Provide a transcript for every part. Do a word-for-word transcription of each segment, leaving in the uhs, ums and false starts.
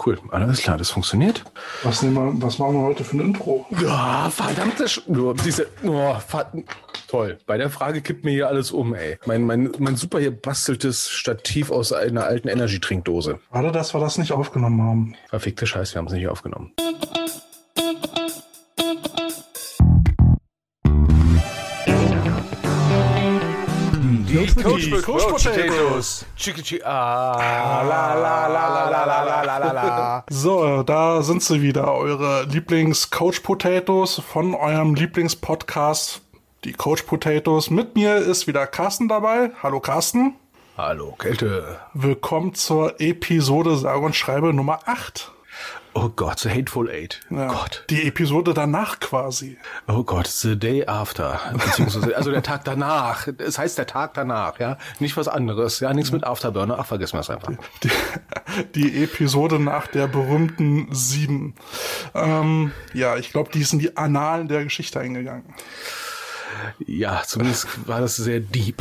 Cool, alles klar, das funktioniert. Was, nehmen wir, was machen wir heute für ein Intro? Ja, verdammte Sch oh, diese, oh, verdammt. Toll. Bei der Frage kippt mir hier alles um, ey. Mein, mein, mein super hier basteltes Stativ aus einer alten Energy-Trinkdose. Schade, dass wir das nicht aufgenommen haben. Verfickte Scheiß, wir haben es nicht aufgenommen. Die Coach Potatoes. Ah, la, la, la, la, la, la, la, la. So, da sind sie wieder, eure Lieblings-Coach Potatoes von eurem Lieblingspodcast, die Coach Potatoes. Mit mir ist wieder Carsten dabei. Hallo Carsten. Hallo Kälte. Willkommen zur Episode sage und schreibe Nummer acht. Oh Gott, The Hateful Eight. Ja, Gott. Die Episode danach quasi. Oh Gott, The Day After. Beziehungsweise, also der Tag danach. Es heißt der Tag danach, ja. Nicht was anderes. Ja, nichts mit Afterburner. Ach, vergessen wir es einfach. Die, die Episode nach der berühmten sieben. Ähm, ja, ich glaube, die ist in die Annalen der Geschichte eingegangen. Ja, zumindest war das sehr deep.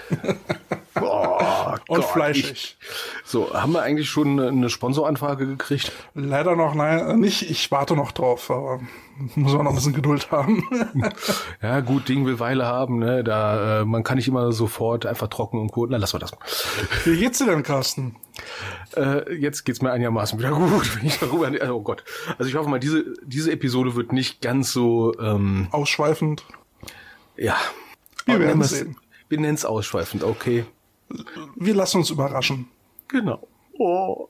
Boah, Und Gott, fleischig. Ich, so, haben wir eigentlich schon eine Sponsoranfrage gekriegt? Leider noch nein, nicht. Ich warte noch drauf, aber muss auch noch ein bisschen Geduld haben. Ja, gut, Ding will Weile haben, ne? Da, äh, man kann nicht immer sofort einfach trocken und gut. Na, lassen wir das. Wie geht's dir denn, Carsten? Äh, jetzt geht's mir einigermaßen wieder gut, wenn ich darüber. Oh Gott. Also ich hoffe mal, diese diese Episode wird nicht ganz so ähm, Ausschweifend. Ja. Wir werden sehen. Wir nennen es ausschweifend, okay. Wir lassen uns überraschen. Genau. Oh.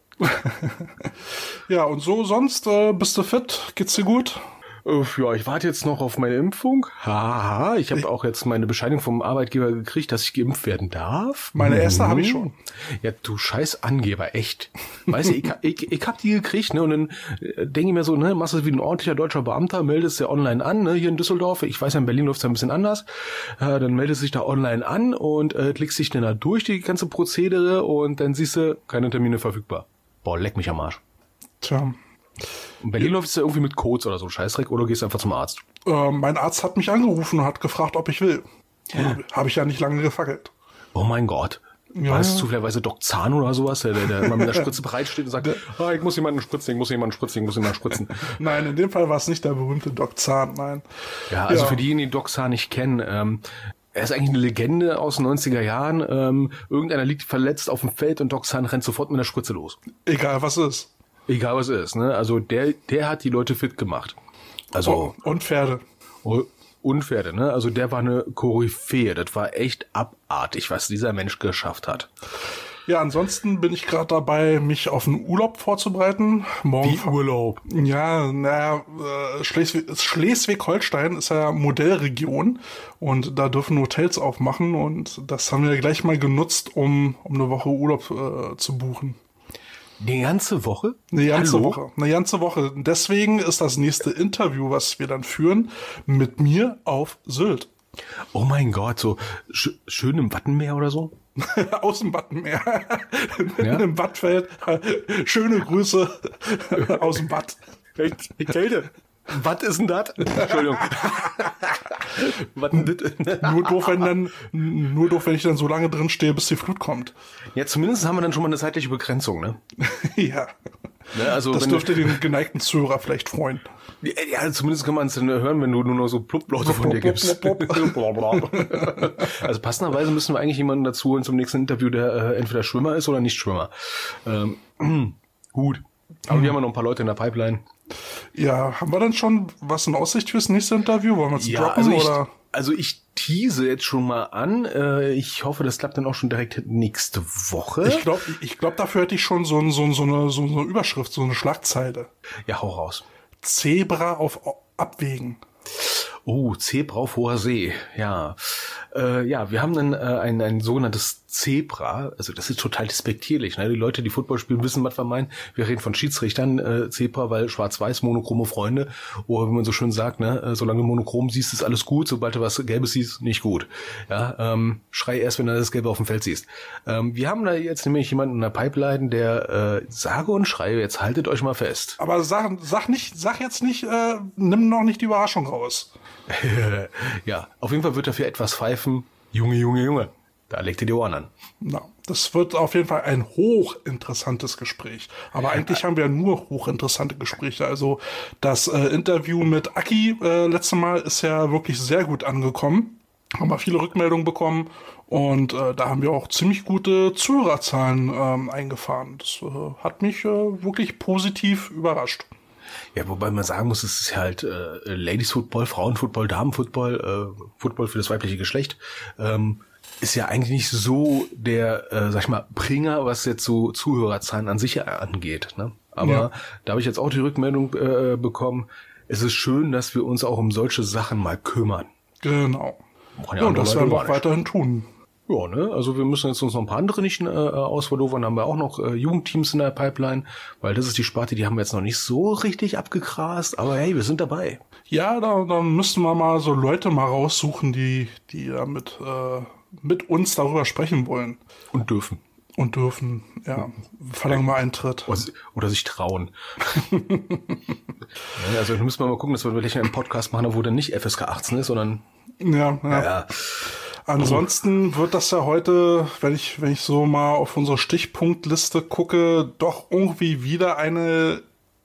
Ja, und so sonst, äh, bist du fit? Geht's dir gut? Ja, ich warte jetzt noch auf meine Impfung. Haha, ich habe auch jetzt meine Bescheinigung vom Arbeitgeber gekriegt, dass ich geimpft werden darf. Meine erste mhm. habe ich schon. Ja, du scheiß Angeber, echt. Weißt du, ich, ich, ich hab die gekriegt, ne, und dann denke ich mir so, ne, machst du wie ein ordentlicher deutscher Beamter, meldest ja online an, ne, hier in Düsseldorf. Ich weiß ja, in Berlin läuft's ja ein bisschen anders. Äh, dann meldest du dich da online an und äh, klickst dich dann da durch, die ganze Prozedere, und dann siehst du, keine Termine verfügbar. Boah, leck mich am Arsch. Tja. In Berlin läuft es ja irgendwie mit Codes oder so, Scheißdreck, oder gehst einfach zum Arzt? Äh, mein Arzt hat mich angerufen und hat gefragt, ob ich will. Ja. Habe ich ja nicht lange gefackelt. Oh mein Gott. Ja. War das zufälligerweise Doc Zahn oder sowas, der, der immer mit der Spritze bereitsteht und sagt, ah, ich muss jemanden spritzen, ich muss jemanden spritzen, ich muss jemanden spritzen. Nein, in dem Fall war es nicht der berühmte Doc Zahn, nein. Ja, also ja. für diejenigen, die Doc Zahn nicht kennen, ähm, er ist eigentlich eine Legende aus den neunziger Jahren. Ähm, irgendeiner liegt verletzt auf dem Feld und Doc Zahn rennt sofort mit der Spritze los. Egal, was ist. Egal, was ist, ne? Also der, der hat die Leute fit gemacht. Also oh, und Pferde. Und Pferde, ne? Also der war eine Koryphäe. Das war echt abartig, was dieser Mensch geschafft hat. Ja, ansonsten bin ich gerade dabei, mich auf einen Urlaub vorzubereiten. Morgen Wie Urlaub? Ja, naja, äh, Schleswig- Schleswig-Holstein ist ja Modellregion und da dürfen Hotels aufmachen, und das haben wir gleich mal genutzt, um, um eine Woche Urlaub äh, zu buchen. Die ganze Woche? Eine ganze Hallo? Woche. Eine ganze Woche. Deswegen ist das nächste Interview, was wir dann führen, mit mir auf Sylt. Oh mein Gott, so sch- schön im Wattenmeer oder so? Aus dem Wattenmeer. Ja? Im Wattfeld. Schöne Grüße aus dem Watt. Die Kälte. Was ist denn das? Entschuldigung. Was denn das? Nur doof, wenn dann, nur doof, wenn ich dann so lange drin stehe, bis die Flut kommt. Ja, zumindest haben wir dann schon mal eine zeitliche Begrenzung, ne? Ja. Ne, also Das wenn dürfte du, den geneigten Zuhörer vielleicht freuen. Ja, zumindest kann man es dann hören, wenn du nur noch so Plupp-Laute von dir gibst. Also passenderweise müssen wir eigentlich jemanden dazu holen zum nächsten Interview, der äh, entweder Schwimmer ist oder nicht Schwimmer. Ähm, gut. Aber wir haben ja noch ein paar Leute in der Pipeline. Ja, haben wir dann schon was in Aussicht fürs nächste Interview? Wollen wir es Ja, droppen, also ich, oder? also ich tease jetzt schon mal an. Äh, ich hoffe, das klappt dann auch schon direkt nächste Woche. Ich glaube, ich glaub, dafür hätte ich schon so, ein, so, ein, so, eine, so eine Überschrift, so eine Schlagzeile. Ja, hau raus. Zebra auf Abwägen. Oh, Zebra auf hoher See, ja. Äh, ja, wir haben dann äh, ein, ein sogenanntes Zebra, also das ist total despektierlich, ne? Die Leute, die Football spielen, wissen, was wir meinen. Wir reden von Schiedsrichtern, äh, Zebra, weil schwarz-weiß, monochrome Freunde, oder wie man so schön sagt, ne, äh, solange du monochrom siehst, ist alles gut, sobald du was Gelbes siehst, nicht gut. Ja, ähm, schrei erst, wenn du das Gelbe auf dem Feld siehst. Ähm, wir haben da jetzt nämlich jemanden in der Pipeline, der äh, sage und schreibe, jetzt haltet euch mal fest. Aber sag, sag nicht, sag jetzt nicht, äh, nimm noch nicht die Überraschung raus. Ja, auf jeden Fall wird dafür etwas pfeifen. Junge, Junge, Junge. Da legt ihr die Ohren an. Na, das wird auf jeden Fall ein hochinteressantes Gespräch. Aber eigentlich haben wir nur hochinteressante Gespräche. Also das äh, Interview mit Aki äh, letztes Mal ist ja wirklich sehr gut angekommen. Haben wir viele Rückmeldungen bekommen und äh, da haben wir auch ziemlich gute Zuhörerzahlen ähm, eingefahren. Das äh, hat mich äh, wirklich positiv überrascht. Ja, wobei man sagen muss, es ist halt äh, Ladies Football, Frauenfootball, Damenfootball, äh, Football für das weibliche Geschlecht. Ähm, ist ja eigentlich nicht so der, äh, sag ich mal, Bringer, was jetzt so Zuhörerzahlen an sich angeht. Ne? Aber ja. Da habe ich jetzt auch die Rückmeldung äh, bekommen, es ist schön, dass wir uns auch um solche Sachen mal kümmern. Genau. Ja, ja, und das werden wir auch weiterhin tun. Ja, ne, also wir müssen jetzt uns noch ein paar andere Nischen äh, ausverlofern, haben wir auch noch äh, Jugendteams in der Pipeline, weil das ist die Sparte, die haben wir jetzt noch nicht so richtig abgegrast, aber hey, wir sind dabei. Ja, da, da müssten wir mal so Leute mal raussuchen, die, die ja mit, äh, mit uns darüber sprechen wollen. Und dürfen. Und dürfen, ja, verlangen wir Eintritt. Oder, oder sich trauen. Ja, also da müssen wir mal gucken, dass wir vielleicht einen Podcast machen, wo dann nicht F S K achtzehn ist, sondern ja, ja. ja. Ansonsten wird das ja heute, wenn ich, wenn ich so mal auf unsere Stichpunktliste gucke, doch irgendwie wieder eine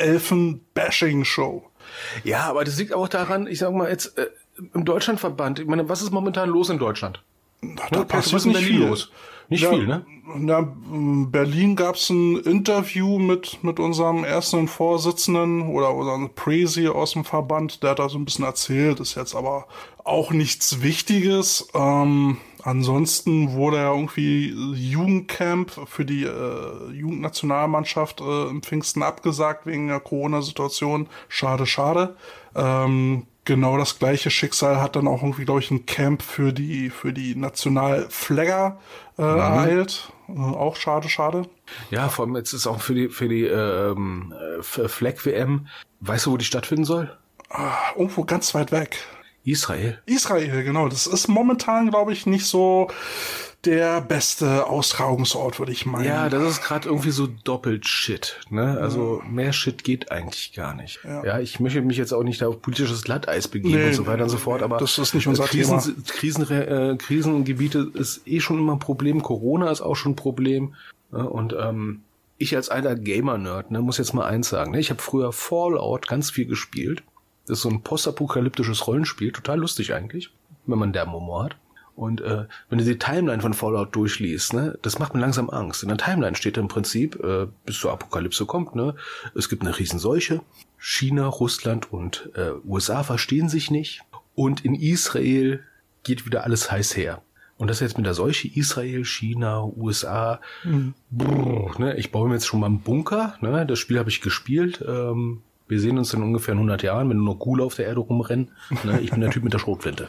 Elfen-Bashing-Show. Ja, aber das liegt auch daran, ich sag mal jetzt, äh, im Deutschlandverband, ich meine, was ist momentan los in Deutschland? Da, da passiert was ist nicht viel. Los? Nicht ja, viel, ne? Na, in Berlin gab's ein Interview mit mit unserem ersten Vorsitzenden oder unserem Presi aus dem Verband. Der hat da so ein bisschen erzählt, ist jetzt aber auch nichts Wichtiges. Ähm, ansonsten wurde ja irgendwie Jugendcamp für die äh, Jugendnationalmannschaft äh, im Pfingsten abgesagt wegen der Corona-Situation. Schade, schade. Ähm, Genau das gleiche Schicksal hat dann auch irgendwie, glaube ich, ein Camp für die für die Nationalflagger äh, mhm. ereilt. Äh, auch schade, schade. Ja, vor allem jetzt ist auch für die für die ähm, Flag-W M. Weißt du, wo die stattfinden soll? Ah, irgendwo ganz weit weg. Israel. Israel, genau. Das ist momentan, glaube ich, nicht so der beste Austragungsort, würde ich meinen. Ja, das ist gerade irgendwie so doppelt Shit, ne? Also ja. Mehr Shit geht eigentlich gar nicht. Ja. ja, ich möchte mich jetzt auch nicht da auf politisches Glatteis begeben nee, und so weiter und so fort, aber das ist nicht unser Krisen, Thema. Krisen, äh, Krisengebiete ist eh schon immer ein Problem, Corona ist auch schon ein Problem, ne? Und ähm, ich als alter Gamer-Nerd, ne, muss jetzt mal eins sagen, ne? Ich habe früher Fallout ganz viel gespielt. Das ist so ein postapokalyptisches Rollenspiel, total lustig eigentlich, wenn man derben Humor hat. Und äh, wenn du die Timeline von Fallout durchliest, ne, das macht mir langsam Angst. In der Timeline steht im Prinzip, äh, bis zur Apokalypse kommt, ne, es gibt eine Riesenseuche, China, Russland und äh, U S A verstehen sich nicht und in Israel geht wieder alles heiß her. Und das jetzt mit der Seuche Israel, China, U S A, mhm. brr, ne, ich baue mir jetzt schon mal einen Bunker, ne, das Spiel habe ich gespielt, ähm, wir sehen uns in ungefähr hundert Jahren, wenn nur Gule auf der Erde rumrennen, ne, ich bin der Typ mit der Schrotflinte.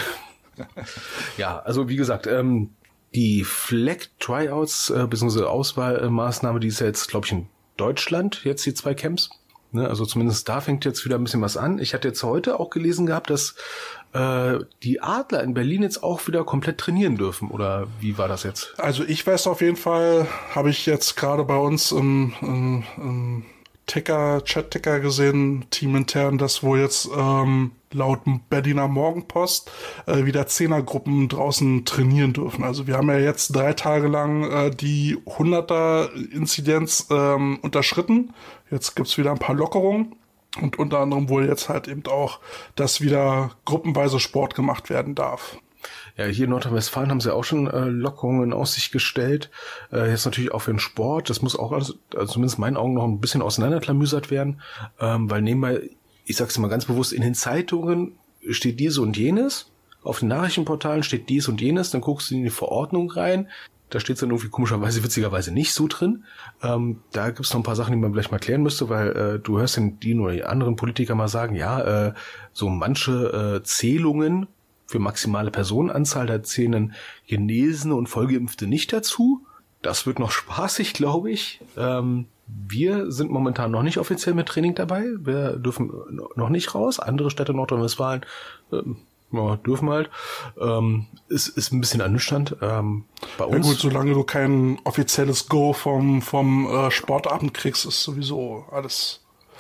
Ja, also wie gesagt, ähm, die Flag-Tryouts äh, bzw. Auswahlmaßnahme, die ist ja jetzt, glaube ich, in Deutschland, jetzt die zwei Camps. Ne? Also zumindest da fängt jetzt wieder ein bisschen was an. Ich hatte jetzt heute auch gelesen gehabt, dass äh, die Adler in Berlin jetzt auch wieder komplett trainieren dürfen. Oder wie war das jetzt? Also ich weiß auf jeden Fall, habe ich jetzt gerade bei uns im, im, im Ticker, Chat-Ticker gesehen, teamintern, dass wohl jetzt ähm, laut Berliner Morgenpost äh, wieder Zehnergruppen draußen trainieren dürfen. Also wir haben ja jetzt drei Tage lang äh, die hunderter-Inzidenz ähm, unterschritten. Jetzt gibt's wieder ein paar Lockerungen und unter anderem wohl jetzt halt eben auch, dass wieder gruppenweise Sport gemacht werden darf. Ja, hier in Nordrhein-Westfalen haben sie auch schon äh, Lockerungen in Aussicht gestellt. Äh, jetzt natürlich auch für den Sport. Das muss auch also, also zumindest in meinen Augen noch ein bisschen auseinanderklamüsert werden, ähm, weil nebenbei, ich sag's mal ganz bewusst, in den Zeitungen steht dies und jenes, auf den Nachrichtenportalen steht dies und jenes, dann guckst du in die Verordnung rein, da steht's dann irgendwie komischerweise, witzigerweise nicht so drin. Ähm, da gibt's noch ein paar Sachen, die man vielleicht mal klären müsste, weil äh, du hörst den, die oder die anderen Politiker mal sagen, ja, äh, so manche äh, Zählungen für maximale Personenanzahl, da zählen Genesene und Vollgeimpfte nicht dazu. Das wird noch spaßig, glaube ich. Ähm, wir sind momentan noch nicht offiziell mit Training dabei. Wir dürfen noch nicht raus. Andere Städte Nordrhein-Westfalen ähm, ja, dürfen halt. Ähm, ist, ist ein bisschen ernüchternd. Ähm, bei uns. Ja gut, solange du kein offizielles Go vom, vom äh, Sportabend kriegst, ist sowieso alles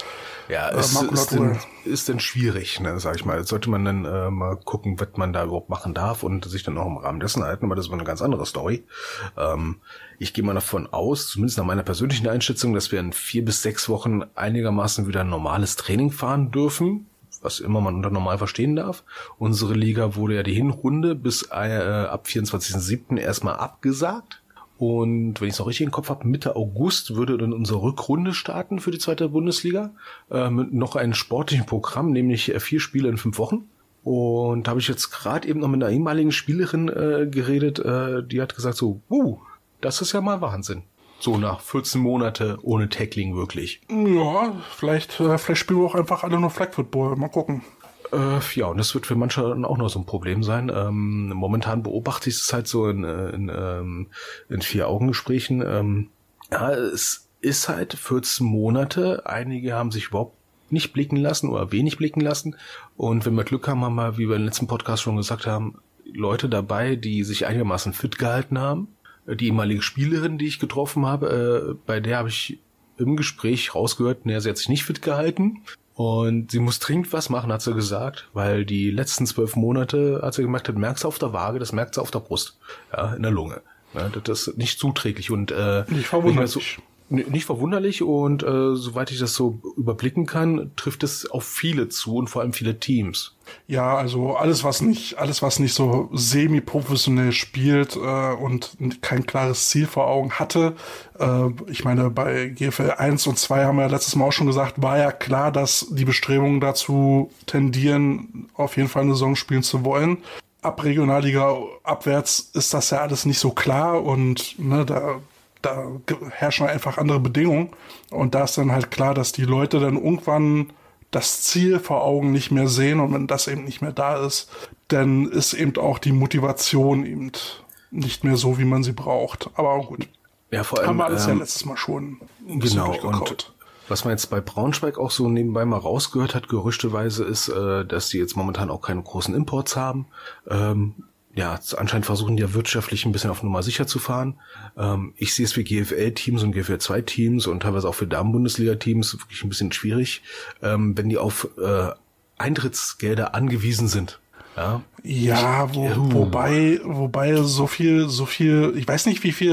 Ja, äh, ist, ist, Makulatur. denn, ist denn schwierig, ne, sag ich mal. Jetzt sollte man dann äh, mal gucken, was man da überhaupt machen darf und sich dann auch im Rahmen dessen halten, aber das ist mal eine ganz andere Story. Ähm, ich gehe mal davon aus, zumindest nach meiner persönlichen Einschätzung, dass wir in vier bis sechs Wochen einigermaßen wieder ein normales Training fahren dürfen, was immer man unter normal verstehen darf. Unsere Liga wurde ja die Hinrunde bis äh, ab vierundzwanzigsten siebten erstmal abgesagt. Und wenn ich es noch richtig im Kopf habe, Mitte August würde dann unsere Rückrunde starten für die zweite Bundesliga. Äh, mit noch einem sportlichen Programm, nämlich äh, vier Spiele in fünf Wochen. Und da habe ich jetzt gerade eben noch mit einer ehemaligen Spielerin äh, geredet, äh, die hat gesagt so, uh, das ist ja mal Wahnsinn. So nach vierzehn Monate ohne Tackling wirklich. Ja, vielleicht, äh, vielleicht spielen wir auch einfach alle nur Flag Football. Mal gucken. Äh, ja, und das wird für manche dann auch noch so ein Problem sein. Ähm, momentan beobachte ich es halt so in, in, in, in Vier-Augen-Gesprächen. Ähm, ja, es ist halt vierzehn Monate. Einige haben sich überhaupt nicht blicken lassen oder wenig blicken lassen. Und wenn wir Glück haben, haben wir, wie wir im letzten Podcast schon gesagt haben, Leute dabei, die sich einigermaßen fit gehalten haben. Die ehemalige Spielerin, die ich getroffen habe, äh, bei der habe ich im Gespräch rausgehört, naja, sie hat sich nicht fit gehalten. Und sie muss dringend was machen, hat sie gesagt, weil die letzten zwölf Monate, hat sie gemerkt, das merkt sie auf der Waage, das merkt sie auf der Brust, ja, in der Lunge. Ja, das ist nicht zuträglich und äh, Nicht verwunderlich. Nicht verwunderlich und äh, soweit ich das so überblicken kann, trifft es auf viele zu und vor allem viele Teams. Ja, also alles, was nicht, alles, was nicht so semi-professionell spielt äh, und kein klares Ziel vor Augen hatte. Äh, ich meine, bei G F L eins und zwei haben wir ja letztes Mal auch schon gesagt, war ja klar, dass die Bestrebungen dazu tendieren, auf jeden Fall eine Saison spielen zu wollen. Ab Regionalliga abwärts ist das ja alles nicht so klar und ne, da da herrschen einfach andere Bedingungen. Und da ist dann halt klar, dass die Leute dann irgendwann das Ziel vor Augen nicht mehr sehen. Und wenn das eben nicht mehr da ist, dann ist eben auch die Motivation eben nicht mehr so, wie man sie braucht. Aber gut. Ja, vor allem, haben wir alles ähm, ja letztes Mal schon ein bisschen genau, durchgekaut. und was man jetzt bei Braunschweig auch so nebenbei mal rausgehört hat, gerüchteweise ist, äh, dass die jetzt momentan auch keine großen Imports haben. Ähm, Ja, anscheinend versuchen die ja wirtschaftlich ein bisschen auf Nummer sicher zu fahren. Ähm, ich sehe es für G F L-Teams und G F L zwei Teams und teilweise auch für Damen-Bundesliga-Teams wirklich ein bisschen schwierig, ähm, wenn die auf äh, Eintrittsgelder angewiesen sind. Ja, Ja, wo, Uh. wobei, wobei so viel, so viel, ich weiß nicht, wie viel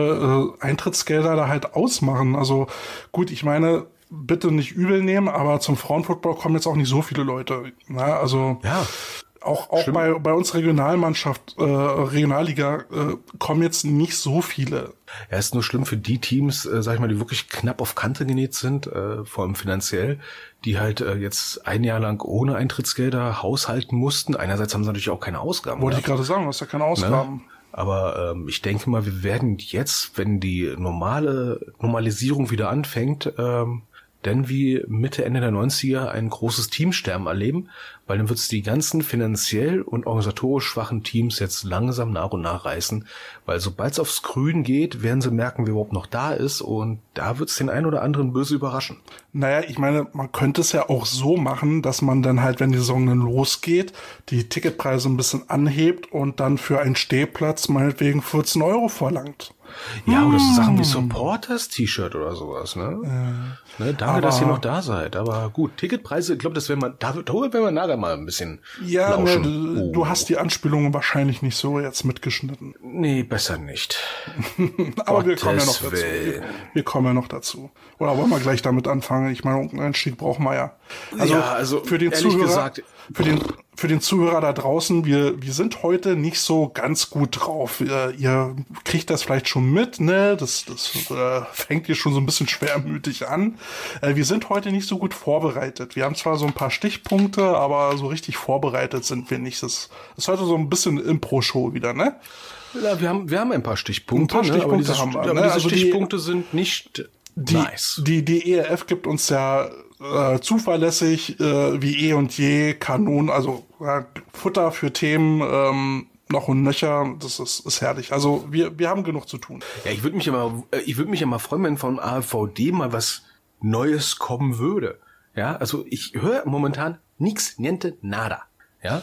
äh, Eintrittsgelder da halt ausmachen. Also gut, ich meine, bitte nicht übel nehmen, aber zum Frauenfootball kommen jetzt auch nicht so viele Leute. Na, also ja. auch auch bei bei uns Regionalmannschaft, äh, Regionalliga äh, kommen jetzt nicht so viele. Ja, ist nur schlimm für die Teams, äh, sag ich mal, die wirklich knapp auf Kante genäht sind, äh, vor allem finanziell, die halt äh, jetzt ein Jahr lang ohne Eintrittsgelder haushalten mussten. Einerseits haben sie natürlich auch keine Ausgaben. Wollte ich gehabt, gerade sagen, du hast ja keine Ausgaben. ne? Aber ähm, ich denke mal, wir werden jetzt, wenn die normale Normalisierung wieder anfängt, ähm, denn wie Mitte, Ende der neunziger ein großes Teamsterben erleben, weil dann wird es die ganzen finanziell und organisatorisch schwachen Teams jetzt langsam nach und nach reißen, weil sobald es aufs Grün geht, werden sie merken, wer überhaupt noch da ist und da wird es den einen oder anderen böse überraschen. Naja, ich meine, man könnte es ja auch so machen, dass man dann halt, wenn die Saison dann losgeht, die Ticketpreise ein bisschen anhebt und dann für einen Stehplatz meinetwegen vierzehn Euro verlangt. Ja, oder so Sachen wie Supporters-T-Shirt oder sowas, ne? Äh, ne? Danke, aber, dass ihr noch da seid. Aber gut, Ticketpreise, ich glaube, das werden wir, darüber werden wir nachher mal ein bisschen ja, lauschen. Ne, du, oh. du hast die Anspielungen wahrscheinlich nicht so jetzt mitgeschnitten. Nee, besser nicht. Aber wir kommen ja noch dazu. Willen. Wir, wir kommen ja noch dazu. Oder wollen wir gleich damit anfangen? Ich meine, einen Einstieg brauchen wir ja. Also, ja, also für den ehrlich Zuhörer, gesagt, für den, für den Zuhörer da draußen, wir, wir sind heute nicht so ganz gut drauf. Ihr, ihr kriegt das vielleicht schon mit, ne? Das, das äh, fängt hier schon so ein bisschen schwermütig an. Äh, wir sind heute nicht so gut vorbereitet. Wir haben zwar so ein paar Stichpunkte, aber so richtig vorbereitet sind wir nicht. Das ist heute so ein bisschen Impro-Show wieder, ne? Ja, wir haben, wir haben ein paar Stichpunkte, ein paar Stichpunkte ne? aber diese, haben wir, aber ne? diese Also die, Stichpunkte sind nicht die, nice. Die, die E R F gibt uns ja äh, zuverlässig äh, wie eh und je Kanonen, also äh, Futter für Themen, ähm, noch und nöcher, das ist, ist herrlich. Also wir, wir haben genug zu tun. Ja, ich würde mich immer, ich würde mich immer freuen, wenn von A V D mal was Neues kommen würde. Ja, also ich höre momentan nix, niente, nada. Ja,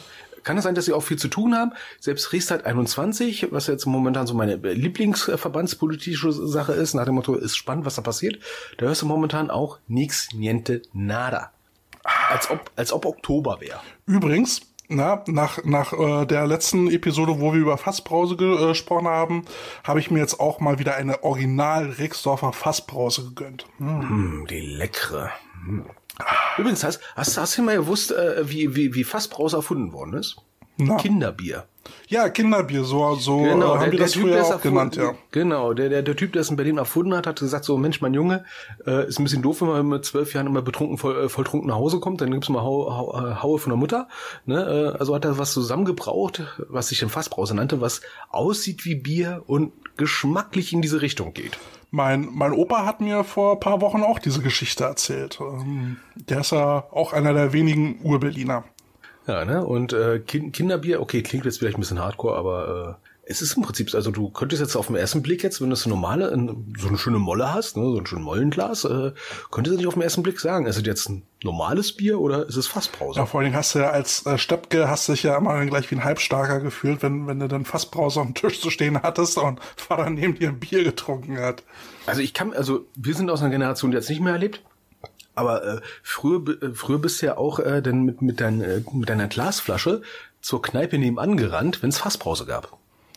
Kann es sein, dass sie auch viel zu tun haben? Selbst Restart einundzwanzig, was jetzt momentan so meine Lieblingsverbandspolitische Sache ist, nach dem Motto, ist spannend, was da passiert, da hörst du momentan auch nix, niente, nada. Als ob, als ob Oktober wäre. Übrigens, na, nach, nach äh, der letzten Episode, wo wir über Fassbrause ge- äh, gesprochen haben, habe ich mir jetzt auch mal wieder eine Original Rixdorfer Fassbrause gegönnt. Hm. Mm, die leckere. Hm. Übrigens, hast, hast, hast du mal gewusst, äh, wie, wie, wie Fassbrause erfunden worden ist? Na. Kinderbier. Ja, Kinderbier, so, so genau, äh, haben der, die das der früher typ, auch genannt, ja. Genau, der, der, der Typ, der es in Berlin erfunden hat, hat gesagt, so, Mensch, mein Junge, äh, ist ein bisschen doof, wenn man mit zwölf Jahren immer betrunken, voll, äh, volltrunken nach Hause kommt, dann gibt's mal Hau, Hau, Haue von der Mutter, ne, äh, also hat er was zusammengebraut, was sich in Fassbrause nannte, was aussieht wie Bier und geschmacklich in diese Richtung geht. Mein, mein Opa hat mir vor ein paar Wochen auch diese Geschichte erzählt. Ähm, der ist ja auch einer der wenigen Ur-Berliner. Ja, ne? Und äh, kind, Kinderbier, okay, klingt jetzt vielleicht ein bisschen hardcore, aber äh, es ist im Prinzip, also du könntest jetzt auf den ersten Blick jetzt, wenn du so normale, so eine schöne Molle hast, ne, so ein schönes Mollenglas, äh, könntest du nicht auf den ersten Blick sagen, ist es jetzt ein normales Bier oder ist es Fassbrause? Ja, vor allen Dingen hast du ja als äh, Steppke, hast du dich ja immer gleich wie ein Halbstarker gefühlt, wenn, wenn du dann Fassbrause auf dem Tisch zu stehen hattest und Vater neben dir ein Bier getrunken hat. Also ich kann, also wir sind aus einer Generation, die jetzt nicht mehr erlebt. Aber äh, früher, äh, früher bist du ja auch äh, dann mit mit, dein, äh, mit deiner Glasflasche zur Kneipe nebenan gerannt, wenn es Fassbrause gab.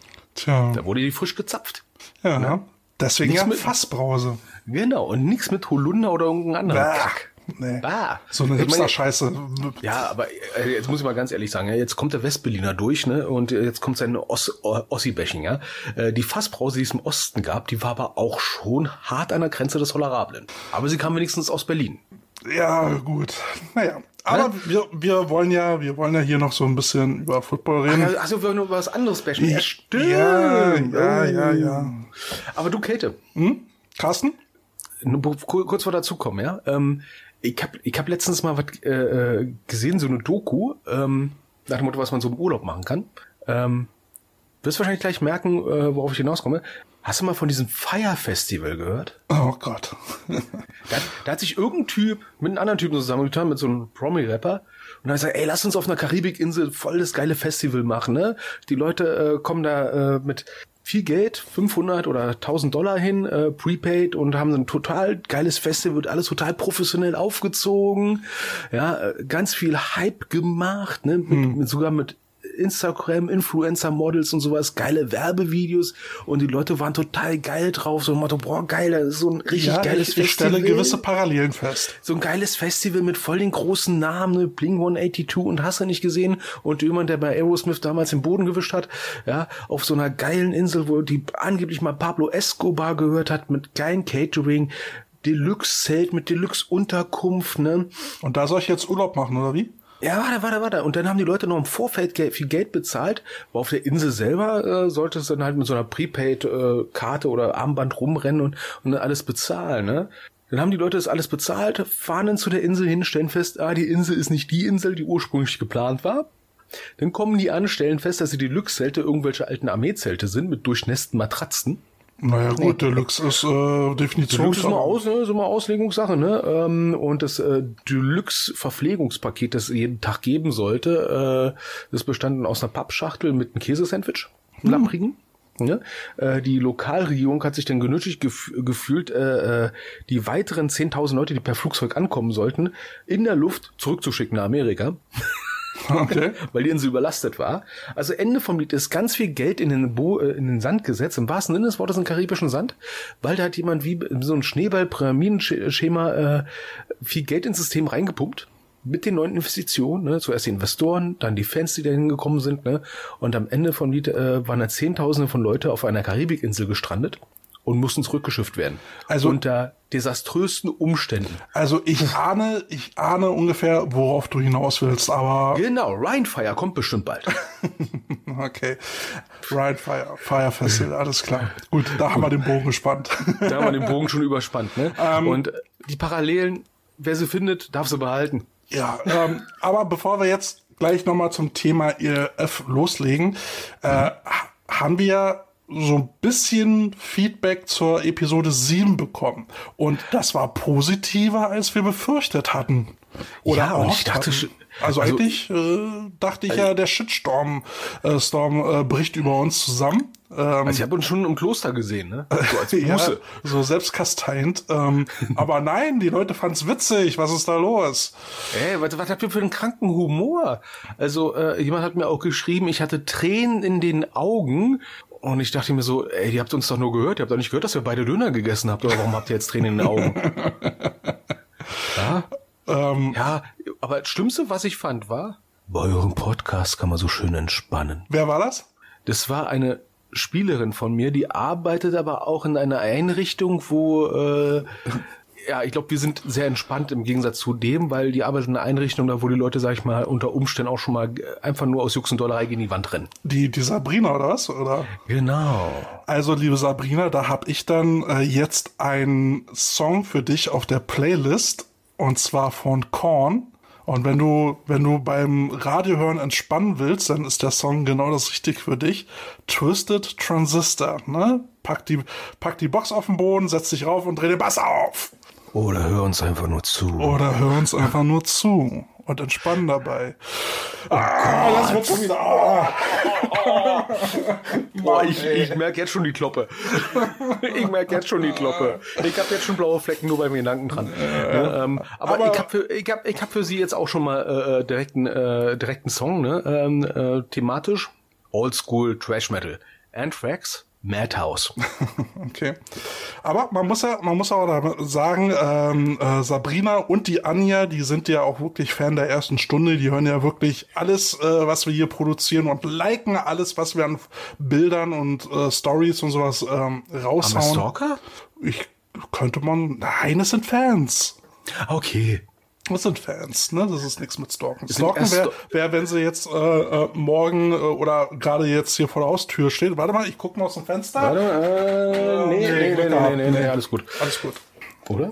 Tja. Da wurde die frisch gezapft. Ja, ne? Deswegen Nichts ja mit- Fassbrause. Genau, und nichts mit Holunder oder irgendeinem anderen Bah. Kack. Nee. Bah. So eine Ich meine, Hipster-Scheiße. Ja, aber äh, jetzt muss ich mal ganz ehrlich sagen, ja, jetzt kommt der Westberliner durch, ne, und äh, jetzt kommt seine Os O- Ossi-Bashing, ja. Äh, die Fassbrause, die es im Osten gab, die war aber auch schon hart an der Grenze des Tolerablen. Aber sie kam wenigstens aus Berlin. Ja, gut. Naja. Aber wir, wir wollen ja, wir wollen ja hier noch so ein bisschen über Football reden. Ach, also wir wollen nur über was anderes bashen. Ja, stimmt. Ja, ja, ja, ja. Aber du, Käthe, Hm? Carsten? nur be- ku- kurz vor dazukommen, ja. Ähm, ich hab, ich hab letztens mal was äh, äh, gesehen, so eine Doku, ähm, nach dem Motto, was man so im Urlaub machen kann. Ähm, wirst wahrscheinlich gleich merken, äh, worauf ich hינauskomme. Hast du mal von diesem Fire Festival gehört? Oh Gott. Da, da hat sich irgendein Typ mit einem anderen Typen zusammengetan, mit so einem Promi-Rapper. Und dann hat er gesagt, ey, lass uns auf einer Karibikinsel voll das geile Festival machen, ne? Die Leute äh, kommen da äh, mit viel Geld, fünfhundert oder tausend Dollar hin, äh, prepaid, und haben so ein total geiles Festival, wird alles total professionell aufgezogen, ja, äh, ganz viel Hype gemacht, ne, mit, Hm. mit sogar mit Instagram, Influencer-Models und sowas, geile Werbevideos, und die Leute waren total geil drauf, so ein Motto, boah, geil, das ist so ein richtig Ja, geiles ich, ich Festival. stelle gewisse Parallelen fest. So ein geiles Festival mit voll den großen Namen, ne? Blink hundertzweiundachtzig und hast du nicht gesehen, und jemand, der bei Aerosmith damals den Boden gewischt hat, ja, auf so einer geilen Insel, wo die angeblich mal Pablo Escobar gehört hat, mit geilen Catering, Deluxe-Zelt mit Deluxe-Unterkunft, ne? Und da soll ich jetzt Urlaub machen, oder wie? Ja, warte, warte, warte. Und dann haben die Leute noch im Vorfeld Geld, viel Geld bezahlt, aber auf der Insel selber äh, sollte es dann halt mit so einer Prepaid-Karte oder Armband rumrennen und, und dann alles bezahlen, ne? Dann haben die Leute das alles bezahlt, fahren dann zu der Insel hin, stellen fest, ah, die Insel ist nicht die Insel, die ursprünglich geplant war. Dann kommen die an, stellen fest, dass sie die Deluxe-Zelte irgendwelche alten Armeezelte sind mit durchnässten Matratzen. Naja gut, Deluxe ist äh, Definition. Deluxe ist mal, aus, ne? ist mal Auslegungssache, ne? Ähm, und das äh, Deluxe-Verpflegungspaket, das es jeden Tag geben sollte, äh, das bestand aus einer Pappschachtel mit einem Käsesandwich, einem lapprigen. Ne? Äh, die Lokalregierung hat sich dann genötigt gef- gefühlt, äh, äh, die weiteren zehntausend Leute, die per Flugzeug ankommen sollten, in der Luft zurückzuschicken nach Amerika. Okay. Weil die Insel überlastet war. Also Ende vom Lied ist ganz viel Geld in den, Bo äh, in den Sand gesetzt, im wahrsten Sinne des Wortes in karibischen Sand, weil da hat jemand wie so ein Schneeball-Pyramidenschema äh, viel Geld ins System reingepumpt. Mit den neuen Investitionen, ne? Zuerst die Investoren, dann die Fans, die da hingekommen sind, ne? Und am Ende vom Lied äh, waren da Zehntausende von Leute auf einer Karibikinsel gestrandet und mussten zurückgeschifft werden. Also- unter desaströsten Umständen. Also ich ahne, ich ahne ungefähr, worauf du hinaus willst, aber Genau, Rhinefire kommt bestimmt bald. okay. Right Fire, Fire Festival, alles klar. Gut, da haben wir den Bogen gespannt. Da haben wir den Bogen schon überspannt, ne? Und die Parallelen, wer sie findet, darf sie behalten. Ja, ähm, aber bevor wir jetzt gleich nochmal zum Thema E L F loslegen, äh, ha- haben wir so ein bisschen Feedback zur Episode sieben bekommen. Und das war positiver, als wir befürchtet hatten. Oder ja, und ich dachte, hatten. Also, also eigentlich äh, dachte ich also, ja, der Shitstorm äh, Storm, äh, bricht über uns zusammen. Ähm, also ich habe uns schon im Kloster gesehen, ne? So als ja, so selbstkasteiend. Ähm, aber nein, die Leute fanden's witzig. Was ist da los? Ey, was, was habt ihr für einen kranken Humor? Also äh, jemand hat mir auch geschrieben, ich hatte Tränen in den Augen. Und ich dachte mir so, ey, ihr habt uns doch nur gehört. Ihr habt doch nicht gehört, dass wir beide Döner gegessen habt. Oder warum habt ihr jetzt Tränen in den Augen? Ja? Ähm, ja, aber das Schlimmste, was ich fand, war, bei eurem Podcast kann man so schön entspannen. Wer war das? Das war eine Spielerin von mir, die arbeitet aber auch in einer Einrichtung, wo, äh, ja, ich glaube, wir sind sehr entspannt im Gegensatz zu dem, weil die arbeitet in einer Einrichtung, da wo die Leute, sag ich mal, unter Umständen auch schon mal einfach nur aus Jux und Dollerei gegen die Wand rennen. Die, die Sabrina, oder was? Oder? Genau. Also, liebe Sabrina, da habe ich dann äh, jetzt einen Song für dich auf der Playlist. Und zwar von Korn. Und wenn du, wenn du beim Radiohören entspannen willst, dann ist der Song genau das Richtige für dich. Twisted Transistor, ne? Pack die, pack die Box auf den Boden, setz dich rauf und dreh den Bass auf. Oder hör uns einfach nur zu. Oder hör uns einfach nur zu. Und entspannen dabei. Oh ah, das wird schon wieder. Ah. Boah, ich, ich merke jetzt schon die Kloppe. Ich merke jetzt schon die Kloppe. Ich habe jetzt schon blaue Flecken nur beim Gedanken dran. Äh, ne, ähm, aber, aber ich habe für, ich hab, ich hab für Sie jetzt auch schon mal äh, direkten, äh, direkten Song, ne? Ähm, äh, thematisch Oldschool Trash Metal. Anthrax, Madhouse. Okay. Aber man muss ja, man muss auch sagen, ähm, äh, Sabrina und die Anja, die sind ja auch wirklich Fan der ersten Stunde. Die hören ja wirklich alles, äh, was wir hier produzieren und liken alles, was wir an Bildern und äh, Stories und sowas ähm, raushauen. Haben wir Stalker? Ich könnte man. Nein, es sind Fans. Okay. Das sind Fans, ne? Das ist nichts mit Stalken. Stalken wäre, wär, wenn sie jetzt äh, äh, morgen äh, oder gerade jetzt hier vor der Haustür steht. Warte mal, ich gucke mal aus dem Fenster. Warte, äh, nee, nee, nee, nee, nee, nee, alles gut. Alles gut. Oder?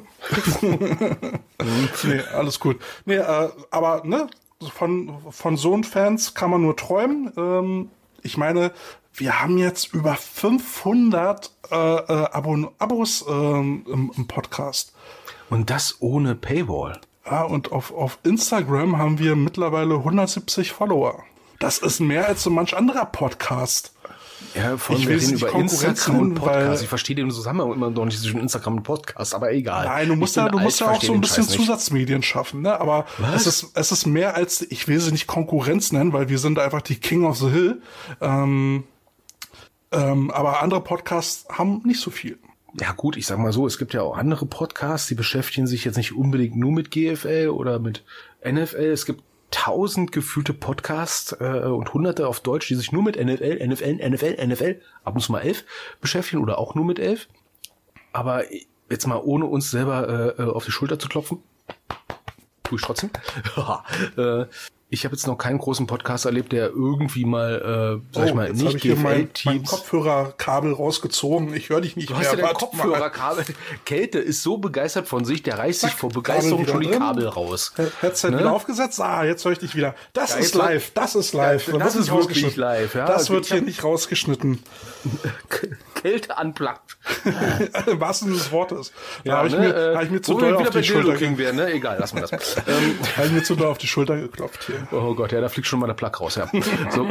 Nee, alles gut. Nee, äh, aber ne, von, von so Fans kann man nur träumen. Ähm, ich meine, wir haben jetzt über fünfhundert äh, äh, Abo- Abos äh, im, im Podcast. Und das ohne Paywall. Ja, und auf, auf Instagram haben wir mittlerweile hundertsiebzig Follower. Das ist mehr als so manch anderer Podcast. Ja, von ich wir reden über Instagram und Podcast. Weil, ich verstehe den Zusammenhang immer noch nicht zwischen Instagram und Podcast, aber egal. Nein, du musst ja, du musst ja auch so ein bisschen Zusatzmedien schaffen, ne? Aber Was? es ist, es ist mehr als, ich will sie nicht Konkurrenz nennen, weil wir sind einfach die King of the Hill. Ähm, ähm, aber andere Podcasts haben nicht so viel. Ja gut, ich sag mal so, es gibt ja auch andere Podcasts, die beschäftigen sich jetzt nicht unbedingt nur mit G F L oder mit N F L. Es gibt tausend gefühlte Podcasts äh, und hunderte auf Deutsch, die sich nur mit N F L, N F L, N F L, N F L, ab und zu mal elf beschäftigen oder auch nur mit elf. Aber jetzt mal ohne uns selber äh, auf die Schulter zu klopfen, tue ich trotzdem. äh, Ich habe jetzt noch keinen großen Podcast erlebt, der irgendwie mal, äh, sag oh, ich mal, nicht G F L-Teams. Mein, mein Kopfhörerkabel rausgezogen. Ich höre dich nicht du mehr. Du hast ja dein Kopfhörerkabel. Kälte ist so begeistert von sich, der reißt Zack, sich vor Begeisterung schon die drin. Kabel raus. Headset ne? wieder aufgesetzt. Ah, jetzt höre ich dich wieder. Das ja, ist live. Das ist live. Ja, das, das ist wirklich live. Ja? Das wird hier nicht rausgeschnitten. Kälte anplagt. Im wahrsten Sinne des Wortes. Da ja, habe ich, ne, mir, äh, hab ich mir zu doll auf die Schulter geklopft. Werden, ne? Egal, lassen wir das. ähm, habe ich mir zu doll auf die Schulter geklopft hier. Oh Gott, ja, da fliegt schon mal der Plug raus, ja. So.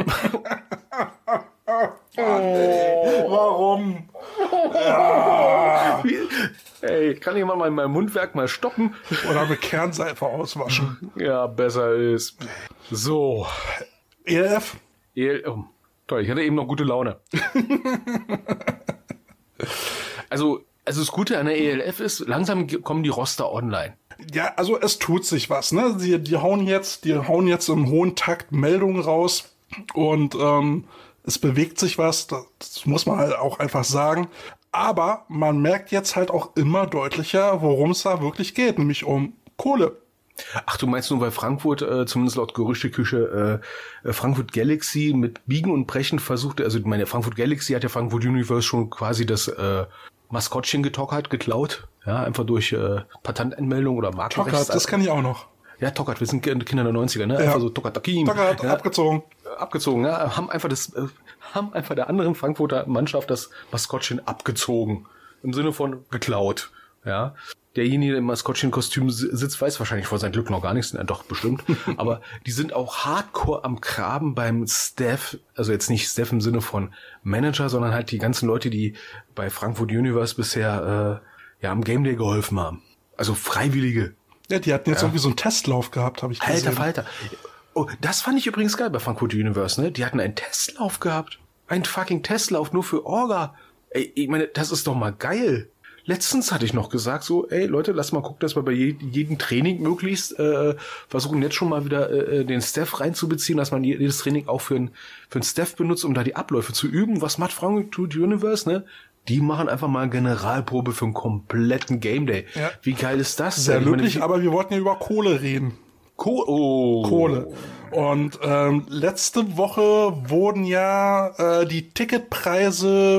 Oh, warum? Ja. Ey, kann jemand mal mein Mundwerk mal stoppen? Oder mit Kernseife auswaschen. Ja, besser ist. So. E L F? E L F. Oh, toll, ich hatte eben noch gute Laune. also, also das Gute an der E L F ist, langsam kommen die Roster online. Ja, also es tut sich was, ne? Die, die hauen jetzt, die hauen jetzt im hohen Takt Meldungen raus und ähm, es bewegt sich was, das, das muss man halt auch einfach sagen. Aber man merkt jetzt halt auch immer deutlicher, worum es da wirklich geht, nämlich um Kohle. Ach, du meinst nur, weil Frankfurt, äh, zumindest laut Gerüchteküche, äh, Frankfurt Galaxy mit Biegen und Brechen versuchte, also meine Frankfurt Galaxy hat ja Frankfurt Universe schon quasi das äh, Maskottchen getockert, geklaut, ja, einfach durch äh, Patentanmeldung oder Markenrechts. Tockert, das kann ich auch noch. Ja, Tockert, wir sind Kinder der neunziger, ne? Ja. Einfach so Tockert, Takim. Tockert, ja, abgezogen. Abgezogen, ja, haben einfach das, äh, haben einfach der anderen Frankfurter Mannschaft das Maskottchen abgezogen. Im Sinne von geklaut, ja. derjenige, der im Maskottchenkostüm sitzt, weiß wahrscheinlich vor seinem Glück noch gar nichts, ja, doch, bestimmt. Aber die sind auch hardcore am Graben beim Staff, also jetzt nicht Staff im Sinne von Manager, sondern halt die ganzen Leute, die bei Frankfurt Universe bisher äh, ja am Game Day geholfen haben. Also Freiwillige. Ja, die hatten jetzt ja. irgendwie so einen Testlauf gehabt, habe ich gesehen. Alter Falter. Oh, das fand ich übrigens geil bei Frankfurt Universe, ne? Die hatten einen Testlauf gehabt. Ein fucking Testlauf nur für Orga. Ey, ich meine, das ist doch mal geil. Letztens hatte ich noch gesagt, so, ey Leute, lass mal gucken, dass wir bei je, jedem Training möglichst äh, versuchen jetzt schon mal wieder äh, den Staff reinzubeziehen, dass man jedes Training auch für ein für ein Staff benutzt, um da die Abläufe zu üben. Was macht Frankfurt Universe, ne? Die machen einfach mal eine Generalprobe für einen kompletten Game Day. Ja. Wie geil ist das? Sehr löblich, aber wir wollten ja über Kohle reden. Kohle. Oh. Kohle. Und ähm, letzte Woche wurden ja äh, die Ticketpreise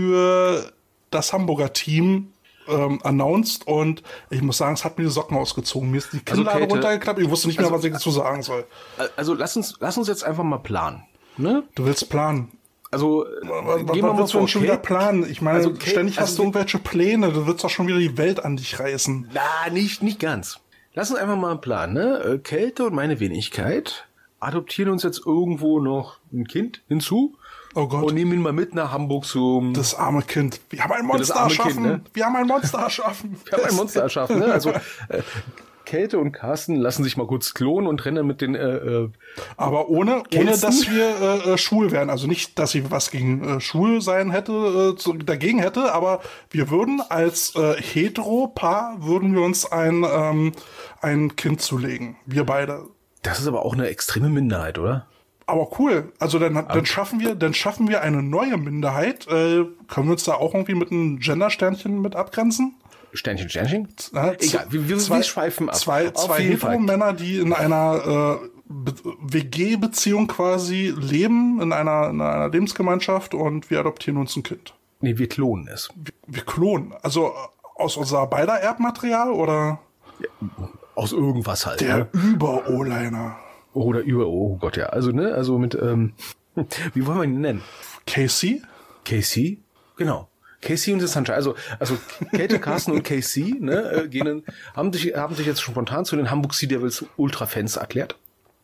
für das Hamburger Team ähm, announced und ich muss sagen, es hat mir die Socken ausgezogen. Mir ist die Kinnlade also runtergeklappt. Ich wusste nicht mehr, also, was ich dazu sagen soll. Also lass uns, lass uns jetzt einfach mal planen. Ne? Du willst planen. Also was, gehen wir mal vor, schon wieder planen. Ich meine, also, Kate, ständig hast also, du irgendwelche Pläne. Du willst doch schon wieder die Welt an dich reißen. Na, nicht, nicht ganz. Lass uns einfach mal planen. Ne? Kälte und meine Wenigkeit adoptieren uns jetzt irgendwo noch ein Kind hinzu. Oh Gott. Und nehmen ihn mal mit nach Hamburg zum... Das arme Kind. Wir haben ein Monster ja, erschaffen. Kind, ne? Wir haben ein Monster erschaffen. Wir haben ein Monster erschaffen. Ne? Also äh, Kälte und Carsten lassen sich mal kurz klonen und rennen mit den... Äh, äh, Aber ohne, ohne dass wir äh, schwul wären. Also nicht, dass ich was gegen äh, schwul sein hätte, äh, zu, dagegen hätte, aber wir würden als äh, Hetero-Paar, würden wir uns ein, ähm, ein Kind zulegen. Wir beide. Das ist aber auch eine extreme Minderheit, oder? Aber cool. Also dann, dann schaffen wir, dann schaffen wir eine neue Minderheit. Äh, können wir uns da auch irgendwie mit einem Gender-Sternchen mit abgrenzen? Sternchen, Sternchen? Na, Egal, wir, wir, zwei, wir schweifen ab. Zwei, zwei Hetero-Männer, die in einer äh, W G-Beziehung quasi leben, in einer, in einer Lebensgemeinschaft und wir adoptieren uns ein Kind. Nee, wir klonen es. Wir, wir klonen. Also aus unser beider Erbmaterial oder? Ja, aus irgendwas halt. Der ne? Über-O-Liner. Oder über, oh Gott, ja. Also, ne, also mit, ähm, wie wollen wir ihn nennen? Casey? Casey? Genau. Casey und the Sunshine. Also, also, Käthe, Carsten und Casey, ne, äh, gehen, haben sich, haben sich jetzt spontan zu den Hamburg Sea Devils Ultra-Fans erklärt.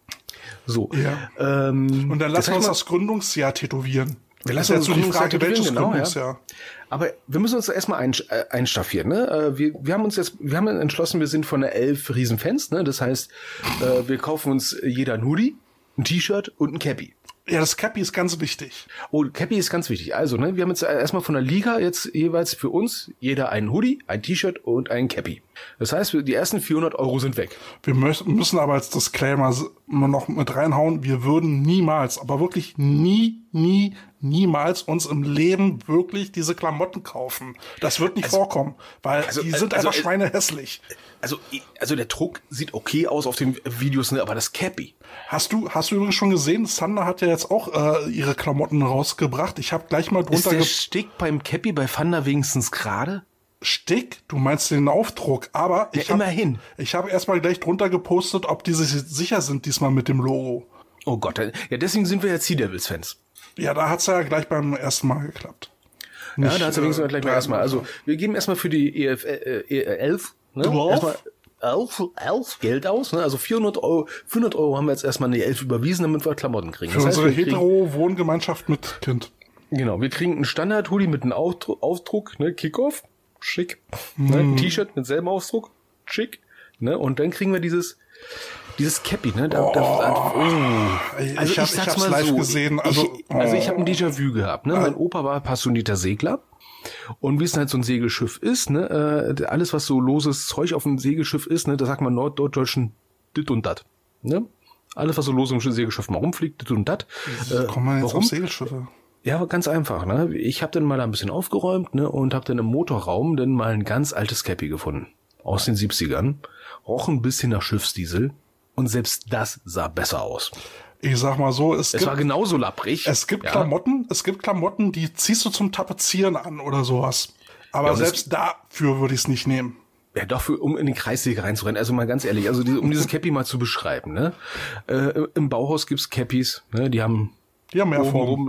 So. Ja. Ähm, und dann lassen wir uns das Gründungsjahr tätowieren. Wir lassen uns jetzt so die Frage, welches genau, Gründungsjahr. Ja. Aber wir müssen uns erstmal ein, äh, einstaffieren, ne? Wir, wir haben uns jetzt, wir haben entschlossen, wir sind von der elf Riesenfans, ne? Das heißt, äh, wir kaufen uns jeder ein Hoodie, ein T-Shirt und ein Cappy. Ja, das Cappy ist ganz wichtig. Oh, Cappy ist ganz wichtig. Also, ne, wir haben jetzt erstmal von der Liga jetzt jeweils für uns jeder einen Hoodie, ein T-Shirt und ein Cappy. Das heißt, die ersten vierhundert Euro sind weg. Wir müssen aber als Disclaimer noch mit reinhauen, wir würden niemals, aber wirklich nie, nie, niemals uns im Leben wirklich diese Klamotten kaufen. Das wird nicht also, vorkommen, weil also, die sind also, einfach also, schweinehässlich. Also, also der Druck sieht okay aus auf den Videos, ne, aber das Cappy. Hast du, hast du übrigens schon gesehen, Thunder hat ja jetzt auch äh, ihre Klamotten rausgebracht. Ich habe gleich mal drunter... Ist der Stick beim Cappy bei Thunder wenigstens gerade? Stick? Du meinst den Aufdruck, aber ja, ich hab, immerhin. Ich habe erstmal gleich drunter gepostet, ob die sich sicher sind diesmal mit dem Logo. Oh Gott, ja, deswegen sind wir ja Sea Devils Fans. Ja, da hat's ja gleich beim ersten Mal geklappt. Nicht, ja, da hat's ja wenigstens äh, gleich beim ersten Mal. Also, wir geben erstmal für die E F elf, ne? Erstmal elf, elf Geld aus, ne? Also vierhundert Euro, vierhundert Euro haben wir jetzt erstmal eine elf überwiesen, damit wir Klamotten kriegen. Für das heißt, unsere Hetero-Wohngemeinschaft mit Kind. Genau, wir kriegen einen Standard-Hoodie mit einem Aufdruck, Aufdruck ne? Kickoff, schick. Mm. Ne? Ein T-Shirt mit selben Ausdruck, schick. Ne? Und dann kriegen wir dieses Dieses Cappy, ne? Da, oh, da, oh. Also ich, hab, ich sag's ich mal live so, gesehen. Also, ich, also ich habe ein Déjà-vu gehabt. Ne? Mein Opa war passionierter Segler. Und wie es halt so ein Segelschiff ist, ne, äh, alles was so loses Zeug auf dem Segelschiff ist, ne, da sagt man Norddeutschen dit und dat, ne? Alles was so los im Segelschiff mal rumfliegt, dit und dat. Äh, Kommen wir jetzt warum? Auf Segelschiffe? Ja, ganz einfach, ne? Ich habe dann mal da ein bisschen aufgeräumt, ne, und habe dann im Motorraum dann mal ein ganz altes Cappy gefunden aus den siebzigern, roch ein bisschen nach Schiffsdiesel und selbst das sah besser aus. Ich sag mal so, es, es gibt, war genauso lapprig. Es gibt ja. Klamotten, es gibt Klamotten, die ziehst du zum Tapezieren an oder sowas. Aber ja, selbst dafür würde ich es nicht nehmen. Ja, doch, für, um in den Kreissäge reinzurennen. Also mal ganz ehrlich, also diese, um dieses Cappy mal zu beschreiben, ne? Äh, im Bauhaus gibt's Cappies, ne? Die haben die haben mehr Formen.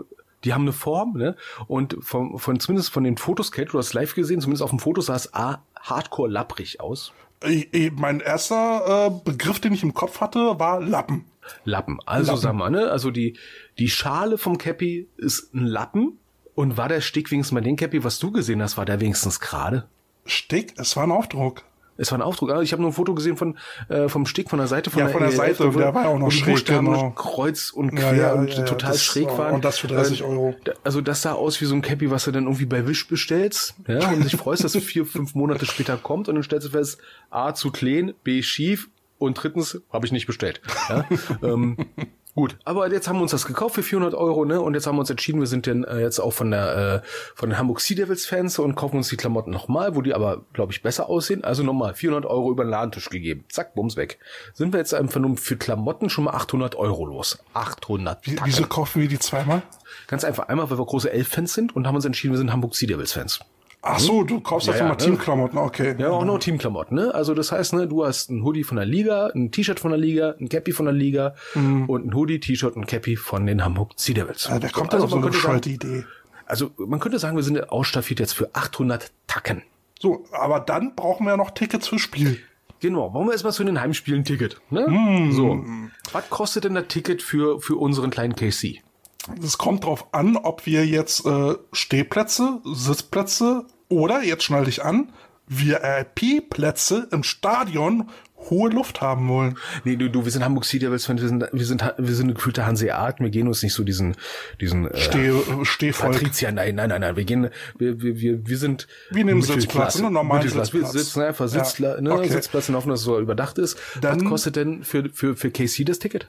die haben eine Form, ne? Und von, von zumindest von den Fotos, Kate, du hast live gesehen, zumindest auf dem Foto sah es A, hardcore lapprig aus. Ich, ich, mein erster äh, Begriff, den ich im Kopf hatte, war Lappen. Lappen. Also Lappen. sag mal, ne? Also die, die Schale vom Cappy ist ein Lappen. Und war der Stick wenigstens bei den Cappy, was du gesehen hast, war der wenigstens gerade? Stick? Es war ein Aufdruck. Es war ein Aufdruck. Also ich habe nur ein Foto gesehen von äh, vom Stick von der Seite von ja, der, von der E L F, Seite. Der war auch noch schräg, genau. Kreuz und quer ja, ja, und ja, total das, schräg waren. Und das für dreißig Euro. Also das sah aus wie so ein Cappy, was du dann irgendwie bei Wish bestellst, ja, und dich freust, dass es vier, fünf Monate später kommt und dann stellst du fest, A, zu klein, B, schief und drittens, habe ich nicht bestellt. Ja? ähm, Gut, aber jetzt haben wir uns das gekauft für vierhundert Euro, ne? Und jetzt haben wir uns entschieden, wir sind denn äh, jetzt auch von der äh, von den Hamburg Sea Devils Fans und kaufen uns die Klamotten nochmal, wo die aber, glaube ich, besser aussehen. Also nochmal vierhundert Euro über den Ladentisch gegeben. Zack, bums weg. Sind wir jetzt einfach nur für Klamotten schon mal achthundert Euro los. achthundert. Wie, wieso kaufen wir die zweimal? Ganz einfach. Einmal, weil wir große Elf-Fans sind und haben uns entschieden, wir sind Hamburg Sea Devils Fans. Ach so, du kaufst ja, einfach ja, mal ne? Teamklamotten, okay. Ja, auch noch Teamklamotten, ne? Also das heißt, ne, du hast ein Hoodie von der Liga, ein T-Shirt von der Liga, ein Cappy von der Liga mhm. und ein Hoodie, T-Shirt und Cappy von den Hamburg Sea Devils. Ja, wer kommt denn also auf so eine bescheuerte Idee? Also man könnte sagen, wir sind ausstaffiert jetzt für achthundert Tacken. So, aber dann brauchen wir ja noch Tickets fürs Spiel. Genau, brauchen wir erstmal zu den Heimspielen ein Ticket. Ne? Mm. So, was kostet denn das Ticket für, für unseren kleinen K C? Es kommt drauf an, ob wir jetzt äh, Stehplätze, Sitzplätze oder, jetzt schnall dich an, V I P-Plätze im Stadion hohe Luft haben wollen. Nee, du, du, wir sind Hamburg Sea Devils, wir sind, wir sind, wir sind eine gefühlte Hanseat, wir gehen uns nicht so diesen, diesen, äh, Steh, Stehvolk. Patrizier, nein, nein, nein, nein, wir gehen, wir, wir, wir, wir sind, wir nehmen Sitzplatz, ne, normalen Sitzplatz. Wir sitzen einfach Sitz, ja, ne, okay. Sitzplatz und hoffen, dass es so überdacht ist. Dann, was kostet denn für, für, für K C das Ticket?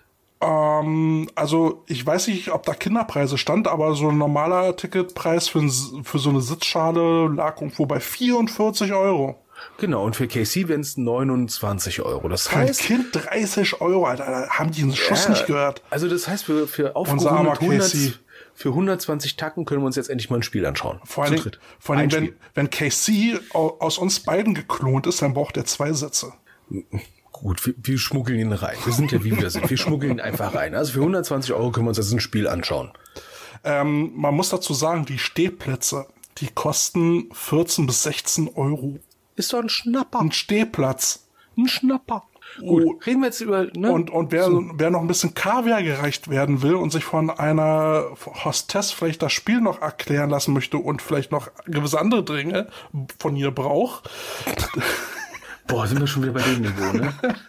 Ähm, also, ich weiß nicht, ob da Kinderpreise stand, aber so ein normaler Ticketpreis für, für so eine Sitzschale lag irgendwo bei vierundvierzig Euro. Genau, und für K C wären es neunundzwanzig Euro. Das für heißt, ein Kind dreißig Euro, Alter, haben die einen Schuss ja, nicht gehört. Also das heißt, für, für aufgerundet hundert, für hundertzwanzig Tacken können wir uns jetzt endlich mal ein Spiel anschauen. Vor allem, vor allem wenn, wenn K C aus uns beiden geklont ist, dann braucht er zwei Sätze. Gut, wir, wir schmuggeln ihn rein. Wir sind ja wie wir sind. Wir schmuggeln ihn einfach rein. Also für hundertzwanzig Euro können wir uns jetzt ein Spiel anschauen. Ähm, man muss dazu sagen, die Stehplätze, die kosten vierzehn bis sechzehn Euro. Ist doch ein Schnapper. Ein Stehplatz. Ein Schnapper. Gut, oh. Reden wir jetzt über... Ne? Und, und wer, so. wer noch ein bisschen Kaviar gereicht werden will und sich von einer Hostess vielleicht das Spiel noch erklären lassen möchte und vielleicht noch gewisse andere Dinge von ihr braucht... Boah, sind wir schon wieder bei dem Niveau, ne?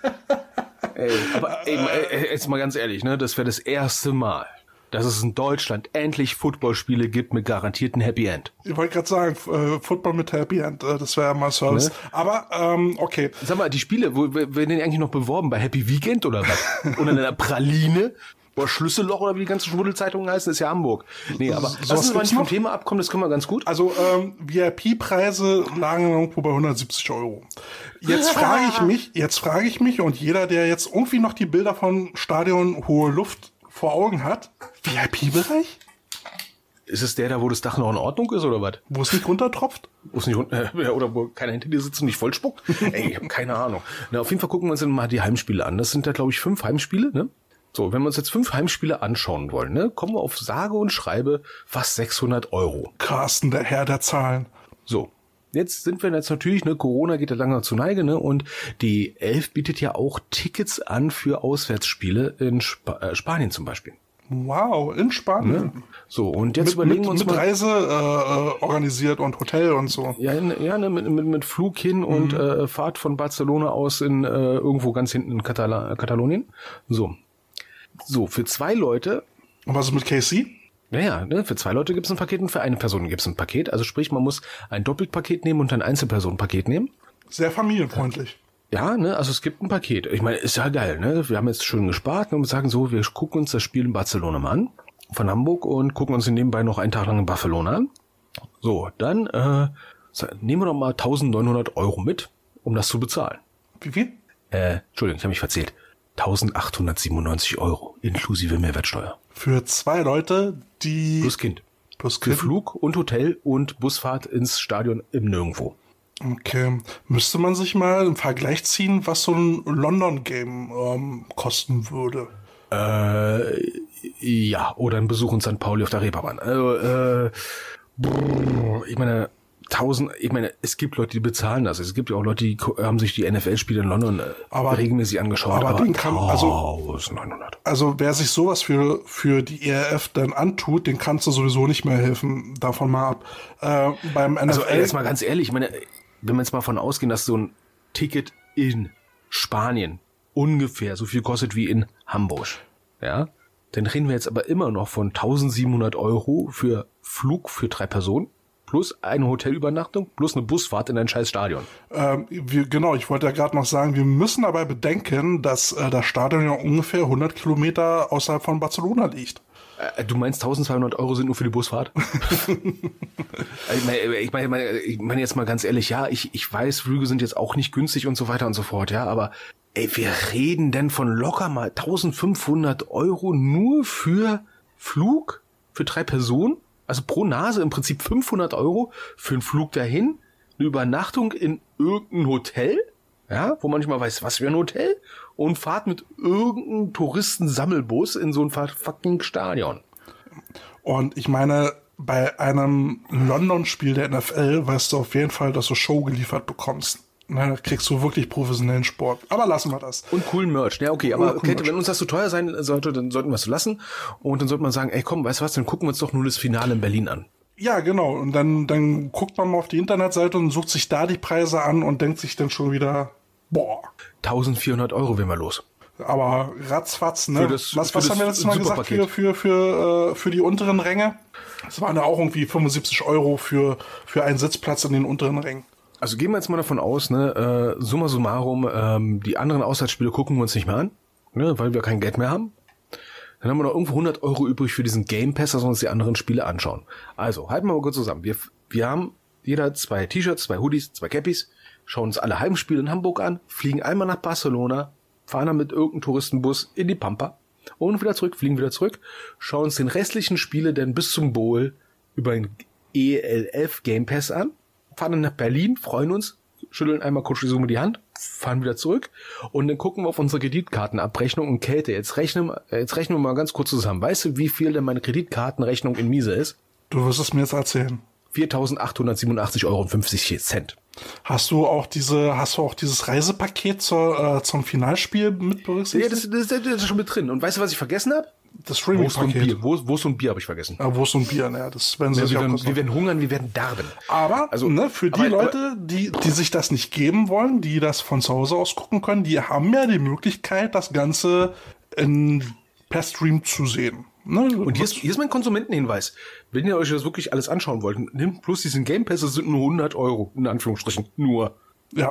ey, aber ey, ey, jetzt mal ganz ehrlich, ne? Das wäre das erste Mal, dass es in Deutschland endlich Footballspiele gibt mit garantierten Happy End. Ich wollte gerade sagen, äh, Football mit Happy End, äh, das wäre mal Service. Ne? Aber, ähm, okay. Sag mal, die Spiele, wo, werden die eigentlich noch beworben? Bei Happy Weekend oder was? Oder in einer Praline? Oder Schlüsselloch oder wie die ganzen Schmuddelzeitungen heißen, ist ja Hamburg. Nee, aber so, lass uns mal nicht vom Thema abkommen, das können wir ganz gut. Also ähm, V I P-Preise lagen irgendwo bei hundertsiebzig Euro. Jetzt frage ich mich, jetzt frage ich mich und jeder, der jetzt irgendwie noch die Bilder von Stadion Hohe Luft vor Augen hat, V I P-Bereich? Ist es der da, wo das Dach noch in Ordnung ist oder was? Wo es nicht runtertropft? Wo es nicht runter, äh, oder wo keiner hinter dir sitzt und nicht vollspuckt? Ey, ich habe keine Ahnung. Na, auf jeden Fall gucken wir uns dann mal die Heimspiele an. Das sind da, glaube ich, fünf Heimspiele, ne? So, wenn wir uns jetzt fünf Heimspiele anschauen wollen, ne, kommen wir auf sage und schreibe fast sechshundert Euro. Carsten, der Herr der Zahlen. So, jetzt sind wir jetzt natürlich, ne, Corona geht ja lange zur Neige, ne, und die Elf bietet ja auch Tickets an für Auswärtsspiele in Sp- äh, Spanien zum Beispiel. Wow, in Spanien. Ne? So, und jetzt mit, überlegen mit, wir uns mit mal... Reise äh, organisiert und Hotel und so. Ja, ja ne, mit, mit, mit Flug hin mhm. und äh, Fahrt von Barcelona aus in äh, irgendwo ganz hinten in Katala- Katalonien. So. So, für zwei Leute... Und was ist mit K C? Naja, ne, für zwei Leute gibt es ein Paket und für eine Person gibt es ein Paket. Also sprich, man muss ein Doppelpaket nehmen und ein Einzelpersonenpaket nehmen. Sehr familienfreundlich. Ja, ne, also es gibt ein Paket. Ich meine, ist ja geil, ne? Wir haben jetzt schön gespart und sagen so, wir gucken uns das Spiel in Barcelona mal an, von Hamburg, und gucken uns nebenbei noch einen Tag lang in Barcelona an. So, dann äh, nehmen wir doch mal eintausendneunhundert Euro mit, um das zu bezahlen. Wie viel? Äh, Entschuldigung, ich habe mich verzählt. eintausendachthundertsiebenundneunzig Euro, inklusive Mehrwertsteuer. Für zwei Leute, die... Plus Kind. Plus Kind. Für Flug und Hotel und Busfahrt ins Stadion im Nirgendwo. Okay. Müsste man sich mal im Vergleich ziehen, was so ein London-Game ähm, kosten würde? Äh, Ja, oder ein Besuch in Sankt Pauli auf der Reeperbahn. Also, äh, brrr, ich meine, tausend, ich meine, es gibt Leute, die bezahlen das. Es gibt ja auch Leute, die haben sich die N F L-Spiele in London aber, regelmäßig angeschaut. Aber, aber den kann, also, also wer sich sowas für, für die E R F dann antut, den kannst du sowieso nicht mehr helfen. Davon mal ab. Äh, beim N F L. Also, jetzt mal ganz ehrlich, ich meine, wenn wir jetzt mal von ausgehen, dass so ein Ticket in Spanien ungefähr so viel kostet wie in Hamburg, ja, dann reden wir jetzt aber immer noch von tausendsiebenhundert Euro für Flug für drei Personen plus eine Hotelübernachtung plus eine Busfahrt in ein scheiß Stadion. Ähm, wir, genau, ich wollte ja gerade noch sagen, wir müssen dabei bedenken, dass äh, das Stadion ja ungefähr hundert Kilometer außerhalb von Barcelona liegt. Äh, du meinst tausendzweihundert Euro sind nur für die Busfahrt? ich meine, ich meine, ich meine jetzt mal ganz ehrlich, ja, ich, ich weiß, Flüge sind jetzt auch nicht günstig und so weiter und so fort, ja, aber ey, wir reden denn von locker mal eintausendfünfhundert Euro nur für Flug für drei Personen? Also pro Nase im Prinzip fünfhundert Euro für einen Flug dahin, eine Übernachtung in irgendein Hotel, ja, wo man nicht mal weiß, was für ein Hotel, und Fahrt mit irgendeinem Touristensammelbus in so ein fucking Stadion. Und ich meine, bei einem London-Spiel der N F L weißt du auf jeden Fall, dass du Show geliefert bekommst. Na, da kriegst du wirklich professionellen Sport. Aber lassen wir das. Und coolen Merch. Ja, okay, aber okay, wenn uns das zu so teuer sein sollte, dann sollten wir es lassen. Und dann sollte man sagen, ey, komm, weißt du was, dann gucken wir uns doch nur das Finale in Berlin an. Ja, genau. Und dann, dann guckt man mal auf die Internetseite und sucht sich da die Preise an und denkt sich dann schon wieder, boah. eintausendvierhundert Euro wären wir los. Aber ratzfatz, ne? Für das, was für was das haben wir letztes Mal gesagt für, für, für, für die unteren Ränge? Das waren ja auch irgendwie fünfundsiebzig Euro für, für einen Sitzplatz in den unteren Rängen. Also gehen wir jetzt mal davon aus, ne, äh, summa summarum, ähm, die anderen Auswärtsspiele gucken wir uns nicht mehr an, ne, weil wir kein Geld mehr haben. Dann haben wir noch irgendwo hundert Euro übrig für diesen Game Pass, dass wir uns die anderen Spiele anschauen. Also, halten wir mal kurz zusammen. Wir, wir haben jeder zwei T-Shirts, zwei Hoodies, zwei Cappies, schauen uns alle Heimspiele in Hamburg an, fliegen einmal nach Barcelona, fahren dann mit irgendeinem Touristenbus in die Pampa und wieder zurück, fliegen wieder zurück, schauen uns den restlichen Spiele dann bis zum Bowl über den E L F Game Pass an, fahren dann nach Berlin, freuen uns, schütteln einmal kurz die Summe die Hand, fahren wieder zurück und dann gucken wir auf unsere Kreditkartenabrechnung und Kälte. Jetzt rechnen, jetzt rechnen wir mal ganz kurz zusammen. Weißt du, wie viel denn meine Kreditkartenrechnung in Miese ist? Du wirst es mir jetzt erzählen. viertausendachthundertsiebenundachtzig Euro und fünfzig Cent. Hast du auch diese, hast du auch dieses Reisepaket zur, äh, zum Finalspiel mit berücksichtigt? Ja, das, das, das ist schon mit drin. Und weißt du, was ich vergessen habe? Das Streaming-Paket. Wurst und Bier habe ich vergessen. Ja, Wurst und Bier, naja, das werden sie ja, sich wir, auch werden, wir werden hungern, wir werden darben. Aber, also, ne, für die aber, Leute, die, die sich das nicht geben wollen, die das von zu Hause aus gucken können, die haben ja die Möglichkeit, das Ganze in, per Stream zu sehen. Ne? Und hier ist, hier ist mein Konsumentenhinweis. Wenn ihr euch das wirklich alles anschauen wollt, nehmt plus diesen Game Pass, das sind nur hundert Euro, in Anführungsstrichen, nur. Ja,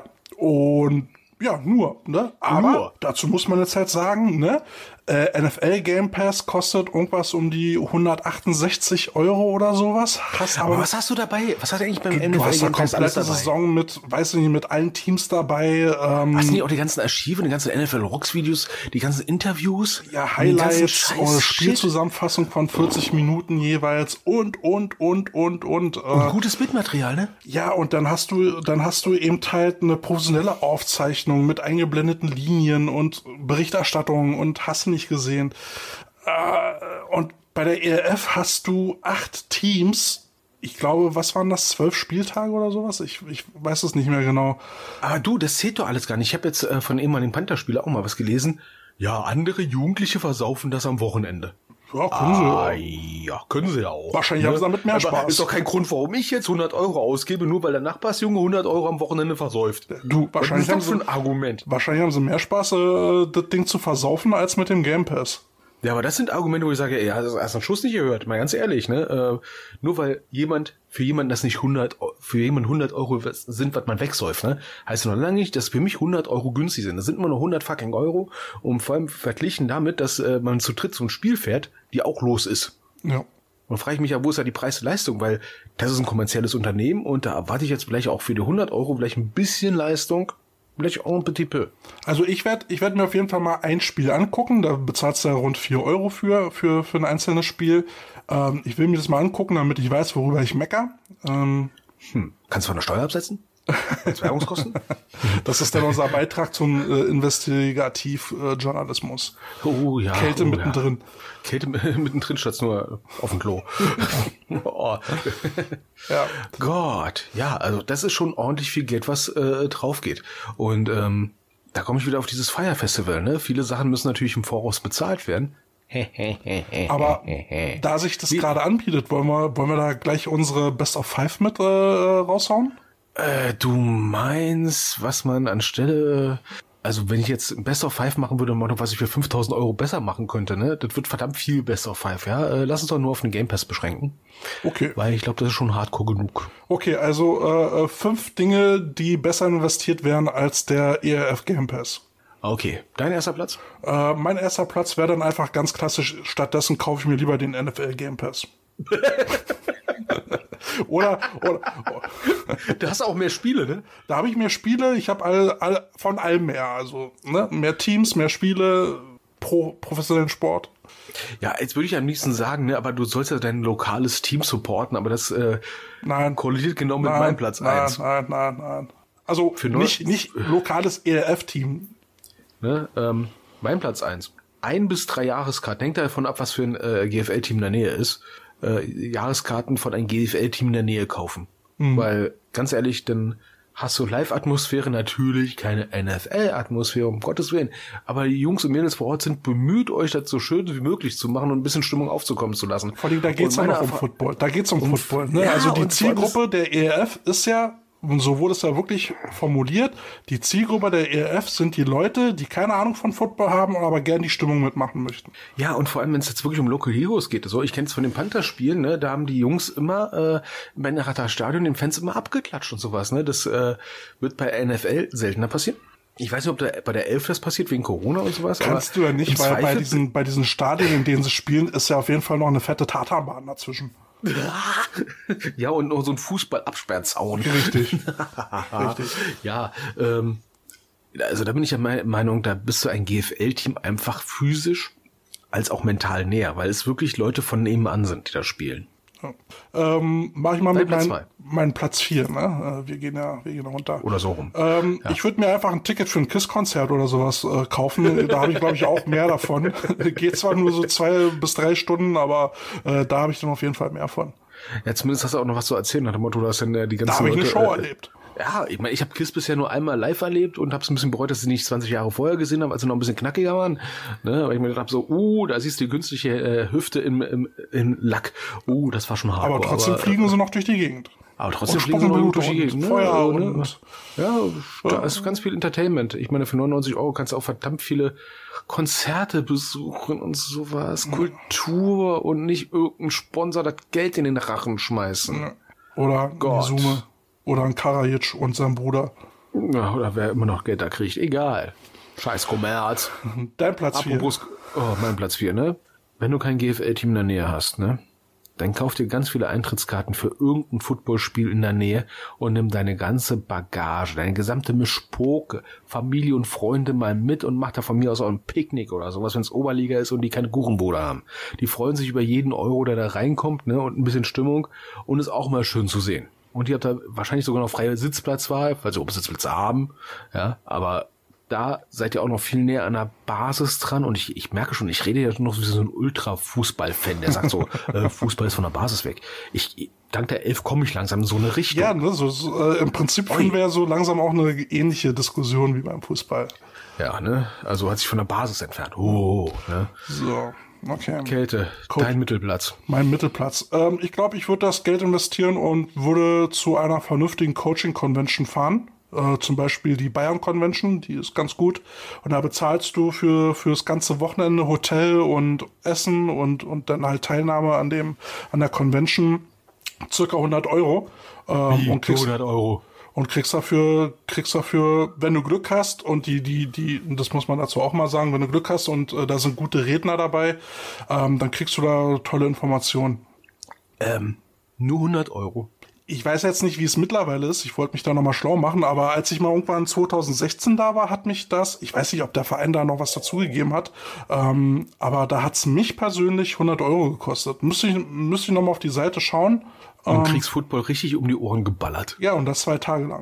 und ja, nur, ne? Aber nur. Dazu muss man jetzt halt sagen, ne? Äh, N F L Game Pass kostet irgendwas um die hundertachtundsechzig Euro oder sowas. Hast aber, aber was hast du dabei? Was hast du eigentlich beim N F L Game Pass alles dabei? Saison mit, weiß ich nicht, mit allen Teams dabei. Ähm, hast du nicht auch die ganzen Archive, die ganzen N F L Rocks Videos, die ganzen Interviews? Ja, Highlights, und Spielzusammenfassung von vierzig Minuten jeweils und, und, und, und, und. Äh, und gutes Bildmaterial, ne? Ja, und dann hast du, dann hast du eben halt eine professionelle Aufzeichnung mit eingeblendeten Linien und Berichterstattung und hast nicht gesehen. Äh, und bei der E L F hast du acht Teams. Ich glaube, was waren das? Zwölf Spieltage oder sowas? Ich, ich weiß es nicht mehr genau. Aber du, das zählt doch alles gar nicht. Ich habe jetzt äh, von ehemaligen Panther-Spieler auch mal was gelesen. Ja, andere Jugendliche versaufen das am Wochenende. Ja, können sie ah, ja. können sie ja auch. Wahrscheinlich ne? haben sie damit mehr Aber Spaß. Ist doch kein Grund, warum ich jetzt hundert Euro ausgebe, nur weil der Nachbarsjunge hundert Euro am Wochenende versäuft. Du, wahrscheinlich haben sie ein Argument. Wahrscheinlich haben sie mehr Spaß, äh, das Ding zu versaufen, als mit dem Game Pass. Ja, aber das sind Argumente, wo ich sage, ey, hast du einen Schuss nicht gehört? Mal ganz ehrlich, ne? Äh, nur weil jemand, für jemanden das nicht hundert, für jemanden hundert Euro sind, was man wegsäuft, ne? Heißt noch lange nicht, dass für mich hundert Euro günstig sind. Das sind immer nur hundert fucking Euro. Und vor allem verglichen damit, dass äh, man zu dritt so ein Spiel fährt, die auch los ist. Ja. Und frage ich mich ja, wo ist da die Preis-Leistung? Weil das ist ein kommerzielles Unternehmen und da erwarte ich jetzt vielleicht auch für die hundert Euro vielleicht ein bisschen Leistung. Vielleicht auch ein petit peu. Also ich werde ich werd mir auf jeden Fall mal ein Spiel angucken. Da bezahlst du ja rund vier Euro für, für, für ein einzelnes Spiel. Ähm, ich will mir das mal angucken, damit ich weiß, worüber ich mecker. Ähm, hm. Kannst du von der Steuer absetzen? Werbungskosten? Das ist dann unser Beitrag zum äh, Investigativjournalismus. Äh, oh ja. Kälte oh, mittendrin. Ja. Kälte mittendrin statt nur auf dem Klo. Oh. Ja. Gott, ja, also das ist schon ordentlich viel Geld, was äh, drauf geht. Und ähm, da komme ich wieder auf dieses Fire Festival, ne? Viele Sachen müssen natürlich im Voraus bezahlt werden. Aber da sich das gerade anbietet, wollen wir, wollen wir da gleich unsere Best of Five mit äh, raushauen? Äh, du meinst, was man anstelle, also wenn ich jetzt ein Best of Five machen würde, was ich für fünftausend Euro besser machen könnte, ne? Das wird verdammt viel Best of Five, ja? Äh, lass uns doch nur auf den Game Pass beschränken. Okay. Weil ich glaube, das ist schon hardcore genug. Okay, also äh, fünf Dinge, die besser investiert wären als der E R F Game Pass. Okay, dein erster Platz? Äh, mein erster Platz wäre dann einfach ganz klassisch, stattdessen kaufe ich mir lieber den N F L Game Pass. oder, oder, oder du hast auch mehr Spiele, ne? Da habe ich mehr Spiele, ich habe all, all, von allem mehr, also ne? Mehr Teams, mehr Spiele pro professionellen Sport. Ja, jetzt würde ich am liebsten sagen, ne, aber du sollst ja dein lokales Team supporten, aber das äh, nein, kollidiert genau mit nein, meinem Platz nein, eins. Nein, nein, nein. Also Für nicht, nicht lokales E R F-Team. Ne, ähm, mein Platz eins. Ein bis drei Jahreskarten. Hängt davon ab, was für ein äh, G F L-Team in der Nähe ist. Äh, Jahreskarten von einem G F L-Team in der Nähe kaufen. Mhm. Weil, ganz ehrlich, dann hast du Live-Atmosphäre, natürlich keine N F L-Atmosphäre, um Gottes Willen. Aber die Jungs und Mädels vor Ort sind bemüht, euch das so schön wie möglich zu machen und ein bisschen Stimmung aufzukommen zu lassen. Vor allem, da geht's ja noch um Football. Da geht's um, um Football. Ne? Ja, also die Zielgruppe der E R F ist ja, und so wurde es ja wirklich formuliert, die Zielgruppe der E R F sind die Leute, die keine Ahnung von Football haben, aber gern die Stimmung mitmachen möchten. Ja, und vor allem, wenn es jetzt wirklich um Local Heroes geht, so, ich kenne es von den Panther-Spielen, ne, da haben die Jungs immer äh, bei Nerata Stadion den Fans immer abgeklatscht und sowas, ne, das äh, wird bei N F L seltener passieren. Ich weiß nicht, ob da bei der Elf das passiert, wegen Corona und sowas. Kannst aber du ja nicht, weil bei diesen, bei diesen Stadien, in denen sie spielen, ist ja auf jeden Fall noch eine fette Tatanbahn dazwischen. Ja, und noch so ein Fußball-Absperrzaun. Richtig. Richtig. Ja, ähm, also da bin ich ja meine Meinung, da bist du ein G F L-Team einfach physisch als auch mental näher, weil es wirklich Leute von nebenan sind, die da spielen. Ja. Ähm, mach ich mal Dein mit meinem mein Platz vier, ne? Wir gehen ja, wir gehen runter. Oder so rum. Ähm, ja. Ich würde mir einfach ein Ticket für ein KISS-Konzert oder sowas äh, kaufen. Da habe ich, glaube ich, auch mehr davon. Geht zwar nur so zwei bis drei Stunden, aber äh, da habe ich dann auf jeden Fall mehr von. Ja, zumindest hast du auch noch was zu erzählen, nach dem Motto, du hast dann die ganze Da habe ich eine Show äh, erlebt. Ja, ich meine, ich habe KISS bisher nur einmal live erlebt und habe es ein bisschen bereut, dass ich nicht zwanzig Jahre vorher gesehen habe, als sie noch ein bisschen knackiger waren. Ne, weil ich mir gedacht habe, so, uh, da siehst du die künstliche äh, Hüfte im, im, im Lack. Uh, das war schon hart. Aber trotzdem aber, fliegen sie noch durch die Gegend. Aber trotzdem fliegen sie noch durch die Gegend. Ne? Feuer ne? und... Ja, da ist ganz viel Entertainment. Ich meine, für neunundneunzig Euro kannst du auch verdammt viele Konzerte besuchen und sowas. Ja. Kultur und nicht irgendein Sponsor das Geld in den Rachen schmeißen. Ja. Oder Mizume. Oder ein Karajic und sein Bruder. Ja, oder wer immer noch Geld da kriegt. Egal. Scheiß Kommerz. Dein Platz vier. Oh, mein Platz vier, ne? Wenn du kein G F L-Team in der Nähe hast, ne? Dann kauf dir ganz viele Eintrittskarten für irgendein Footballspiel in der Nähe und nimm deine ganze Bagage, deine gesamte Mischpoke, Familie und Freunde mal mit und mach da von mir aus auch ein Picknick oder sowas, wenn es Oberliga ist und die keine Kuchenbude haben. Die freuen sich über jeden Euro, der da reinkommt, ne? Und ein bisschen Stimmung und ist auch mal schön zu sehen. Und ihr habt da wahrscheinlich sogar noch freie Sitzplatzwahl, weil sie oben Sitzplätze haben, ja, aber da seid ihr auch noch viel näher an der Basis dran und ich, ich merke schon, ich rede ja noch wie so ein Ultra-Fußball-Fan, der sagt so, äh, Fußball ist von der Basis weg. Ich, dank der Elf komme ich langsam in so eine Richtung. Ja, ne, so, so äh, im Prinzip führen wir ja so langsam auch eine ähnliche Diskussion wie beim Fußball. Ja, ne, also hat sich von der Basis entfernt. Oh, ne. So. Okay. Kälte, Gut. Dein Mittelplatz. Mein Mittelplatz. Ähm, ich glaube, ich würde das Geld investieren und würde zu einer vernünftigen Coaching-Convention fahren. Äh, zum Beispiel die Bayern-Convention, die ist ganz gut. Und da bezahlst du für fürs ganze Wochenende Hotel und Essen und und dann halt Teilnahme an dem an der Convention circa hundert Euro. Ähm, Wie, und kriegst, hundert Euro? Und kriegst dafür, kriegst dafür, wenn du Glück hast und die, die, die, das muss man dazu auch mal sagen, wenn du Glück hast und äh, da sind gute Redner dabei, ähm, dann kriegst du da tolle Informationen. Ähm, nur hundert Euro? Ich weiß jetzt nicht, wie es mittlerweile ist. Ich wollte mich da nochmal schlau machen, aber als ich mal irgendwann zwanzig sechzehn da war, hat mich das, ich weiß nicht, ob der Verein da noch was dazugegeben hat, ähm, aber da hat's mich persönlich hundert Euro gekostet. Müsste ich, müsste ich nochmal auf die Seite schauen. Und ähm, kriegst Football richtig um die Ohren geballert. Ja, und das zwei Tage lang.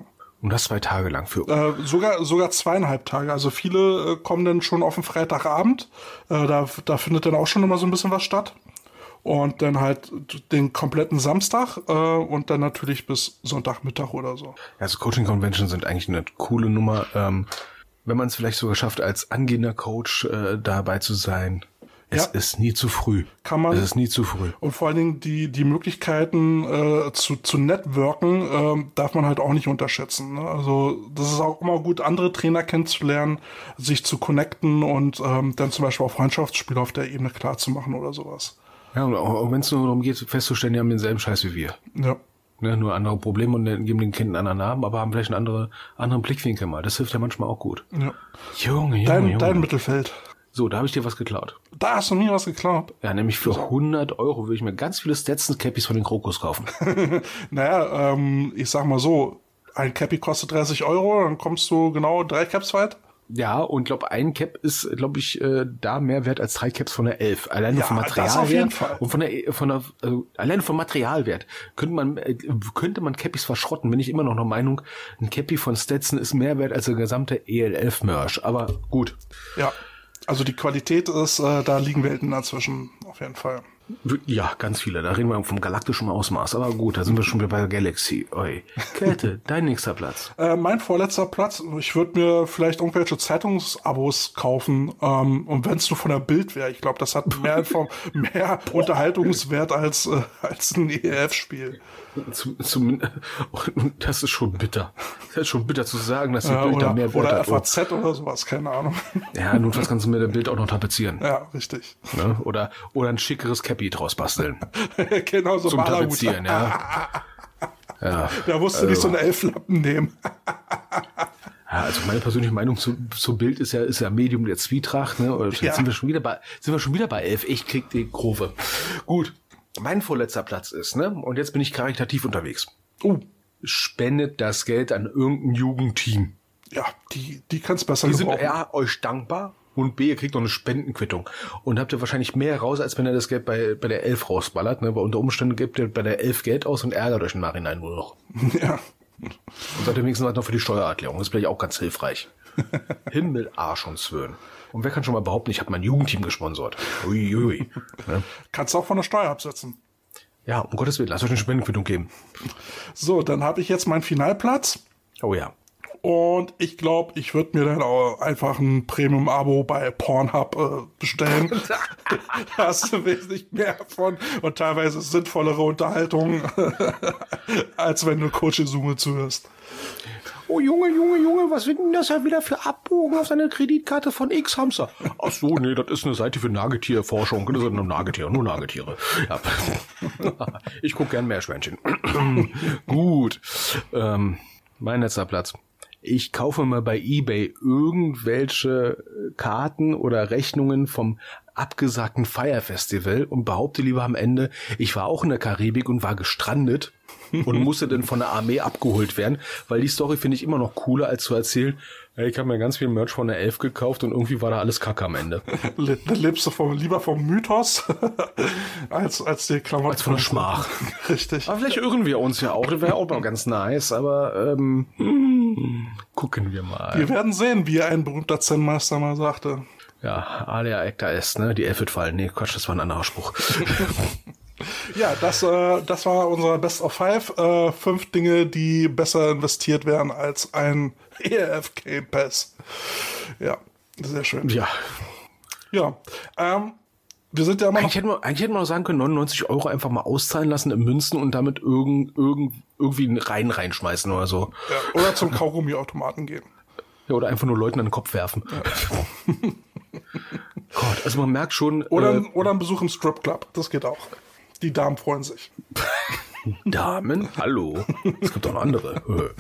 Und das zwei Tage lang für. Äh, sogar sogar zweieinhalb Tage. Also viele äh, kommen dann schon auf den Freitagabend. Äh, da, da findet dann auch schon immer so ein bisschen was statt. Und dann halt den kompletten Samstag äh, und dann natürlich bis Sonntagmittag oder so. Also Coaching Conventions sind eigentlich eine coole Nummer. Ähm, wenn man es vielleicht sogar schafft, als angehender Coach äh, dabei zu sein. Es ja. ist nie zu früh. Kann man. Es ist nie zu früh. Und vor allen Dingen die, die Möglichkeiten äh, zu, zu networken äh, darf man halt auch nicht unterschätzen. Ne? Also das ist auch immer gut, andere Trainer kennenzulernen, sich zu connecten und ähm, dann zum Beispiel auch Freundschaftsspiele auf der Ebene klar zu machen oder sowas. Ja, und auch wenn es nur darum geht, festzustellen, die haben denselben Scheiß wie wir. Ja. Ne, nur andere Probleme und geben den Kindern einen anderen Namen, aber haben vielleicht einen andere, anderen Blickwinkel mal. Das hilft ja manchmal auch gut. Ja. Junge, Junge, dein, Junge. Dein Mittelfeld. So, da habe ich dir was geklaut. Da hast du mir was geklaut. Ja, nämlich für hundert Euro würde ich mir ganz viele Stetson-Cappies von den Krokus kaufen. Naja, ähm, ich sag mal so, ein Cappy kostet dreißig Euro, dann kommst du genau drei Caps weit. Ja, und glaube ein Cap ist, glaube ich, äh, da mehr wert als drei Caps von der elf. Allein ja, vom Materialwert. Das auf jeden Fall. Und von der, von der, also allein vom Materialwert könnte man, äh, könnte man Cappies verschrotten. Bin ich immer noch der Meinung, ein Cappy von Stetson ist mehr wert als der gesamte E L elf Merch. Aber gut. Ja. Also die Qualität ist, äh, da liegen Welten dazwischen, auf jeden Fall. Ja, ganz viele. Da reden wir vom galaktischen Ausmaß. Aber gut, da sind wir schon wieder bei der Galaxy. Oi. Käthe, dein nächster Platz. Äh, mein vorletzter Platz, ich würde mir vielleicht irgendwelche Zeitungsabos kaufen. Ähm, und wenn es nur von der Bild wäre, ich glaube, das hat mehr, vom, mehr Unterhaltungswert als, äh, als ein E L F-Spiel. Zum, zum, und das ist schon bitter. Das ist schon bitter zu sagen, dass die ja, Bild oder, da mehr Wert oder hat. F A Z oder sowas, keine Ahnung. Ja, notfalls kannst du mir das Bild auch noch tapezieren. Ja, richtig. Ne? Oder, oder ein schickeres Cappy draus basteln. Genau, so zum Malerhut. Tapezieren, ja. Ja. Da musst du also. nicht so einen Elflappen nehmen. Ja, also meine persönliche Meinung zu, zu Bild ist ja, ist ja Medium der Zwietracht, ne? Oder jetzt Ja. sind wir schon wieder bei, sind wir schon wieder bei elf. Ich krieg die Kurve. Gut. Mein vorletzter Platz ist, ne? Und jetzt bin ich karitativ unterwegs. Oh. Spendet das Geld an irgendein Jugendteam. Ja, die, die kann's besser Die sind gebrauchen. A, euch dankbar und B, ihr kriegt noch eine Spendenquittung. Und habt ihr wahrscheinlich mehr raus, als wenn ihr das Geld bei, bei der elf rausballert, ne? Weil unter Umständen gebt ihr bei der elf Geld aus und ärgert euch im Nachhinein nur noch. Ja. Und seid ihr wenigstens halt noch für die Steuererklärung. Das ist vielleicht auch ganz hilfreich. Himmel, Arsch und Zwirn. Und wer kann schon mal behaupten, ich habe mein Jugendteam gesponsert? Uiuiui. Ne? Kannst du auch von der Steuer absetzen. Ja, um Gottes Willen, lasst euch eine Spendenquittung geben. So, dann habe ich jetzt meinen Finalplatz. Oh ja. Und ich glaube, ich würde mir dann auch einfach ein Premium-Abo bei Pornhub äh, bestellen. Da hast du wesentlich mehr von und teilweise sinnvollere Unterhaltung, als wenn du Coach Izume zuhörst. Oh Junge, Junge, Junge, was sind denn das ja wieder für Abbuchungen auf seiner Kreditkarte von X-Hamster? Ach so, nee, das ist eine Seite für Nagetierforschung. Das sind nur Nagetiere, nur Nagetiere. Ja. Ich gucke gern Meerschweinchen. Gut. Ähm, mein letzter Platz. Ich kaufe mal bei eBay irgendwelche Karten oder Rechnungen vom abgesagten Fire Festival und behaupte lieber am Ende, ich war auch in der Karibik und war gestrandet und musste dann von der Armee abgeholt werden, weil die Story finde ich immer noch cooler, als zu erzählen, hey, ich habe mir ganz viel Merch von der Elf gekauft und irgendwie war da alles Kacke am Ende. Le lebst du vom, lieber vom Mythos als, als die Klamotten. Als von der Schmach. Richtig. Aber vielleicht irren wir uns ja auch, das wäre auch mal ganz nice, aber ähm, hm, gucken wir mal. Wir werden sehen, wie ein berühmter Zen-Meister mal sagte. Ja, alea acta est, ne? Die Elf wird fallen. Nee, Quatsch, das war ein anderer Spruch. Ja, das, äh, das war unser Best of Five. Äh, fünf Dinge, die besser investiert werden als ein E L F Game Pass. Ja, sehr schön. Ja. Ja, ähm, wir sind ja immer noch... Eigentlich hätten wir, eigentlich hätten wir noch sagen können, neunundneunzig Euro einfach mal auszahlen lassen in Münzen und damit irgend, irgend, irgendwie einen Rein reinschmeißen oder so. Ja, oder zum Kaugummi-Automaten gehen. Ja, oder einfach nur Leuten an den Kopf werfen. Ja. Gott, also man merkt schon... Oder, äh, oder ein Besuch im Stripclub, das geht auch. Die Damen freuen sich. Damen? Hallo? Es gibt auch noch andere.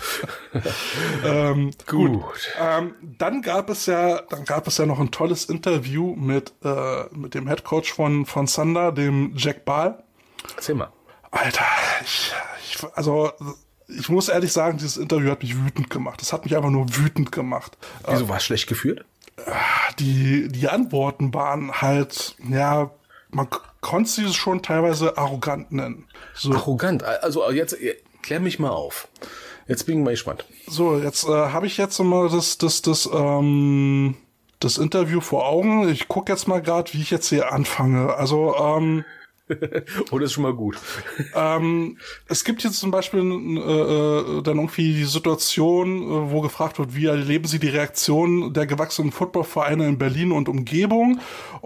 ähm, gut. gut. Ähm, dann gab es ja, dann gab es ja noch ein tolles Interview mit, äh, mit dem Headcoach von, von Thunder, dem Jack Ball. Erzähl mal. Alter, ich, ich, also, ich muss ehrlich sagen, dieses Interview hat mich wütend gemacht. Das hat mich einfach nur wütend gemacht. Wieso war es schlecht geführt? Die, die Antworten waren halt, ja, man konnte sie schon teilweise arrogant nennen. So. Arrogant? Also jetzt klär mich mal auf. Jetzt bin ich mal gespannt. So, jetzt äh, habe ich jetzt mal das, das, das, ähm, das Interview vor Augen. Ich gucke jetzt mal gerade, wie ich jetzt hier anfange. Also, ähm, oh, das ist schon mal gut. ähm, es gibt jetzt zum Beispiel äh, dann irgendwie die Situation, äh, wo gefragt wird, wie erleben Sie die Reaktion der gewachsenen Footballvereine in Berlin und Umgebung?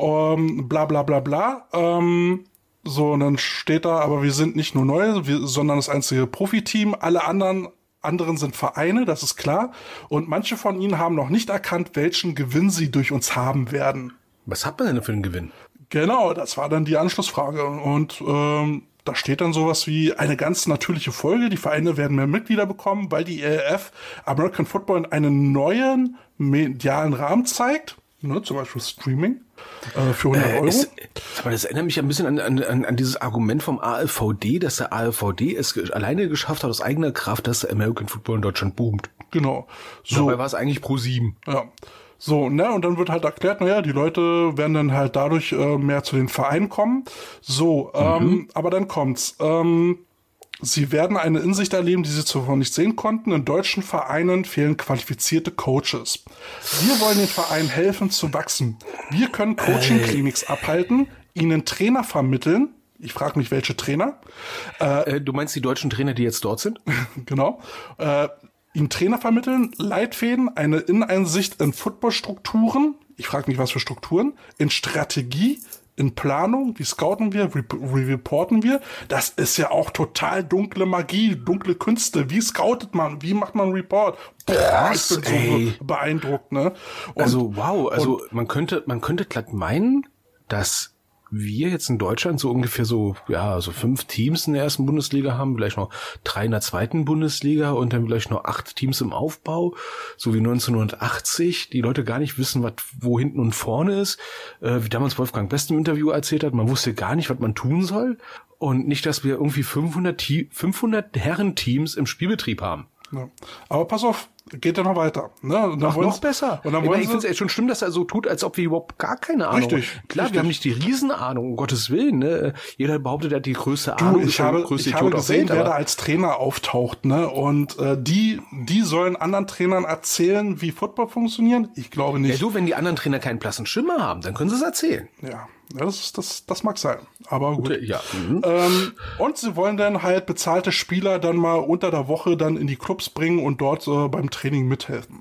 Ähm, bla bla bla bla. Ähm, so, und dann steht da, aber wir sind nicht nur neu, wir, sondern das einzige Profiteam. Alle anderen anderen sind Vereine, das ist klar. Und manche von ihnen haben noch nicht erkannt, welchen Gewinn sie durch uns haben werden. Was hat man denn für einen Gewinn? Genau, das war dann die Anschlussfrage. Und ähm, da steht dann sowas wie eine ganz natürliche Folge. Die Vereine werden mehr Mitglieder bekommen, weil die E L F American Football in einen neuen medialen Rahmen zeigt. Ne, zum Beispiel Streaming äh, für hundert Euro. Äh, ist, aber das erinnert mich ein bisschen an, an, an dieses Argument vom A L V D, dass der A L V D es alleine geschafft hat, aus eigener Kraft, dass der American Football in Deutschland boomt. Genau. So. Dabei war es eigentlich Pro sieben. Ja. So, ne, und dann wird halt erklärt, naja, die Leute werden dann halt dadurch äh, mehr zu den Vereinen kommen. So, mhm. ähm, aber dann kommt's. Ähm, sie werden eine Insicht erleben, die sie zuvor nicht sehen konnten. In deutschen Vereinen fehlen qualifizierte Coaches. Wir wollen den Vereinen helfen zu wachsen. Wir können Coaching-Clinics äh. abhalten, ihnen Trainer vermitteln. Ich frage mich, welche Trainer. Äh, äh, du meinst die deutschen Trainer, die jetzt dort sind? Genau. Äh, Ihnen Trainer vermitteln, Leitfäden, eine Inneneinsicht in Footballstrukturen, ich frage mich, was für Strukturen, in Strategie, in Planung, wie scouten wir, wie, wie reporten wir. Das ist ja auch total dunkle Magie, dunkle Künste. Wie scoutet man, wie macht man einen Report? Boah, Krass, ich bin ey. so beeindruckt, ne? Und, also wow, also man könnte, man könnte glatt meinen, dass wir jetzt in Deutschland so ungefähr so, ja, so fünf Teams in der ersten Bundesliga haben, vielleicht noch drei in der zweiten Bundesliga und dann vielleicht noch acht Teams im Aufbau, so wie neunzehnhundertachtzig, die Leute gar nicht wissen, was wo hinten und vorne ist, äh, wie damals Wolfgang Best im Interview erzählt hat, man wusste gar nicht, was man tun soll und nicht, dass wir irgendwie fünfhundert, fünfhundert Herrenteams im Spielbetrieb haben. Ja. Aber pass auf, geht ja noch weiter. Ne? Und dann Ach, noch besser. Und dann ich wollen ich finde es echt schon schlimm, dass er so tut, als ob wir überhaupt gar keine Ahnung haben. Richtig. Klar, richtig. wir haben nicht die Riesenahnung, um Gottes Willen. Ne? Jeder behauptet, er hat die größte Du, Ahnung. ich habe, ich habe gesehen, wer da als Trainer auftaucht. Ne? Und äh, die, die sollen anderen Trainern erzählen, wie Football funktioniert? Ich glaube nicht. Ja, du, wenn die anderen Trainer keinen blassen Schimmer haben, dann können sie es erzählen. Ja. Ja, das, das, das mag sein, aber gut. Okay, ja. Mhm. Ähm, und sie wollen dann halt bezahlte Spieler dann mal unter der Woche dann in die Clubs bringen und dort äh, beim Training mithelfen.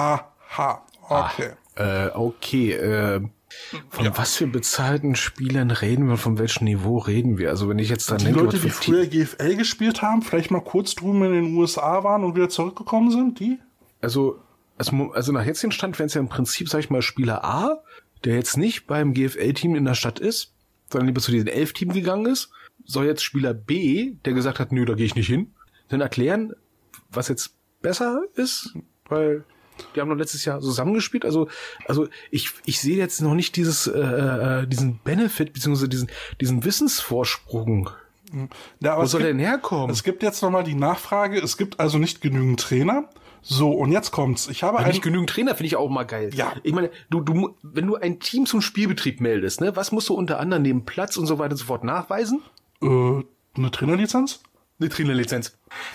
Aha, okay. Ah, äh, okay, äh, von ja. was für bezahlten Spielern reden wir, von welchem Niveau reden wir? Also wenn ich jetzt dann die denke, Leute, die früher G F L gespielt haben, vielleicht mal kurz drüben in den U S A waren und wieder zurückgekommen sind, die? Also, also, also nach jetzigen Stand wären es ja im Prinzip, sag ich mal, Spieler A, der jetzt nicht beim G F L-Team in der Stadt ist, sondern lieber zu diesem Elf-Team gegangen ist, soll jetzt Spieler B, der gesagt hat, nö, da gehe ich nicht hin, dann erklären, was jetzt besser ist, weil die haben noch letztes Jahr zusammengespielt. Also, also ich ich sehe jetzt noch nicht dieses äh, diesen Benefit beziehungsweise diesen diesen Wissensvorsprung. Ja, aber Wo soll der denn herkommen? Es gibt jetzt nochmal die Nachfrage, es gibt also nicht genügend Trainer. So, und jetzt kommt's. Ich habe ja, nicht genügend Trainer, finde ich auch mal geil. Ja. Ich meine, du, du, wenn du ein Team zum Spielbetrieb meldest, ne, was musst du unter anderem neben Platz und so weiter und so fort nachweisen? Äh, eine Trainerlizenz? Eine Trainerlizenz.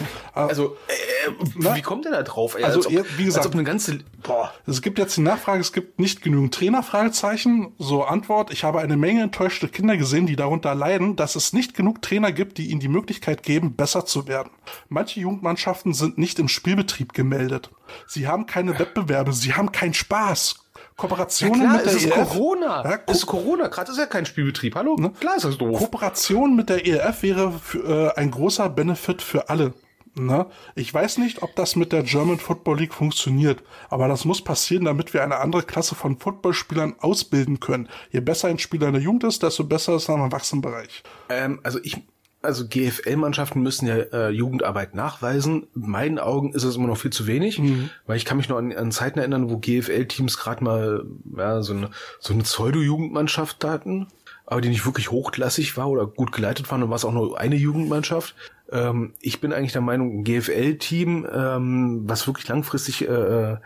Also, äh, wie kommt der da drauf? Ey? Also, als ob, wie gesagt, als ob eine ganze, boah. Es gibt jetzt die Nachfrage, es gibt nicht genügend Trainer, Fragezeichen. So, Antwort, ich habe eine Menge enttäuschte Kinder gesehen, die darunter leiden, dass es nicht genug Trainer gibt, die ihnen die Möglichkeit geben, besser zu werden. Manche Jugendmannschaften sind nicht im Spielbetrieb gemeldet. Sie haben keine Wettbewerbe, sie haben keinen Spaß. Kooperationen ja, klar, mit der es ist E L F. Corona. Ja, es ist Corona. Gerade ist ja kein Spielbetrieb. Hallo? Ne? Klar ist das doof. Kooperation mit der E L F wäre für, äh, ein großer Benefit für alle. Ne? Ich weiß nicht, ob das mit der German Football League funktioniert, aber das muss passieren, damit wir eine andere Klasse von Footballspielern ausbilden können. Je besser ein Spieler in der Jugend ist, desto besser ist er im Erwachsenenbereich. Ähm, also ich Also G F L-Mannschaften müssen ja äh, Jugendarbeit nachweisen. In meinen Augen ist es immer noch viel zu wenig, mhm. weil ich kann mich noch an, an Zeiten erinnern, wo G F L-Teams gerade mal ja, so eine, so eine Pseudo-Jugendmannschaft hatten, aber die nicht wirklich hochklassig war oder gut geleitet waren und war es auch nur eine Jugendmannschaft. Ähm, ich bin eigentlich der Meinung, ein G F L-Team, ähm, was wirklich langfristig äh,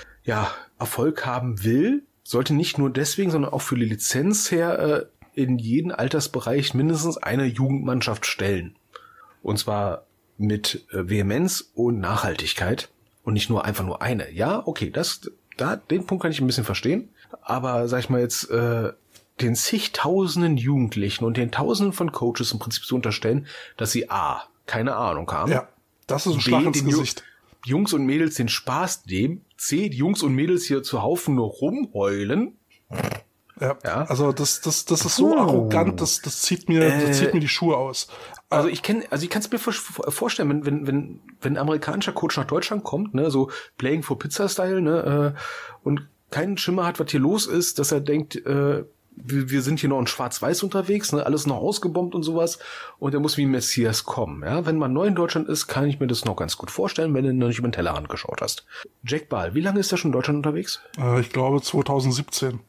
ja Erfolg haben will, sollte nicht nur deswegen, sondern auch für die Lizenz her äh, in jeden Altersbereich mindestens eine Jugendmannschaft stellen. Und zwar mit äh, Vehemenz und Nachhaltigkeit und nicht nur einfach nur eine. Ja, okay, das, da, den Punkt kann ich ein bisschen verstehen. Aber sag ich mal jetzt, äh, den zigtausenden Jugendlichen und den Tausenden von Coaches im Prinzip zu unterstellen, dass sie A, keine Ahnung haben. Ja, das ist ein Schlag ins Gesicht. Jungs und Mädels den Spaß nehmen. C, die Jungs und Mädels hier zu Haufen nur rumheulen. Ja, ja, also das, das, das ist so oh. arrogant, das, das zieht mir, äh, das zieht mir die Schuhe aus. Also ich kenne, also ich kann es mir vorstellen, wenn, wenn, wenn, wenn ein amerikanischer Coach nach Deutschland kommt, ne, so Playing for Pizza-Style, ne, äh, und keinen Schimmer hat, was hier los ist, dass er denkt, äh, wir, wir sind hier noch in Schwarz-Weiß unterwegs, ne, alles noch ausgebombt und sowas, und er muss wie ein Messias kommen, ja. Wenn man neu in Deutschland ist, kann ich mir das noch ganz gut vorstellen, wenn du noch nicht über den Tellerrand geschaut hast. Jack Ball, wie lange ist er schon in Deutschland unterwegs? Äh, ich glaube zwanzig siebzehn.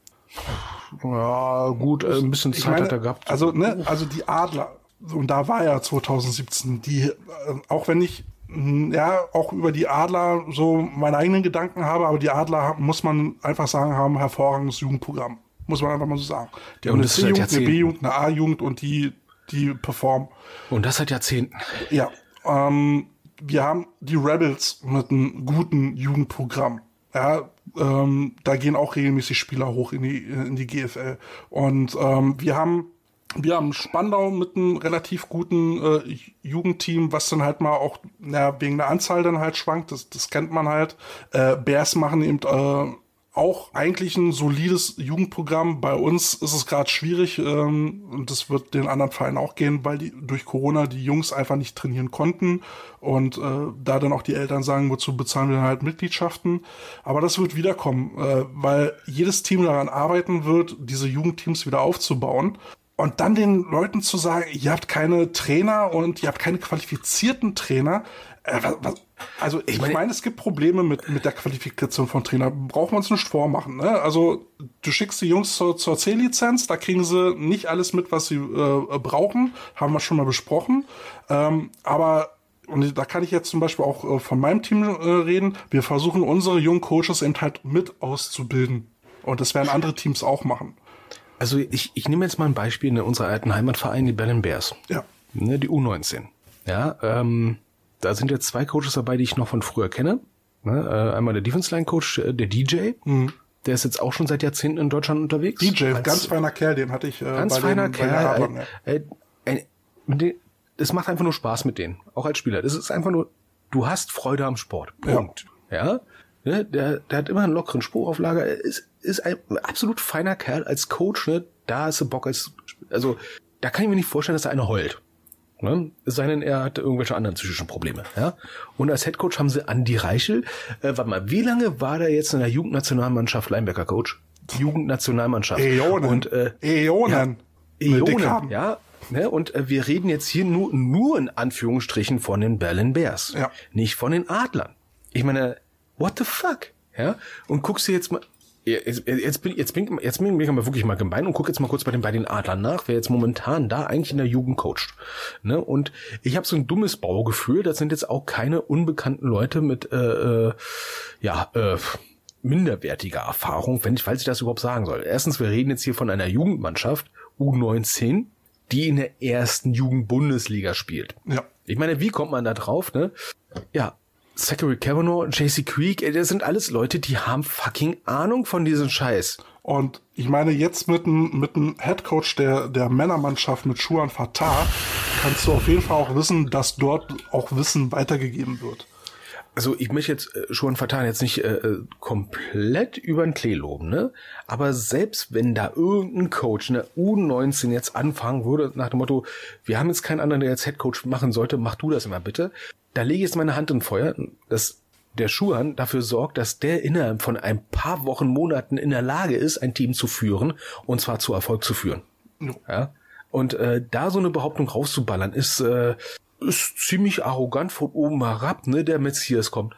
Ja, gut, äh, ein bisschen Zeit meine, hat er gehabt. Also, ne, also die Adler, und da war ja zwanzig siebzehn, die, äh, auch wenn ich, mh, ja, auch über die Adler so meine eigenen Gedanken habe, aber die Adler, muss man einfach sagen, haben ein hervorragendes Jugendprogramm. Muss man einfach mal so sagen. Die ja, haben eine C-Jugend, eine B-Jugend, eine A-Jugend und die, die performen. Und das seit Jahrzehnten. Ja, ähm, wir haben die Rebels mit einem guten Jugendprogramm. Ja, ähm, da gehen auch regelmäßig Spieler hoch in die in die G F L. Und ähm, wir haben wir haben Spandau mit einem relativ guten äh, Jugendteam, was dann halt mal auch na, wegen der Anzahl dann halt schwankt. Das, das kennt man halt. Äh, Bears machen eben äh, auch eigentlich ein solides Jugendprogramm. Bei uns ist es gerade schwierig ähm, und das wird den anderen Vereinen auch gehen, weil die durch Corona die Jungs einfach nicht trainieren konnten und äh, da dann auch die Eltern sagen, wozu bezahlen wir dann halt Mitgliedschaften. Aber das wird wiederkommen, äh, weil jedes Team daran arbeiten wird, diese Jugendteams wieder aufzubauen. Und dann den Leuten zu sagen, ihr habt keine Trainer und ihr habt keine qualifizierten Trainer. Äh, was, was, also ich meine, meine, es gibt Probleme mit mit der Qualifikation von Trainer. Brauchen wir uns nicht vormachen. Ne? Also du schickst die Jungs zur, zur C-Lizenz, da kriegen sie nicht alles mit, was sie äh, brauchen. Haben wir schon mal besprochen. Ähm, aber und da kann ich jetzt zum Beispiel auch äh, von meinem Team äh, reden. Wir versuchen unsere jungen Coaches eben halt mit auszubilden. Und das werden andere Teams auch machen. Also ich, ich nehme jetzt mal ein Beispiel in unserer alten Heimatverein, die Berlin Bears. Ja. Ne, die U neunzehn. Ja, ähm, da sind jetzt zwei Coaches dabei, die ich noch von früher kenne. Ne, äh, einmal der Defense-Line-Coach, der D J. Mhm. Der ist jetzt auch schon seit Jahrzehnten in Deutschland unterwegs. D J, als, ganz feiner Kerl, den hatte ich äh, ganz bei feiner den, Kerl. Bei Habern, äh, äh, äh, es macht einfach nur Spaß mit denen, auch als Spieler. Das ist einfach nur, du hast Freude am Sport. Punkt. Ja. ja? Ne, der, der hat immer einen lockeren Spruch auf Lager. Er ist, ist ein absolut feiner Kerl als Coach. Ne? Da hast du Bock als, also da kann ich mir nicht vorstellen, dass da einer heult. Ne? Es sei denn, er hat irgendwelche anderen psychischen Probleme. Ja? Und als Headcoach haben sie Andi Reichel. Äh, warte mal, wie lange war der jetzt in der Jugendnationalmannschaft Linebacker-Coach? Jugendnationalmannschaft. Äonen. Und, äh, Äonen. Ja, Äonen, ja. Ne? Und äh, wir reden jetzt hier nur, nur in Anführungsstrichen von den Berlin Bears. Ja. Nicht von den Adlern. Ich meine, what the fuck? Ja? Und guckst dir jetzt mal, Jetzt, jetzt bin jetzt bin jetzt bin ich mal wirklich mal gemein und guck jetzt mal kurz bei den bei den Adlern nach, wer jetzt momentan da eigentlich in der Jugend coacht. Ne? Und ich habe so ein dummes Baugefühl, das sind jetzt auch keine unbekannten Leute mit äh, äh, ja äh, minderwertiger Erfahrung, wenn ich, falls ich das überhaupt sagen soll. Erstens, wir reden jetzt hier von einer Jugendmannschaft U neunzehn, die in der ersten Jugendbundesliga spielt. Ja. Ich meine, wie kommt man da drauf? Ne? Ja. Zachary Cavanaugh, J C Creek, ey, das sind alles Leute, die haben fucking Ahnung von diesem Scheiß. Und ich meine, jetzt mit dem mit dem Headcoach der der Männermannschaft mit Shuan Fatah kannst du auf jeden Fall auch wissen, dass dort auch Wissen weitergegeben wird. Also ich möchte jetzt äh, Shuan Fatah jetzt nicht äh, komplett über den Klee loben, ne? Aber selbst wenn da irgendein Coach in der U neunzehn jetzt anfangen würde, nach dem Motto, wir haben jetzt keinen anderen, der jetzt Headcoach machen sollte, mach du das immer bitte. Da lege ich jetzt meine Hand in Feuer, dass der Schuhan dafür sorgt, dass der innerhalb von ein paar Wochen, Monaten in der Lage ist, ein Team zu führen, und zwar zu Erfolg zu führen. Ja. Ja? Und äh, da so eine Behauptung rauszuballern, ist, äh, ist ziemlich arrogant von oben herab, ne? Der Messias kommt.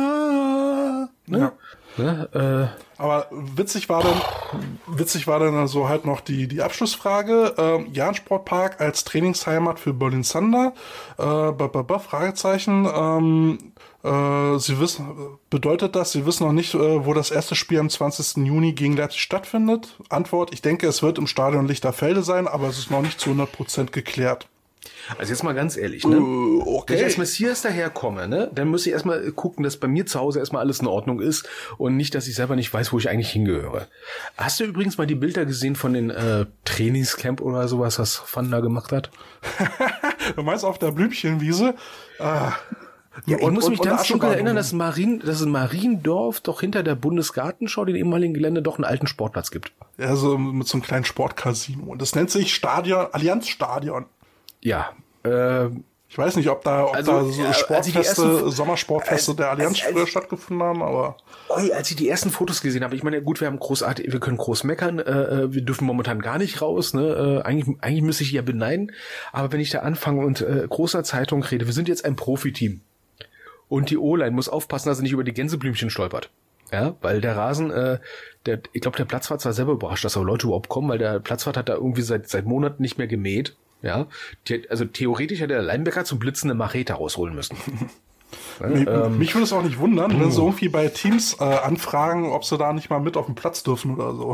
Ah, ne? Ja. Ne? Äh, Aber witzig war dann, witzig war dann also halt noch die die Abschlussfrage. Ähm, Jahn Sportpark als Trainingsheimat für Berlin Thunder. Äh, b -b -b Fragezeichen. Ähm, äh, Sie wissen, bedeutet das, Sie wissen noch nicht, äh, wo das erste Spiel am zwanzigsten Juni gegen Leipzig stattfindet? Antwort: Ich denke, es wird im Stadion Lichterfelde sein, aber es ist noch nicht zu hundert Prozent geklärt. Also jetzt mal ganz ehrlich, ne? Uh, okay. Wenn ich als Messias daherkomme, ne, dann muss ich erstmal gucken, dass bei mir zu Hause erstmal alles in Ordnung ist und nicht, dass ich selber nicht weiß, wo ich eigentlich hingehöre. Hast du übrigens mal die Bilder gesehen von den äh, Trainingscamp oder sowas, was Van da gemacht hat? Du meinst auf der Blümchenwiese? Ah. Ja, ich und, muss und, mich und ganz dunkel erinnern, dass Marien, dass in Mariendorf doch hinter der Bundesgartenschau, dem ehemaligen Gelände, doch einen alten Sportplatz gibt. Ja, so mit so einem kleinen Sportcasino. Und das nennt sich Stadion, Allianzstadion. Ja, äh, ich weiß nicht, ob da, ob also, da so äh, Sportfeste, ersten, Sommersportfeste als, der Allianz als, früher stattgefunden haben, aber. Oi, als ich die ersten Fotos gesehen habe, ich meine, gut, wir haben großartig, wir können groß meckern, äh, wir dürfen momentan gar nicht raus, ne, äh, eigentlich, eigentlich müsste ich ja beneiden, aber wenn ich da anfange und äh, großer Zeitung rede, wir sind jetzt ein Profiteam und die O-Line muss aufpassen, dass sie nicht über die Gänseblümchen stolpert. Ja, weil der Rasen, äh, der, ich glaube, der Platzwart war selber überrascht, dass aber Leute überhaupt kommen, weil der Platzwart hat da irgendwie seit seit Monaten nicht mehr gemäht. Ja, die, also theoretisch hätte der Linebacker zum Blitzen eine Machete rausholen müssen. Ja, mich, ähm, mich würde es auch nicht wundern, wenn sie irgendwie bei Teams äh, anfragen, ob sie da nicht mal mit auf den Platz dürfen oder so.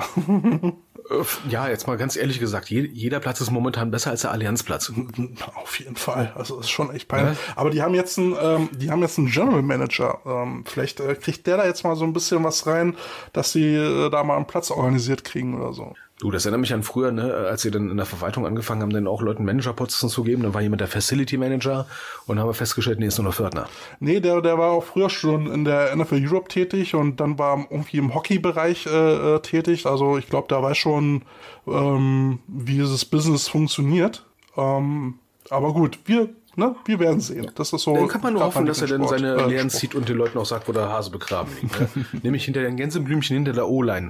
Ja, jetzt mal ganz ehrlich gesagt, je, jeder Platz ist momentan besser als der Allianzplatz. Auf jeden Fall, also das ist schon echt peinlich. Ja. Aber die haben jetzt einen, ähm, die haben jetzt einen General Manager. Ähm, vielleicht äh, kriegt der da jetzt mal so ein bisschen was rein, dass sie äh, da mal einen Platz organisiert kriegen oder so. Du, das erinnert mich an früher, ne, als sie dann in der Verwaltung angefangen haben, dann auch Leuten Managerposten zu geben. Dann war jemand der Facility Manager und haben wir festgestellt, nee, ist nur noch Pförtner. Nee, der, der war auch früher schon in der N F L Europe tätig und dann war irgendwie im Hockeybereich äh, tätig. Also ich glaube, der weiß schon, ähm, wie dieses Business funktioniert. Ähm, aber gut, wir, ne, wir werden sehen. Das ist so. Dann kann man nur hoffen, dass er dann Sport, seine äh, Lehren Sport. zieht und den Leuten auch sagt, wo der Hase begraben liegt. Ne? Nämlich hinter den Gänseblümchen, hinter der O-Line.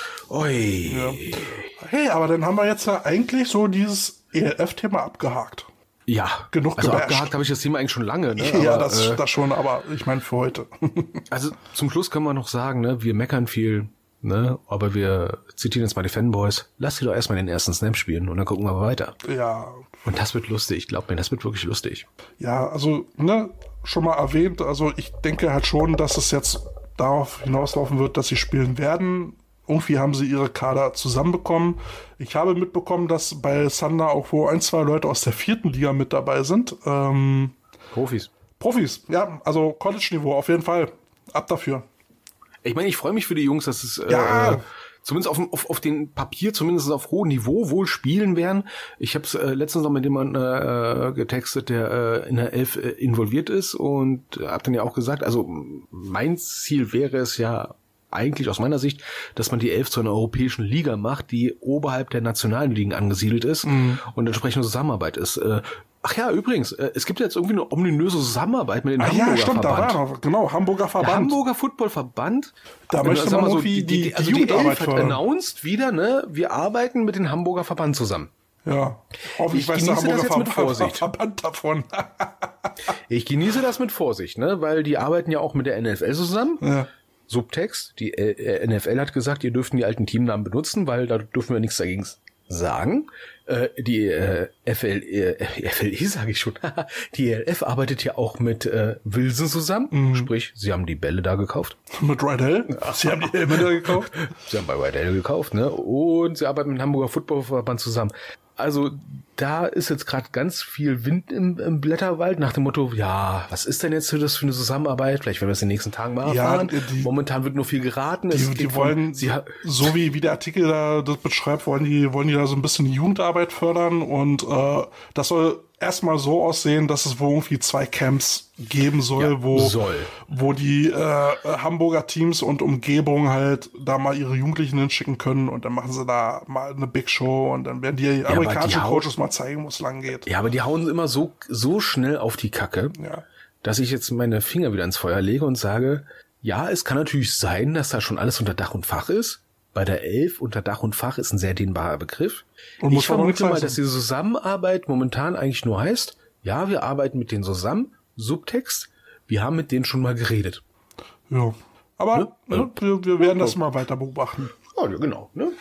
Oi. Ja. Hey, aber dann haben wir jetzt ja eigentlich so dieses E L F-Thema abgehakt. Ja, genug also gebasht. Abgehakt habe ich das Thema eigentlich schon lange. Ne? Ja, aber, das, äh, das schon, aber ich meine für heute. Also zum Schluss können wir noch sagen, ne, wir meckern viel, ne, aber wir zitieren jetzt mal die Fanboys. Lass sie doch erstmal den ersten Snap spielen und dann gucken wir weiter. Ja. Und das wird lustig, glaub mir, das wird wirklich lustig. Ja, also, ne, schon mal erwähnt, also ich denke halt schon, dass es jetzt darauf hinauslaufen wird, dass sie spielen werden. Irgendwie haben sie ihre Kader zusammenbekommen. Ich habe mitbekommen, dass bei Thunder auch wohl ein, zwei Leute aus der vierten Liga mit dabei sind. Ähm, Profis. Profis, ja, also College-Niveau auf jeden Fall. Ab dafür. Ich meine, ich freue mich für die Jungs, dass es Ja. äh, zumindest auf, auf, auf den Papier, zumindest auf hohem Niveau wohl spielen werden. Ich habe es äh, letztens noch mit jemandem äh, getextet, der äh, in der Elf äh, involviert ist und habe dann ja auch gesagt, also mein Ziel wäre es ja eigentlich aus meiner Sicht, dass man die Elf zu einer europäischen Liga macht, die oberhalb der nationalen Ligen angesiedelt ist mhm. und entsprechende Zusammenarbeit ist. Äh, Ach ja, übrigens, äh, es gibt jetzt irgendwie eine ominöse Zusammenarbeit mit dem ah, Hamburger ja, stimmt, Verband. Da war noch, genau, Hamburger Verband. Der Hamburger Footballverband. Da möchte sagen man wir so, irgendwie die, die, also die die Elf hat fördern. announced wieder, ne, wir arbeiten mit dem Hamburger Verband zusammen. Ja, hoffentlich Ich weiß der genieße Hamburger das jetzt mit Ver- Vorsicht. Verband davon. Ich genieße das mit Vorsicht, ne, weil die arbeiten ja auch mit der N F L zusammen. Ja. Subtext, die äh, N F L hat gesagt, ihr dürft die alten Teamnamen benutzen, weil da dürfen wir nichts dagegen sagen. Äh, die äh, F L, äh, F L E sage ich schon. Die E L F arbeitet ja auch mit äh, Wilson zusammen. Mhm. Sprich, sie haben die Bälle da gekauft. Mit Rydell? Sie haben die Helme da gekauft? Sie haben bei Rydell gekauft, ne? Und sie arbeiten mit dem Hamburger Footballverband zusammen. Also da ist jetzt gerade ganz viel Wind im, im Blätterwald nach dem Motto, ja, was ist denn jetzt für das für eine Zusammenarbeit? Vielleicht werden wir es in den nächsten Tagen mal Ja, erfahren. die- Momentan wird nur viel geraten. Die, Es die geht wollen, von, sie ha- so wie, wie der Artikel da das beschreibt, wollen die, wollen die da so ein bisschen die Jugendarbeit fördern und äh, das soll erstmal so aussehen, dass es wohl irgendwie zwei Camps geben soll, Ja, wo, soll. wo die äh, Hamburger Teams und Umgebung halt da mal ihre Jugendlichen hinschicken können und dann machen sie da mal eine Big Show und dann werden die aber amerikanischen die Coaches mal zeigen, wo es lang geht. Ja, aber die hauen immer so so schnell auf die Kacke, Ja. dass ich jetzt meine Finger wieder ins Feuer lege und sage, ja, es kann natürlich sein, dass da schon alles unter Dach und Fach ist. Bei der Elf unter Dach und Fach ist ein sehr dehnbarer Begriff. Und Ich muss aber nichts vermute mal, heißen. dass diese Zusammenarbeit momentan eigentlich nur heißt, ja, wir arbeiten mit denen zusammen, Subtext, wir haben mit denen schon mal geredet. Ja. Aber Ne? ne, wir, wir werden das mal weiter beobachten. Ja, ja, genau. Ne?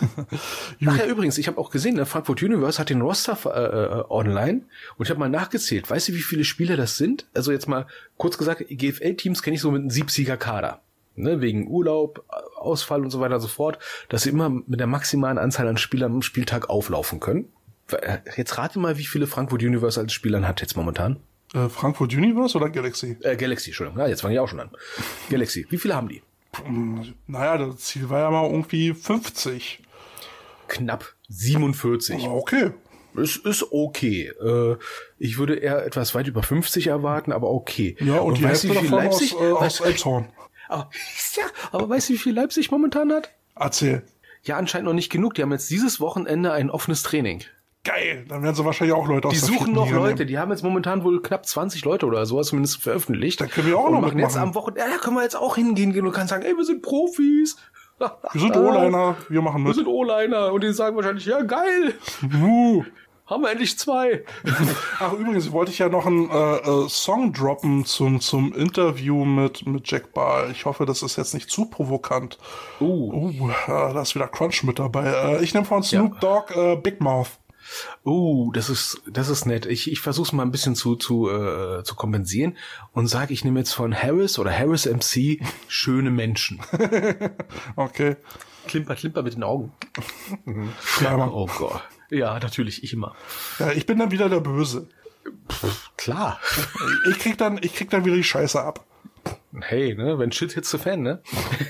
Ach ja, übrigens, ich habe auch gesehen, ne, Frankfurt Universe hat den Roster äh, online und ich habe mal nachgezählt. Weißt du, wie viele Spieler das sind? Also jetzt mal kurz gesagt, G F L-Teams kenne ich so mit einem Siebsieger-Kader. Ne, wegen Urlaub, Ausfall und so weiter und so fort, dass sie immer mit der maximalen Anzahl an Spielern am Spieltag auflaufen können. Jetzt rate mal, wie viele Frankfurt Universe als Spielern hat jetzt momentan? Äh, Frankfurt Universe oder Galaxy? Äh, Galaxy, Entschuldigung. Ja, jetzt fange ich auch schon an. Galaxy. Wie viele haben die? Naja, das Ziel war ja mal irgendwie fünfzig. Knapp siebenundvierzig. Okay. Es ist okay. Äh, ich würde eher etwas weit über fünfzig erwarten, aber okay. Ja, und, und die Hälfte davon Leipzig, aus, äh, aus Elbshorn. Aber, ja, aber weißt du, wie viel Leipzig momentan hat? Erzähl. Ja, anscheinend noch nicht genug. Die haben jetzt dieses Wochenende ein offenes Training. Geil, dann werden sie wahrscheinlich auch Leute aus die der Die suchen noch Liga Leute, nehmen. Die haben jetzt momentan wohl knapp zwanzig Leute oder sowas zumindest veröffentlicht. Da können wir auch und noch machen mitmachen. Jetzt am Wochenende, ja, da können wir jetzt auch hingehen und kannst sagen, ey, wir sind Profis. Wir sind O-Liner, wir machen mit. Wir sind O-Liner und die sagen wahrscheinlich, ja, geil. Uh. Haben wir endlich zwei. Ach, übrigens wollte ich ja noch einen äh, äh, Song droppen zum, zum Interview mit, mit Jack Baal. Ich hoffe, das ist jetzt nicht zu provokant. Uh. Uh, äh, da ist wieder Crunch mit dabei. Äh, ich nehme von Snoop ja. Dogg äh, Big Mouth. Uh, das ist das ist nett. Ich ich versuche es mal ein bisschen zu zu äh, zu kompensieren und sage, ich nehme jetzt von Harris oder Harris M C schöne Menschen. Okay. Klimper, klimper mit den Augen. Schleimer. Oh Gott. Ja, natürlich, ich immer. Ja, ich bin dann wieder der Böse. Pff, klar. Ich krieg dann ich krieg dann wieder die Scheiße ab. Hey, ne, wenn Shit hits the Fan, ne?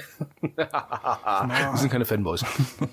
Wir sind keine Fanboys.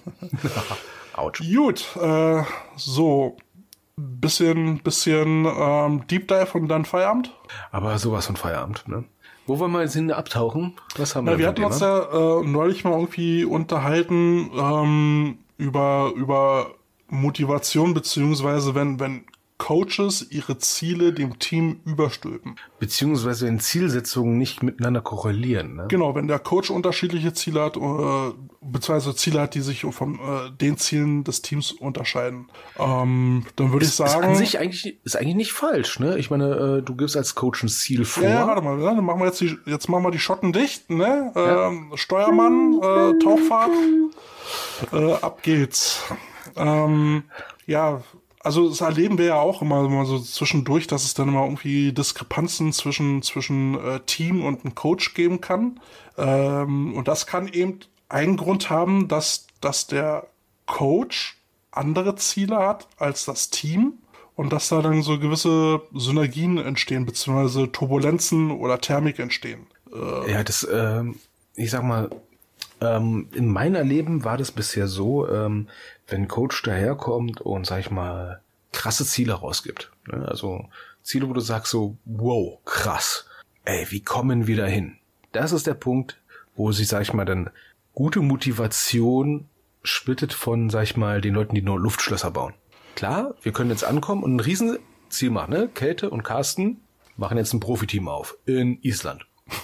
Autsch. Gut, äh, so, bisschen, bisschen ähm, Deep Dive und dann Feierabend. Aber sowas von Feierabend, ne? Wo wollen wir jetzt hin abtauchen? Was haben Na, wir? Wir hatten uns ja äh, neulich mal irgendwie unterhalten ähm, über über Motivation, beziehungsweise wenn wenn Coaches ihre Ziele dem Team überstülpen. Beziehungsweise wenn Zielsetzungen nicht miteinander korrelieren. Ne? Genau, wenn der Coach unterschiedliche Ziele hat, äh, beziehungsweise Ziele hat, die sich von äh, den Zielen des Teams unterscheiden. Ähm, dann würde ich sagen... Ist an sich eigentlich, ist eigentlich nicht falsch, ne? Ich meine, äh, du gibst als Coach ein Ziel vor. Ja, ja warte mal, dann machen wir jetzt die, jetzt machen wir die Schotten dicht, ne? Ja. Ähm, Steuermann, äh, Tauchfahrt, äh, ab geht's. Ähm, ja, also das erleben wir ja auch immer, immer so zwischendurch, dass es dann immer irgendwie Diskrepanzen zwischen zwischen äh, Team und einem Coach geben kann. Ähm, und das kann eben einen Grund haben, dass dass der Coach andere Ziele hat als das Team und dass da dann so gewisse Synergien entstehen, beziehungsweise Turbulenzen oder Thermik entstehen. Äh, ja, das, ähm, ich sag mal, ähm, in meinem Leben war das bisher so, ähm, wenn ein Coach daherkommt und, sag ich mal, krasse Ziele rausgibt. Ne? Also Ziele, wo du sagst so, wow, krass. Ey, wie kommen wir da hin? Das ist der Punkt, wo sich, sag ich mal, dann gute Motivation splittet von, sag ich mal, den Leuten, die nur Luftschlösser bauen. Klar, wir können jetzt ankommen und ein Riesenziel machen, ne? Kälte und Carsten machen jetzt ein Profiteam auf in Island.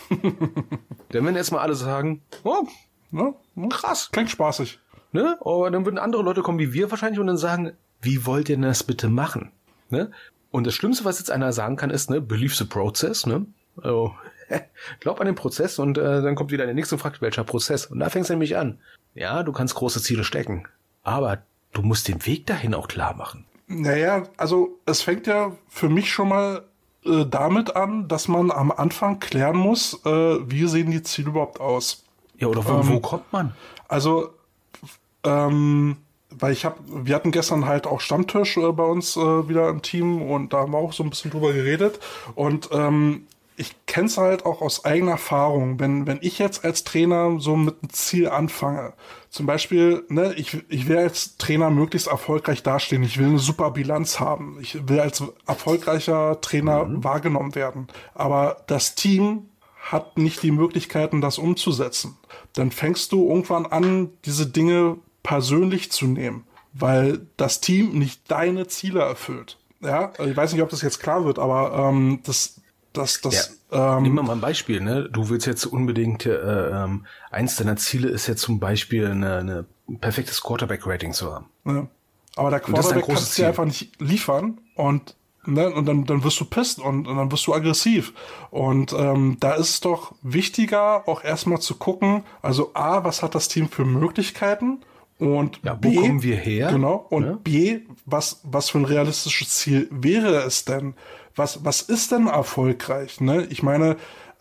Denn wenn jetzt mal alle sagen, oh, ja, krass. Klingt spaßig. Ne? Aber dann würden andere Leute kommen wie wir wahrscheinlich und dann sagen, wie wollt ihr denn das bitte machen? Ne? Und das Schlimmste, was jetzt einer sagen kann, ist, ne, believe the process, ne? Also, glaub an den Prozess und äh, dann kommt wieder der nächste und fragt, welcher Prozess? Und da fängst du nämlich an. Ja, du kannst große Ziele stecken, aber du musst den Weg dahin auch klar machen. Naja, also es fängt ja für mich schon mal äh, damit an, dass man am Anfang klären muss, äh, wie sehen die Ziele überhaupt aus? Ja, oder wo, ähm, wo kommt man? Also, ähm, weil ich habe, wir hatten gestern halt auch Stammtisch äh, bei uns äh, wieder im Team und da haben wir auch so ein bisschen drüber geredet und ähm, ich kenne es halt auch aus eigener Erfahrung, wenn wenn ich jetzt als Trainer so mit einem Ziel anfange, zum Beispiel, ne, ich ich will als Trainer möglichst erfolgreich dastehen, ich will eine super Bilanz haben, ich will als erfolgreicher Trainer mhm. wahrgenommen werden, aber das Team hat nicht die Möglichkeiten, das umzusetzen. Dann fängst du irgendwann an, diese Dinge persönlich zu nehmen, weil das Team nicht deine Ziele erfüllt. Ja, ich weiß nicht, ob das jetzt klar wird, aber ähm, das, das, das. Ja. Ähm, Nimm mal ein Beispiel, ne? Du willst jetzt unbedingt, äh, ähm, eins deiner Ziele ist jetzt zum Beispiel eine, eine perfektes Quarterback-Rating zu haben. Ja. Aber der Quarterback kann es dir einfach nicht liefern und Ne, und dann, dann wirst du pisst und, und dann wirst du aggressiv. Und ähm, da ist es doch wichtiger, auch erstmal zu gucken, also A, was hat das Team für Möglichkeiten? Und ja, B, wo kommen wir her? Genau. Und ne? B, was, was für ein realistisches Ziel wäre es denn? Was, was ist denn erfolgreich? Ne? Ich meine,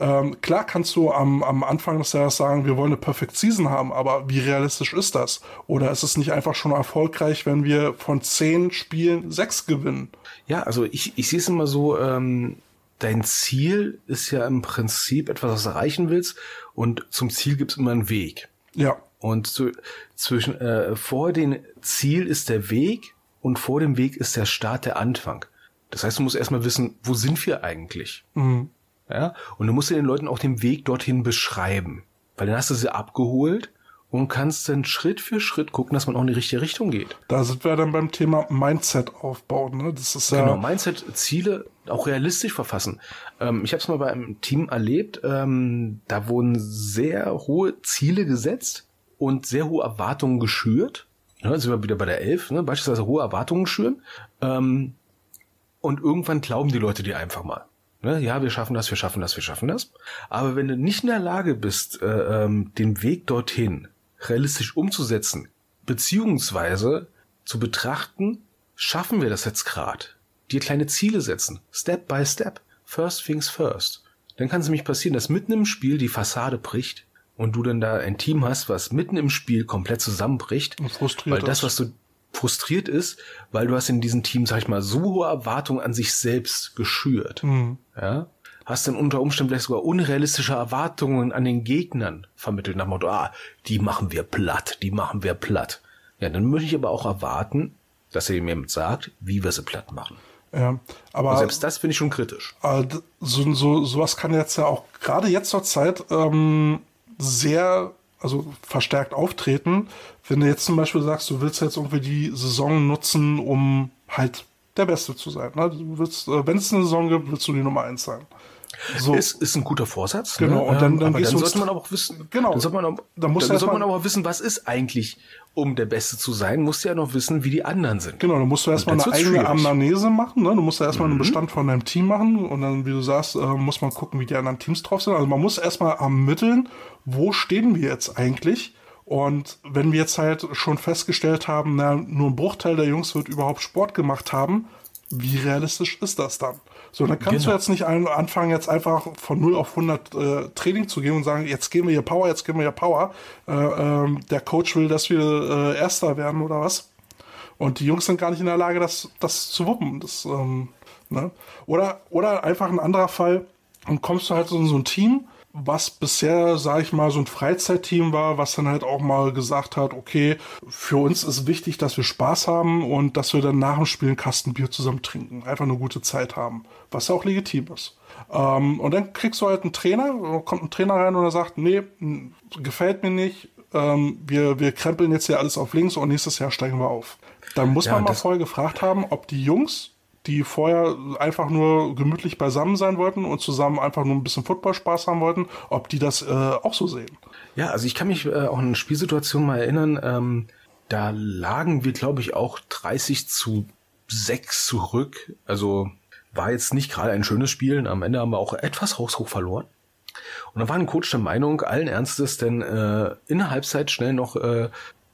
Ähm, klar kannst du am, am Anfang des Jahres sagen, wir wollen eine Perfect Season haben, aber wie realistisch ist das? Oder ist es nicht einfach schon erfolgreich, wenn wir von zehn Spielen sechs gewinnen? Ja, also ich, ich sehe es immer so, ähm, dein Ziel ist ja im Prinzip etwas, was du erreichen willst, und zum Ziel gibt es immer einen Weg. Ja. Und zu, zwischen äh, vor dem Ziel ist der Weg und vor dem Weg ist der Start, der Anfang. Das heißt, du musst erstmal wissen, wo sind wir eigentlich? Mhm. Ja, und du musst den Leuten auch den Weg dorthin beschreiben. Weil dann hast du sie abgeholt und kannst dann Schritt für Schritt gucken, dass man auch in die richtige Richtung geht. Da sind wir dann beim Thema Mindset aufbauen. Ne? Das ist Genau, ja Mindset, Ziele auch realistisch verfassen. Ähm, ich habe es mal bei einem Team erlebt, ähm, da wurden sehr hohe Ziele gesetzt und sehr hohe Erwartungen geschürt. Ja, sind wir wieder bei der Elf, ne? Beispielsweise hohe Erwartungen schüren. Ähm, und irgendwann glauben die Leute dir einfach mal. Ne? Ja, wir schaffen das, wir schaffen das, wir schaffen das. Aber wenn du nicht in der Lage bist, äh, ähm, den Weg dorthin realistisch umzusetzen, beziehungsweise zu betrachten, schaffen wir das jetzt gerade? Dir kleine Ziele setzen, Step by Step, first things first. Dann kann es nämlich passieren, dass mitten im Spiel die Fassade bricht und du dann da ein Team hast, was mitten im Spiel komplett zusammenbricht. Und frustriert weil das, was du frustriert ist, weil du hast in diesem Team, sag ich mal, so hohe Erwartungen an sich selbst geschürt. Mhm. Ja, hast dann unter Umständen vielleicht sogar unrealistische Erwartungen an den Gegnern vermittelt, nach dem Motto, ah, die machen wir platt, die machen wir platt. Ja, dann möchte ich aber auch erwarten, dass er mir sagt, wie wir sie platt machen. Ja, aber und selbst das finde ich schon kritisch. Äh, so, so sowas kann jetzt ja auch gerade jetzt zur Zeit ähm, sehr, also verstärkt auftreten. Wenn du jetzt zum Beispiel sagst, du willst jetzt irgendwie die Saison nutzen, um halt der Beste zu sein. Ne? Du willst, äh, wenn es eine Saison gibt, willst du die Nummer eins sein. So. Ist, ist ein guter Vorsatz. Genau, ne? und dann, dann, aber gehst dann du sollte man aber auch wissen, genau, dann sollte man auch, dann muss dann erst sollte mal, man aber auch wissen, was ist eigentlich, um der Beste zu sein, musst du ja noch wissen, wie die anderen sind. Genau, dann musst du erstmal eine eigene schwierig. Anamnese machen, ne? Du musst ja erstmal mhm. einen Bestand von deinem Team machen und dann, wie du sagst, äh, muss man gucken, wie die anderen Teams drauf sind. Also man muss erstmal ermitteln, wo stehen wir jetzt eigentlich? Und wenn wir jetzt halt schon festgestellt haben, na, nur ein Bruchteil der Jungs wird überhaupt Sport gemacht haben, wie realistisch ist das dann? So, dann kannst genau. du jetzt nicht anfangen, jetzt einfach von null auf hundert äh, Training zu gehen und sagen, jetzt geben wir hier Power, jetzt geben wir hier Power. Äh, ähm, der Coach will, dass wir äh, Erster werden oder was. Und die Jungs sind gar nicht in der Lage, das, das zu wuppen. Das, ähm, ne? Oder, oder einfach ein anderer Fall, dann kommst du halt so in so ein Team, was bisher, sage ich mal, so ein Freizeitteam war, was dann halt auch mal gesagt hat, okay, für uns ist wichtig, dass wir Spaß haben und dass wir dann nach dem Spiel einen Kasten Bier zusammen trinken, einfach eine gute Zeit haben, was ja auch legitim ist. Ähm, und dann kriegst du halt einen Trainer, kommt ein Trainer rein und er sagt, nee, gefällt mir nicht, ähm, wir, wir krempeln jetzt hier alles auf links und nächstes Jahr steigen wir auf. Dann muss ja, man mal vorher gefragt haben, ob die Jungs, die vorher einfach nur gemütlich beisammen sein wollten und zusammen einfach nur ein bisschen Football-Spaß haben wollten, ob die das äh, auch so sehen. Ja, also ich kann mich äh, auch an eine Spielsituation mal erinnern, ähm, da lagen wir, glaube ich, auch dreißig zu sechs zurück. Also war jetzt nicht gerade ein schönes Spiel. Am Ende haben wir auch etwas haushoch verloren. Und da war ein Coach der Meinung, allen Ernstes, denn äh, in der Halbzeit schnell noch äh,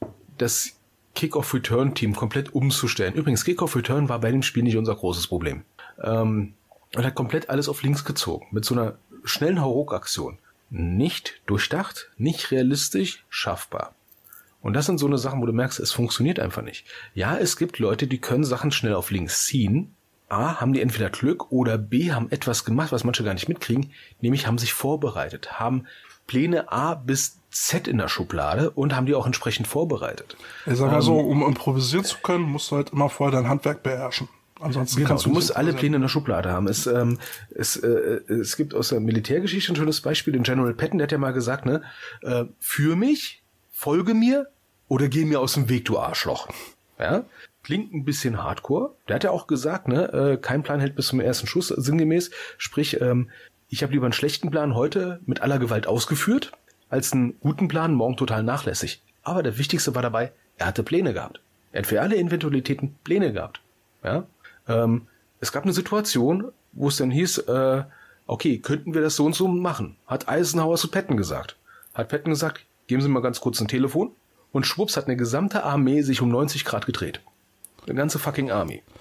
das Kick-Off-Return-Team komplett umzustellen. Übrigens, Kick-Off-Return war bei dem Spiel nicht unser großes Problem. Ähm, und hat komplett alles auf links gezogen. Mit so einer schnellen Hauruck-Aktion. Nicht durchdacht, nicht realistisch, schaffbar. Und das sind so eine Sachen, wo du merkst, es funktioniert einfach nicht. Ja, es gibt Leute, die können Sachen schnell auf links ziehen. A, haben die entweder Glück oder B, haben etwas gemacht, was manche gar nicht mitkriegen, nämlich haben sich vorbereitet, haben Pläne A bis Z in der Schublade und haben die auch entsprechend vorbereitet. Ich sag mal ähm, so, um improvisieren zu können, musst du halt immer vorher dein Handwerk beherrschen. Ansonsten genau, kannst du du musst alle Pläne in der Schublade haben. Es, ähm, es, äh, es gibt aus der Militärgeschichte ein schönes Beispiel, den General Patton, der hat ja mal gesagt, ne, äh, für mich, folge mir oder geh mir aus dem Weg, du Arschloch. Ja? Klingt ein bisschen hardcore. Der hat ja auch gesagt, ne, äh, kein Plan hält bis zum ersten Schuss, sinngemäß. Sprich, ähm, ich habe lieber einen schlechten Plan heute mit aller Gewalt ausgeführt, als einen guten Plan morgen total nachlässig. Aber der Wichtigste war dabei, er hatte Pläne gehabt. Er hat für alle Eventualitäten Pläne gehabt. Ja? Ähm, es gab eine Situation, wo es dann hieß, äh, okay, könnten wir das so und so machen? Hat Eisenhower zu Patton gesagt. Hat Patton gesagt, geben Sie mal ganz kurz ein Telefon. Und schwupps hat eine gesamte Armee sich um neunzig Grad gedreht. Eine ganze fucking Armee.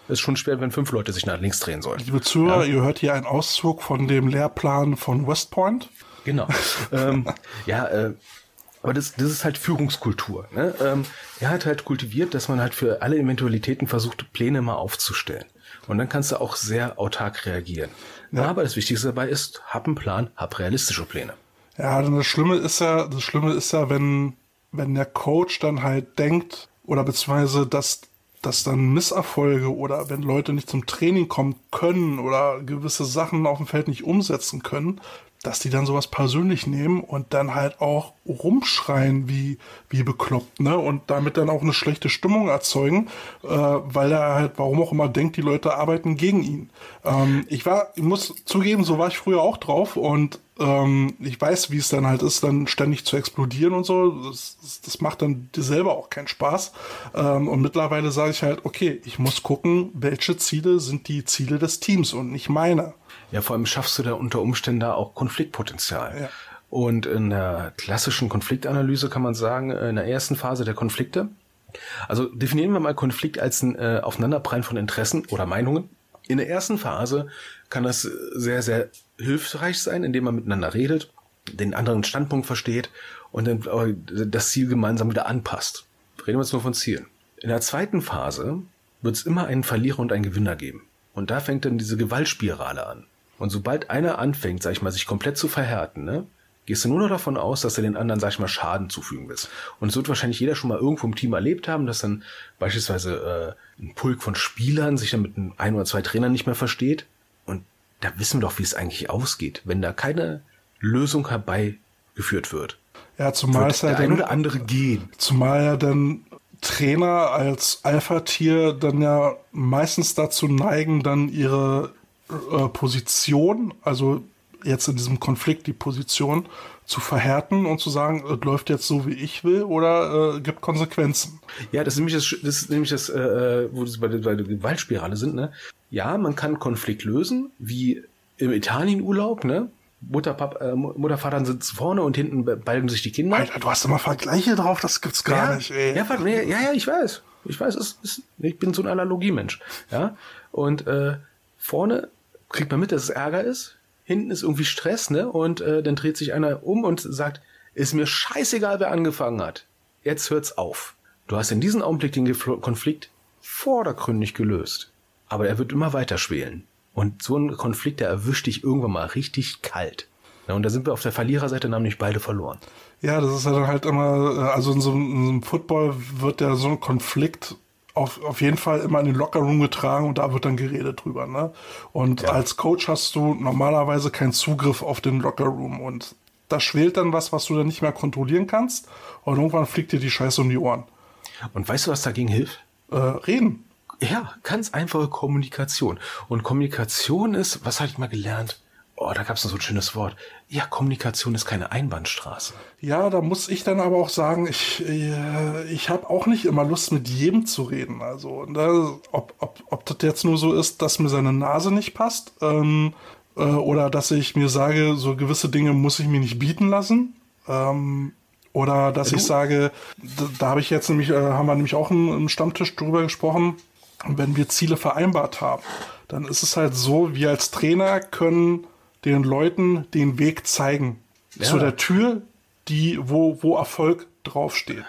ist schon schwer, wenn fünf Leute sich nach links drehen sollen. Liebe Zuhörer, ja. Ihr hört hier einen Auszug von dem Lehrplan von West Point. Genau. ähm, ja, äh, aber das, das ist halt Führungskultur. Ne? Ähm, er hat halt kultiviert, dass man halt für alle Eventualitäten versucht, Pläne mal aufzustellen. Und dann kannst du auch sehr autark reagieren. Ja. Aber das Wichtigste dabei ist, hab einen Plan, hab realistische Pläne. Ja, denn das Schlimme ist ja, das Schlimme ist ja, wenn, wenn der Coach dann halt denkt, oder beziehungsweise, dass, dass dann Misserfolge oder wenn Leute nicht zum Training kommen können oder gewisse Sachen auf dem Feld nicht umsetzen können, dass die dann sowas persönlich nehmen und dann halt auch rumschreien wie, wie bekloppt, ne? Und damit dann auch eine schlechte Stimmung erzeugen, äh, weil er halt, warum auch immer, denkt, die Leute arbeiten gegen ihn. Ähm, ich war, ich muss zugeben, so war ich früher auch drauf und ähm, ich weiß, wie es dann halt ist, dann ständig zu explodieren und so. Das, das, das macht dann dir selber auch keinen Spaß. Ähm, und mittlerweile sage ich halt, okay, ich muss gucken, welche Ziele sind die Ziele des Teams und nicht meine. Ja, vor allem schaffst du da unter Umständen da auch Konfliktpotenzial. Ja. Und in der klassischen Konfliktanalyse kann man sagen, in der ersten Phase der Konflikte, also definieren wir mal Konflikt als ein äh, Aufeinanderprallen von Interessen oder Meinungen. In der ersten Phase kann das sehr, sehr hilfreich sein, indem man miteinander redet, den anderen Standpunkt versteht und dann äh, das Ziel gemeinsam wieder anpasst. Reden wir jetzt nur von Zielen. In der zweiten Phase wird es immer einen Verlierer und einen Gewinner geben. Und da fängt dann diese Gewaltspirale an. Und sobald einer anfängt, sag ich mal, sich komplett zu verhärten, ne, gehst du nur noch davon aus, dass er den anderen, sag ich mal, Schaden zufügen willst. Und es wird wahrscheinlich jeder schon mal irgendwo im Team erlebt haben, dass dann beispielsweise äh, ein Pulk von Spielern sich dann mit ein oder zwei Trainern nicht mehr versteht. Und da wissen wir doch, wie es eigentlich ausgeht, wenn da keine Lösung herbeigeführt wird. Ja, zumal es ja der ein oder andere gehen. Zumal ja dann Trainer als Alpha-Tier dann ja meistens dazu neigen, dann ihre äh, Position, also jetzt in diesem Konflikt die Position zu verhärten und zu sagen, es läuft jetzt so, wie ich will oder äh, gibt Konsequenzen. Ja, das ist nämlich das, das, ist nämlich das äh, wo das bei der, bei der Gewaltspirale sind. Ne? Ja, man kann Konflikt lösen, wie im Italienurlaub, ne? Mutter, Papa, äh, Mutter, Vater sitzen vorne und hinten balgen sich die Kinder. Alter, du hast immer Vergleiche drauf, das gibt's gar ja, nicht, ey. Ja, ja, ja, ich weiß. Ich weiß, es ist, ich bin so ein Analogiemensch. Ja? Und äh, vorne kriegt man mit, dass es Ärger ist. Hinten ist irgendwie Stress, ne? Und äh, dann dreht sich einer um und sagt, ist mir scheißegal, wer angefangen hat. Jetzt hört's auf. Du hast in diesem Augenblick den Gefl- Konflikt vordergründig gelöst. Aber er wird immer weiter schwelen. Und so ein Konflikt, der erwischt dich irgendwann mal richtig kalt. Ja, und da sind wir auf der Verliererseite und haben nämlich beide verloren. Ja, das ist ja dann halt immer, also in so, in so einem Football wird ja so ein Konflikt auf, auf jeden Fall immer in den Lockerroom getragen und da wird dann geredet drüber, ne? Und ja. Als Coach hast du normalerweise keinen Zugriff auf den Lockerroom und da schwelt dann was, was du dann nicht mehr kontrollieren kannst und irgendwann fliegt dir die Scheiße um die Ohren. Und weißt du, was dagegen hilft? Äh, reden. Ja, ganz einfache Kommunikation. Und Kommunikation ist, was hatte ich mal gelernt? Oh, da gab es so ein schönes Wort. Ja, Kommunikation ist keine Einbahnstraße. Ja, da muss ich dann aber auch sagen, ich, ich habe auch nicht immer Lust, mit jedem zu reden. Also, ne, ob, ob, ob das jetzt nur so ist, dass mir seine Nase nicht passt, ähm, äh, oder dass ich mir sage, so gewisse Dinge muss ich mir nicht bieten lassen. Ähm, oder dass ja, ich sage, da, da habe ich jetzt nämlich, äh, haben wir nämlich auch im, im Stammtisch drüber gesprochen, wenn wir Ziele vereinbart haben, dann ist es halt so, wir als Trainer können den Leuten den Weg zeigen. Ja. Zu der Tür, die, wo, wo Erfolg draufsteht.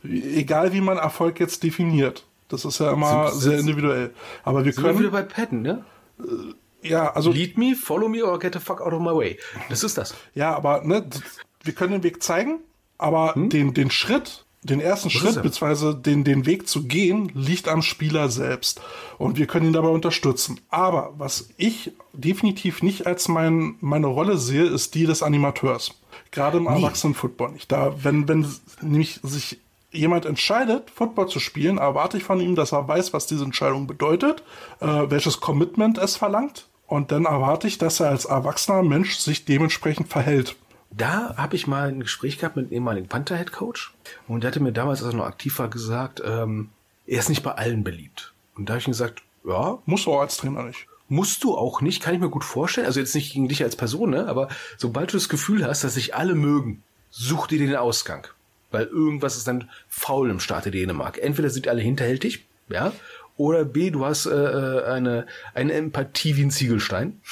Egal wie man Erfolg jetzt definiert. Das ist ja immer sind, sehr individuell. Aber wir sind können. Wir wieder bei Patton, ne? Äh, ja, also. Lead me, follow me or get the fuck out of my way. Das ist das. Ja, aber, ne, wir können den Weg zeigen, aber hm? den, den Schritt, den ersten Was Schritt, beziehungsweise den, den Weg zu gehen, liegt am Spieler selbst. Und wir können ihn dabei unterstützen. Aber was ich definitiv nicht als mein, meine Rolle sehe, ist die des Animateurs. Gerade im nee. Erwachsenen-Football nicht. Da, wenn, wenn nämlich sich jemand entscheidet, Football zu spielen, erwarte ich von ihm, dass er weiß, was diese Entscheidung bedeutet, äh, welches Commitment es verlangt. Und dann erwarte ich, dass er als erwachsener Mensch sich dementsprechend verhält. Da habe ich mal ein Gespräch gehabt mit einem ehemaligen Panther-Head-Coach und der hatte mir damals, als er noch aktiv war, gesagt, ähm, er ist nicht bei allen beliebt. Und da habe ich ihm gesagt, ja. Musst du auch als Trainer nicht. Musst du auch nicht, kann ich mir gut vorstellen. Also jetzt nicht gegen dich als Person, ne? Aber sobald du das Gefühl hast, dass sich alle mögen, such dir den Ausgang. Weil irgendwas ist dann faul im Staate Dänemark. Entweder sind alle hinterhältig, ja, Oder B, du hast äh, eine, eine Empathie wie ein Ziegelstein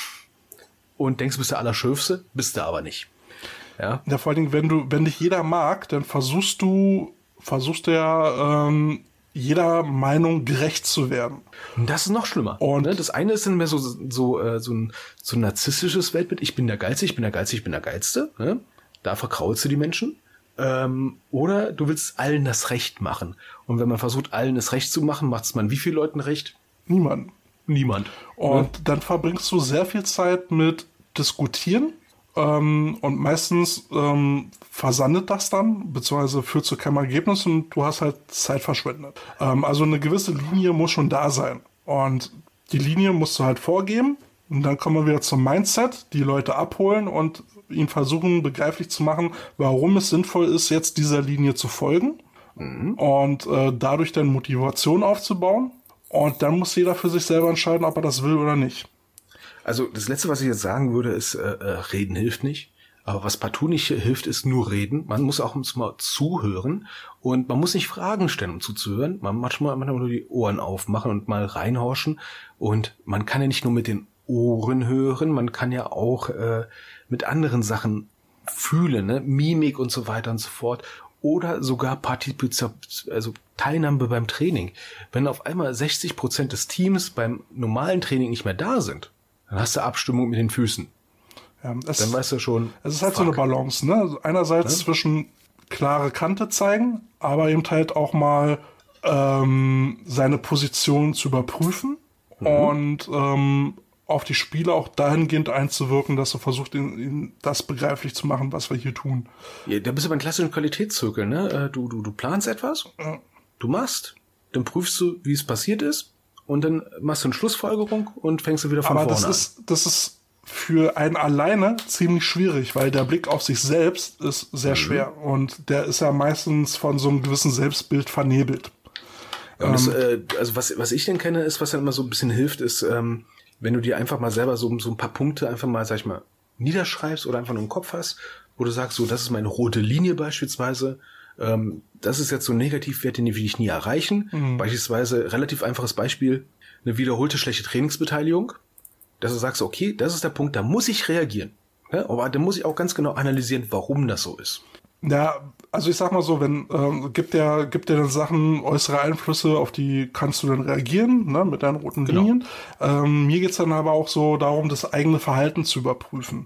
und denkst, du bist der Allerschöfste, bist du aber nicht. Ja, ja, vor allen Dingen, wenn du, wenn dich jeder mag, dann versuchst du, versuchst du ja, ähm, jeder Meinung gerecht zu werden. und das ist noch schlimmer. Und- ne? Das eine ist dann mehr so, so, äh, so, ein, so ein narzisstisches Weltbild. Ich bin der Geilste, ich bin der Geilste, ich bin der Geilste. Ne? Da verkraulst du die Menschen. Ähm, oder du willst allen das Recht machen. Und wenn man versucht, allen das Recht zu machen, macht es man wie vielen Leuten recht? Niemand. Niemand. Und dann verbringst du sehr viel Zeit mit Diskutieren. Ähm, und meistens ähm, versandet das dann, beziehungsweise führt zu keinem Ergebnis und du hast halt Zeit verschwendet. Ähm, also eine gewisse Linie muss schon da sein. Und die Linie musst du halt vorgeben. Und dann kommen wir wieder zum Mindset, die Leute abholen und ihnen versuchen, begreiflich zu machen, warum es sinnvoll ist, jetzt dieser Linie zu folgen. Mhm. Und äh, dadurch dann Motivation aufzubauen. Und dann muss jeder für sich selber entscheiden, ob er das will oder nicht. Also das Letzte, was ich jetzt sagen würde, ist, äh, reden hilft nicht. Aber was partout nicht hilft, ist nur reden. Man muss auch mal zuhören und man muss nicht Fragen stellen, um zuzuhören. Man manchmal, manchmal nur die Ohren aufmachen und mal reinhorchen. Und man kann ja nicht nur mit den Ohren hören, man kann ja auch äh, mit anderen Sachen fühlen, ne? Mimik und so weiter und so fort. Oder sogar Partizipation, also Teilnahme beim Training. Wenn auf einmal sechzig Prozent des Teams beim normalen Training nicht mehr da sind, dann hast du Abstimmung mit den Füßen. Ja, es, Dann weißt du schon. es ist halt fuck. so eine Balance, ne? Also einerseits Ja. zwischen klare Kante zeigen, aber eben halt auch mal ähm, seine Position zu überprüfen Mhm. und ähm, auf die Spieler auch dahingehend einzuwirken, dass er versucht, ihnen, ihnen das begreiflich zu machen, was wir hier tun. Ja, da bist du beim klassischen Qualitätszirkel, ne? Äh, Du, du, du planst etwas, Ja. du machst, dann prüfst du, wie es passiert ist, und dann machst du eine Schlussfolgerung und fängst du wieder von Aber vorne das an. ist, das ist für einen alleine ziemlich schwierig, weil der Blick auf sich selbst ist sehr schwer und der ist ja meistens von so einem gewissen Selbstbild vernebelt. Ja, und das, äh, also was, was ich denn kenne, ist, was dann immer so ein bisschen hilft, ist, ähm, wenn du dir einfach mal selber so, so ein paar Punkte einfach mal, sag ich mal, niederschreibst oder einfach nur im Kopf hast, wo du sagst, so, das ist meine rote Linie beispielsweise, ähm, das ist jetzt so ein Negativwert, den will ich nie erreichen. Mhm. Beispielsweise, relativ einfaches Beispiel, eine wiederholte schlechte Trainingsbeteiligung, dass du sagst, okay, das ist der Punkt, da muss ich reagieren. Ja, aber da muss ich auch ganz genau analysieren, warum das so ist. Ja, also ich sag mal so, wenn ähm, gibt der gibt dir dann Sachen, äußere Einflüsse, auf die kannst du dann reagieren, ne, mit deinen roten Genau. Linien. Ähm, mir geht's dann aber auch so darum, das eigene Verhalten zu überprüfen.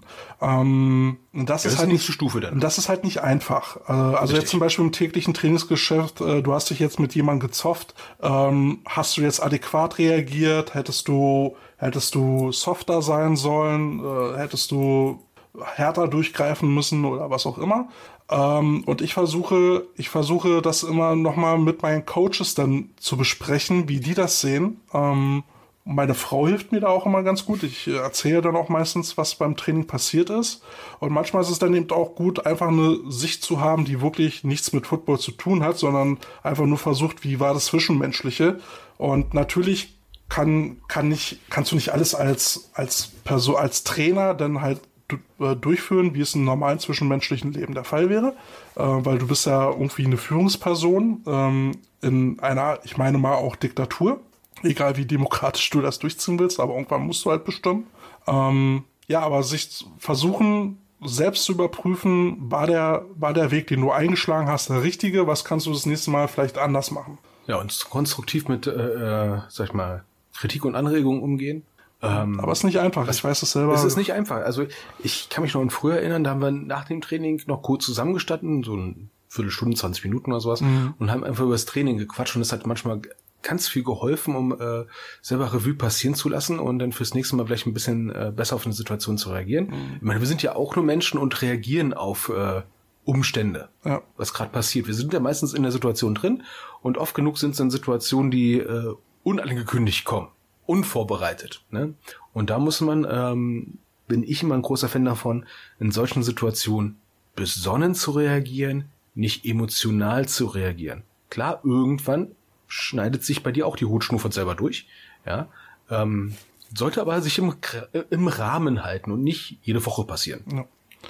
Ähm, und das, Das ist ist halt die nicht nächste Stufe dann. Und das ist halt nicht einfach. Äh, also Richtig. jetzt zum Beispiel im täglichen Trainingsgeschäft, äh, du hast dich jetzt mit jemandem gezofft, ähm, hast du jetzt adäquat reagiert? Hättest du hättest du softer sein sollen? Äh, hättest du härter durchgreifen müssen oder was auch immer? Ähm, und ich versuche, ich versuche das immer nochmal mit meinen Coaches dann zu besprechen, wie die das sehen. Ähm, meine Frau hilft mir da auch immer ganz gut. Ich äh, erzähle dann auch meistens, was beim Training passiert ist. Und manchmal ist es dann eben auch gut, einfach eine Sicht zu haben, die wirklich nichts mit Football zu tun hat, sondern einfach nur versucht, wie war das Zwischenmenschliche. Und natürlich kann, kann nicht, kannst du nicht alles als, als Person, als Trainer dann halt du- äh, durchführen, wie es im normalen zwischenmenschlichen Leben der Fall wäre, äh, weil du bist ja irgendwie eine Führungsperson ähm, in einer, ich meine mal auch Diktatur, egal wie demokratisch du das durchziehen willst, aber irgendwann musst du halt bestimmen. Ähm, ja, aber sich versuchen, selbst zu überprüfen, war der, war der Weg, den du eingeschlagen hast, der richtige, was kannst du das nächste Mal vielleicht anders machen? Ja, und konstruktiv mit, äh, äh, sag ich mal, Kritik und Anregungen umgehen. Ähm, Aber es ist nicht einfach, ich weiß es selber. Es ist nicht einfach. Also ich kann mich noch an früher erinnern, da haben wir nach dem Training noch kurz zusammengestanden, so eine Viertelstunde, zwanzig Minuten oder sowas, Mhm. und haben einfach über das Training gequatscht, und das hat manchmal ganz viel geholfen, um äh, selber Revue passieren zu lassen und dann fürs nächste Mal vielleicht ein bisschen äh, besser auf eine Situation zu reagieren. Mhm. Ich meine, wir sind ja auch nur Menschen und reagieren auf äh, Umstände, Ja. was gerade passiert. Wir sind ja meistens in der Situation drin, und oft genug sind es dann Situationen, die äh, unangekündigt kommen, unvorbereitet. Ne? Und da muss man, ähm, bin ich immer ein großer Fan davon, in solchen Situationen besonnen zu reagieren, nicht emotional zu reagieren. Klar, irgendwann schneidet sich bei dir auch die Hutschnur von selber durch, ja, ähm, sollte aber sich im, im Rahmen halten und nicht jede Woche passieren. Ja.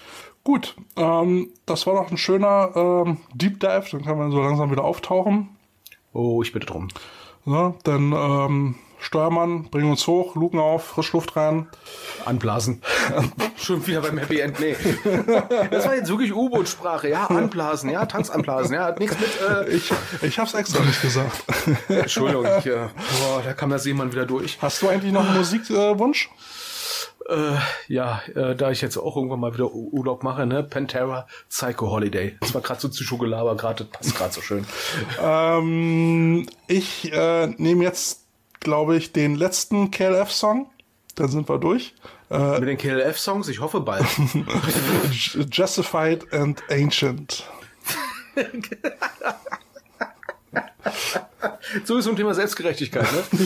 Gut, ähm, das war noch ein schöner ähm, Deep Dive, dann kann man so langsam wieder auftauchen. Oh, ich bitte drum. Ne? Dann ähm, Steuermann, bring uns hoch, Luken auf, Frischluft rein. Anblasen. Schon wieder beim Happy End, nee. Das war jetzt wirklich U-Boot-Sprache. Ja, anblasen, ja, Tanks anblasen. Ja, hat nichts mit... Äh ich, ich hab's extra nicht gesagt. Entschuldigung, ich, äh, boah, da kam der Seemann wieder durch. Hast du eigentlich noch einen Musikwunsch? Äh, ja, äh, da ich jetzt auch irgendwann mal wieder Urlaub mache, ne? Pantera, Psycho Holiday. Das war gerade so Psychogelaber, gerade passt gerade so schön. ähm, ich äh, nehme jetzt, glaube ich, den letzten K L F-Song. Dann sind wir durch. Äh, Mit den K L F-Songs? Ich hoffe bald. Justified and Ancient. So ist so ein Thema Selbstgerechtigkeit, ne?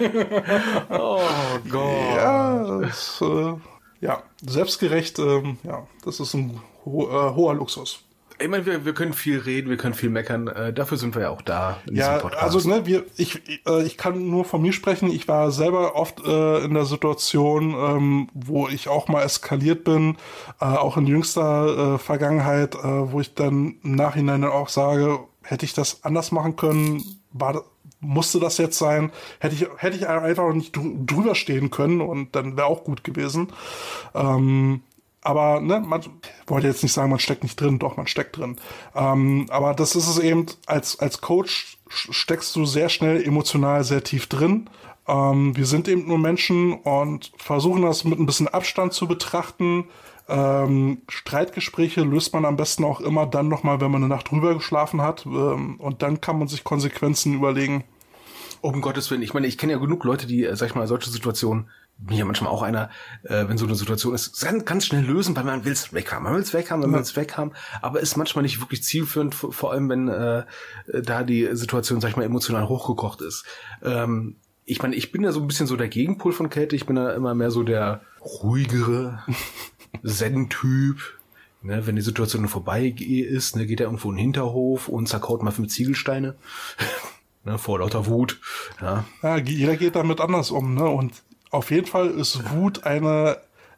Ja. Oh Gott. Ja, das, äh, ja selbstgerecht, ähm, ja, das ist ein ho äh, hoher Luxus. Ich meine, wir, wir können viel reden, wir können viel meckern. Äh, dafür sind wir ja auch da in ja, diesem Podcast. Also ne, wir, ich, äh, ich kann nur von mir sprechen. Ich war selber oft äh, in der Situation, ähm, wo ich auch mal eskaliert bin, äh, auch in jüngster äh, Vergangenheit, äh, wo ich dann im Nachhinein dann auch sage, hätte ich das anders machen können? War, musste das jetzt sein? Hätte ich, hätte ich einfach noch nicht drüber stehen können und dann wäre auch gut gewesen. Ähm, Aber ne, man wollte jetzt nicht sagen, man steckt nicht drin, doch, man steckt drin. Ähm, aber das ist es eben, als, als Coach steckst du sehr schnell emotional sehr tief drin. Ähm, wir sind eben nur Menschen und versuchen das mit ein bisschen Abstand zu betrachten. Ähm, Streitgespräche löst man am besten auch immer dann nochmal, wenn man eine Nacht drüber geschlafen hat. Ähm, und dann kann man sich Konsequenzen überlegen. Um Gottes Willen, ich meine, ich kenne ja genug Leute, die, sag ich mal, solche Situationen, bin ja manchmal auch einer, äh, wenn so eine Situation ist, ganz, ganz schnell lösen, weil man will es weghaben. Man will es weghaben, man will es weghaben, aber ist manchmal nicht wirklich zielführend, vor allem wenn äh, da die Situation, sag ich mal, emotional hochgekocht ist. Ähm, ich meine, ich bin ja so ein bisschen so der Gegenpol von Käthe, ich bin ja immer mehr so der ruhigere Zen-Typ. Ne, wenn die Situation vorbei ist, ne, geht er irgendwo in den Hinterhof und zerkaut mal fünf Ziegelsteine. Ne, vor lauter Wut. Ja. Ja, jeder geht damit anders um, ne? Und auf jeden Fall ist Wut eine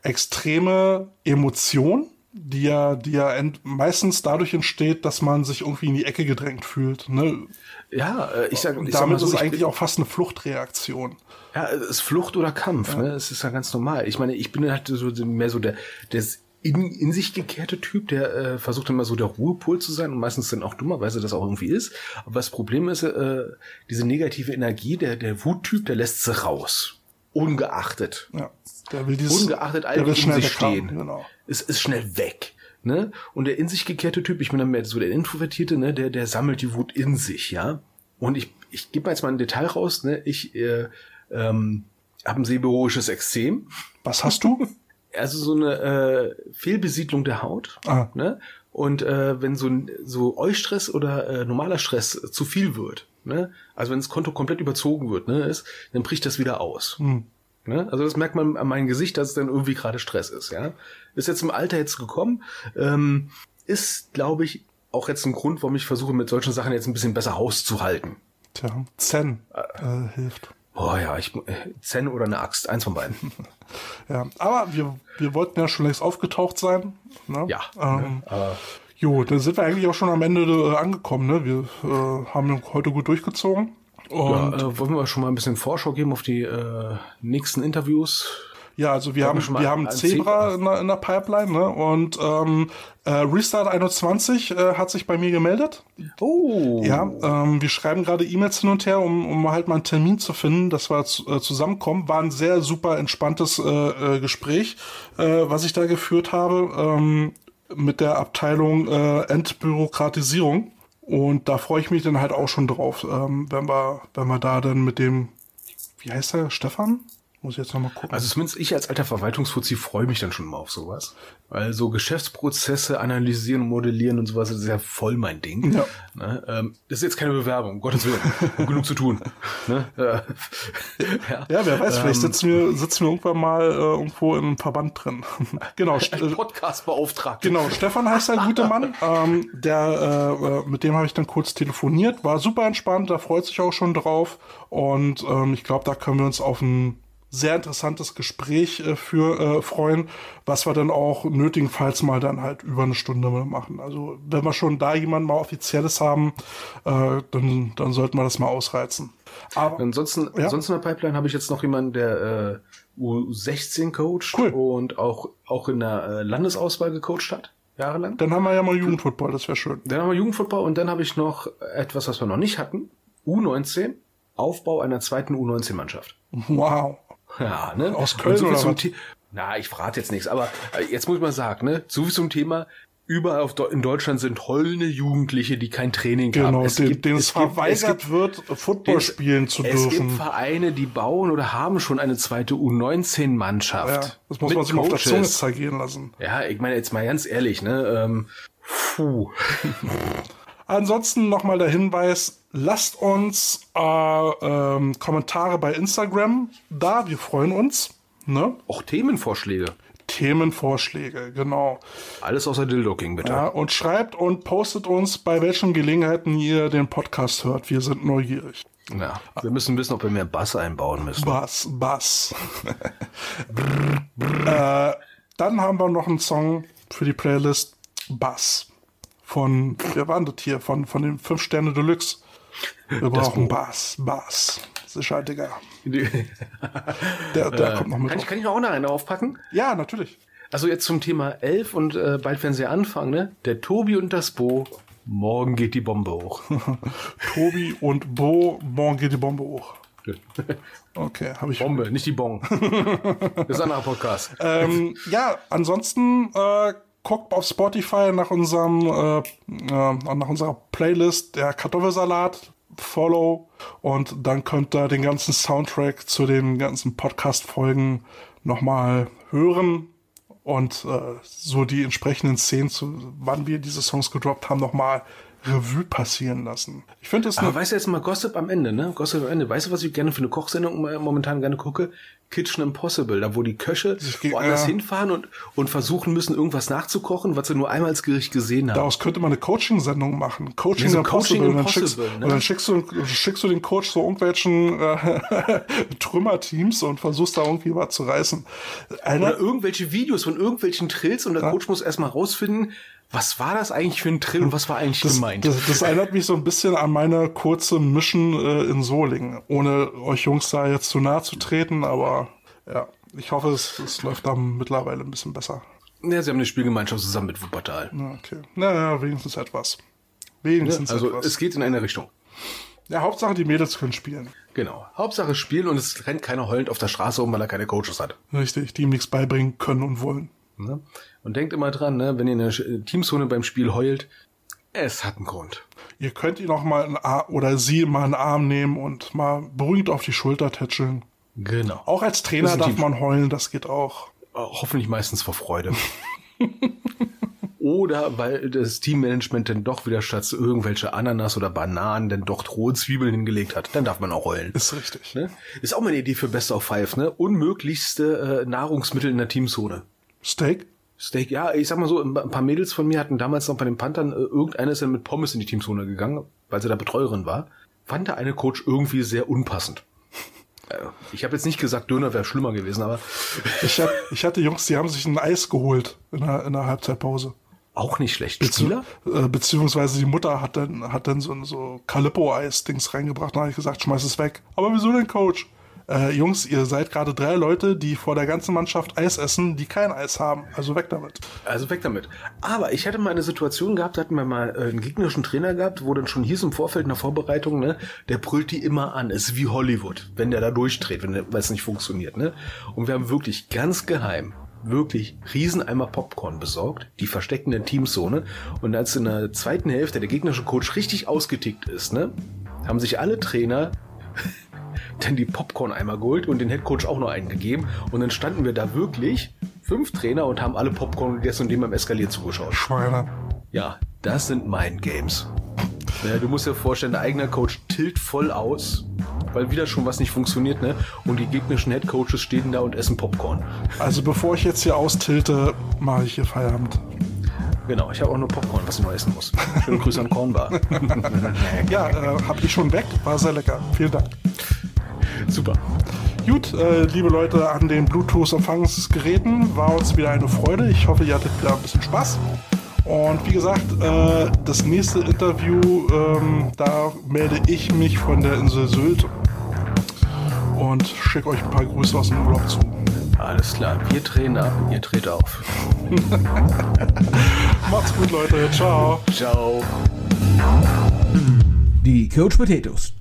extreme Emotion, die ja, die ja ent- meistens dadurch entsteht, dass man sich irgendwie in die Ecke gedrängt fühlt. Ne? Ja, ich sag, Und ich damit sag mal so, ist es ich eigentlich bin, auch fast eine Fluchtreaktion. Ja, es ist Flucht oder Kampf, ja. Ne? Es ist ja ganz normal. Ich meine, ich bin halt so mehr so der, der in, in sich gekehrte Typ, der äh, versucht immer so der Ruhepol zu sein und meistens dann auch dummerweise das auch irgendwie ist. Aber das Problem ist, äh, diese negative Energie, der, der Wuttyp, der lässt sie raus. Ungeachtet. Ja, der will dieses, Ungeachtet all der will in schnell sich stehen. Genau. Es ist schnell weg. Ne? Und der in sich gekehrte Typ, ich bin dann mehr so der Introvertierte, ne, der, der sammelt die Wut in sich, ja. Und ich, ich gebe mal jetzt mal ein Detail raus, ne, ich äh, ähm, habe ein seborrhoisches Ekzem. Was hast du? Also so eine äh, Fehlbesiedlung der Haut, ah. ne? Und äh, wenn so so Eustress oder äh, normaler Stress zu viel wird, ne? Also wenn das Konto komplett überzogen wird, ne, ist, dann bricht das wieder aus. Hm. Ne? Also das merkt man an meinem Gesicht, dass es dann irgendwie gerade Stress ist, ja. Ist jetzt im Alter jetzt gekommen, ähm, ist, glaube ich, auch jetzt ein Grund, warum ich versuche, mit solchen Sachen jetzt ein bisschen besser Haus zu halten. Tja, Zen äh, hilft. Boah ja, ich äh, Zen oder eine Axt, eins von beiden. Ja, aber wir, wir wollten ja schon längst aufgetaucht sein. Ne? Ja. Ähm, ne? Aber jo, dann sind wir eigentlich auch schon am Ende äh, angekommen. Ne? Wir äh, haben heute gut durchgezogen. Und ja, äh, wollen wir schon mal ein bisschen Vorschau geben auf die äh, nächsten Interviews? Ja, also wir Haben haben wir wir haben Zebra, Zebra. In, der, in der Pipeline, ne? Und ähm, äh, Restart einundzwanzig äh, hat sich bei mir gemeldet. Oh. Ja, ähm, wir schreiben gerade E-Mails hin und her, um, um halt mal einen Termin zu finden, dass wir zu, äh, zusammenkommen. War ein sehr super entspanntes äh, äh, Gespräch, äh, was ich da geführt habe ähm, mit der Abteilung äh, Entbürokratisierung. Und da freue ich mich dann halt auch schon drauf, ähm, wenn wir wenn wir da dann mit dem, wie heißt der, Stefan? Muss ich jetzt nochmal gucken. Also zumindest ich als alter Verwaltungsfuzzi freue mich dann schon mal auf sowas. Weil so Geschäftsprozesse analysieren und modellieren und sowas, das ist ja voll mein Ding. Ja. Ne? Ähm, das ist jetzt keine Bewerbung, um Gottes Willen. Und genug zu tun. Ne? ja. ja, wer weiß, ähm, vielleicht sitzen wir, sitzen wir irgendwann mal äh, irgendwo in einem Verband drin. Genau. Ein Podcast-Beauftragter. Genau, Stefan heißt der gute Mann. Ähm, der, äh, mit dem habe ich dann kurz telefoniert. War super entspannt, da freut sich auch schon drauf. Und ähm, ich glaube, da können wir uns auf ein sehr interessantes Gespräch äh, für äh, freuen, was wir dann auch nötigenfalls mal dann halt über eine Stunde machen. Also wenn wir schon da jemanden mal Offizielles haben, äh, dann, dann sollten wir das mal ausreizen. Aber ansonsten, ja? ansonsten in der Pipeline habe ich jetzt noch jemanden, der äh, U sechzehn coacht cool. und auch, auch in der äh, Landesauswahl gecoacht hat. Jahrelang. Dann haben wir ja mal Jugendfootball, das wäre schön. Dann haben wir Jugendfootball und dann habe ich noch etwas, was wir noch nicht hatten. U neunzehn, Aufbau einer zweiten U neunzehn-Mannschaft. Wow. Ja, ne? Aus Köln so oder was? The- Na, ich verrate jetzt nichts, aber jetzt muss ich mal sagen, ne? So wie zum Thema, überall auf Do- in Deutschland sind heulende Jugendliche, die kein Training genau, haben. Es gibt, denen es verweigert gibt, wird, Football es, spielen zu dürfen. Es gibt Vereine, die bauen oder haben schon eine zweite U neunzehn-Mannschaft. Ja, das muss man sich mal auf der Zunge zergehen lassen. Ja, ich meine jetzt mal ganz ehrlich, ne? Ähm, puh. Ansonsten nochmal der Hinweis, lasst uns äh, ähm, Kommentare bei Instagram da, wir freuen uns. Ne? Auch Themenvorschläge. Themenvorschläge, genau. Alles außer Dildo King, bitte. Ja, und schreibt und postet uns, bei welchen Gelegenheiten ihr den Podcast hört. Wir sind neugierig. Ja, wir müssen wissen, ob wir mehr Bass einbauen müssen. Bass, Bass. äh, dann haben wir noch einen Song für die Playlist, Bass. Von, wer war das hier? Von, von den fünf Sterne Deluxe. Wir brauchen Bass, Bass. Sicher, Digga. Der, der äh, kommt noch mit. Kann ich, kann ich noch einen aufpacken? Ja, natürlich. Also jetzt zum Thema elf und äh, bald werden sie anfangen, ne? Der Tobi und das Bo, morgen geht die Bombe hoch. Tobi und Bo, morgen geht die Bombe hoch. Okay, habe ich. Bombe, nicht die Bon. Das ist ein anderer Podcast. ähm, ja, ansonsten äh, guckt auf Spotify nach unserem äh, äh, nach unserer Playlist der Kartoffelsalat, Follow, und dann könnt ihr den ganzen Soundtrack zu den ganzen Podcast-Folgen nochmal hören und äh, so die entsprechenden Szenen, zu wann wir diese Songs gedroppt haben, nochmal Revue passieren lassen. Ich finde es. Aber weißt du jetzt mal Gossip am Ende, ne? Gossip am Ende. Weißt du, was ich gerne für eine Kochsendung momentan gerne gucke? Kitchen Impossible, da wo die Köche woanders ja. hinfahren und, und versuchen müssen, irgendwas nachzukochen, was sie nur einmal als Gericht gesehen haben. Daraus könnte man eine Coaching-Sendung machen. Coaching ja, so Impossible. Coaching und dann, Impossible, schickst, ne? und dann schickst, du, schickst du den Coach zu irgendwelchen äh, Trümmerteams und versuchst da irgendwie was zu reißen. Einer, Oder irgendwelche Videos von irgendwelchen Trills und der ja. Coach muss erstmal rausfinden, was war das eigentlich für ein Trill und was war eigentlich das, gemeint? Das, das erinnert mich so ein bisschen an meine kurze Mission äh, in Solingen. Ohne euch Jungs da jetzt zu nahe zu treten, aber ja, ich hoffe, es, es läuft da mittlerweile ein bisschen besser. Ja, sie haben eine Spielgemeinschaft zusammen mit Wuppertal. Na, okay. Naja, wenigstens etwas. Wenigstens ja, also etwas. Es geht in eine Richtung. Ja, Hauptsache die Mädels können spielen. Genau. Hauptsache spielen und es rennt keiner heulend auf der Straße um, weil er keine Coaches hat. Richtig, die ihm nichts beibringen können und wollen. Ne? Und denkt immer dran, ne, wenn ihr in der Teamzone beim Spiel heult, es hat einen Grund. Ihr könnt ihn auch mal einen Arm oder sie mal einen Arm nehmen und mal beruhigend auf die Schulter tätscheln. Genau. Auch als Trainer darf man heulen, das geht auch. Hoffentlich meistens vor Freude. Oder weil das Teammanagement dann doch wieder statt irgendwelche Ananas oder Bananen dann doch rohe Zwiebeln hingelegt hat. Dann darf man auch heulen. Ist richtig. Ne? Ist auch mal eine Idee für Best of Five, ne? Unmöglichste äh, Nahrungsmittel in der Teamzone. Steak? Steak, ja, ich sag mal so, ein paar Mädels von mir hatten damals noch bei den Panthern, äh, irgendeine ist dann mit Pommes in die Teamzone gegangen, weil sie da Betreuerin war. Fand der eine Coach irgendwie sehr unpassend. Äh, ich habe jetzt nicht gesagt, Döner wäre schlimmer gewesen, aber... ich, hab, ich hatte Jungs, die haben sich ein Eis geholt in der, in der Halbzeitpause. Auch nicht schlecht. Bezieh- äh, beziehungsweise die Mutter hat dann, hat dann so, so Calippo-Eis-Dings reingebracht und habe ich gesagt, schmeiß es weg. Aber wieso denn, Coach? Äh, Jungs, ihr seid gerade drei Leute, die vor der ganzen Mannschaft Eis essen, die kein Eis haben. Also weg damit. Also weg damit. Aber ich hatte mal eine Situation gehabt, da hatten wir mal äh, einen gegnerischen Trainer gehabt, wo dann schon hieß im Vorfeld in der Vorbereitung, ne, der brüllt die immer an. Ist wie Hollywood, wenn der da durchdreht, wenn der, weil es nicht funktioniert, ne. Und wir haben wirklich ganz geheim wirklich Rieseneimer Popcorn besorgt, die versteckten in der Teamzone. Und als in der zweiten Hälfte der gegnerische Coach richtig ausgetickt ist, ne, haben sich alle Trainer dann die Popcorn-Eimer geholt und den Headcoach auch noch einen gegeben. Und dann standen wir da wirklich, fünf Trainer, und haben alle Popcorn gegessen und dem beim Eskalieren zugeschaut. Schweine. Ja, das sind Mind-Games. Ja, du musst dir vorstellen, der eigene Coach tilt voll aus, weil wieder schon was nicht funktioniert, ne? Und die gegnerischen Headcoaches stehen da und essen Popcorn. Also bevor ich jetzt hier austilte, mache ich hier Feierabend. Genau, ich habe auch nur Popcorn, was ich noch essen muss. Schöne Grüße an Cornbar. Ja, äh, hab ich schon weg, war sehr lecker. Vielen Dank. Super. Gut, äh, liebe Leute an den Bluetooth-Empfangsgeräten, war uns wieder eine Freude. Ich hoffe, ihr hattet wieder ein bisschen Spaß. Und wie gesagt, äh, das nächste Interview, ähm, da melde ich mich von der Insel Sylt und schicke euch ein paar Grüße aus dem Urlaub zu. Alles klar, wir drehen ab, ihr dreht auf. Macht's gut, Leute. Ciao. Ciao. Die Coach Potatoes,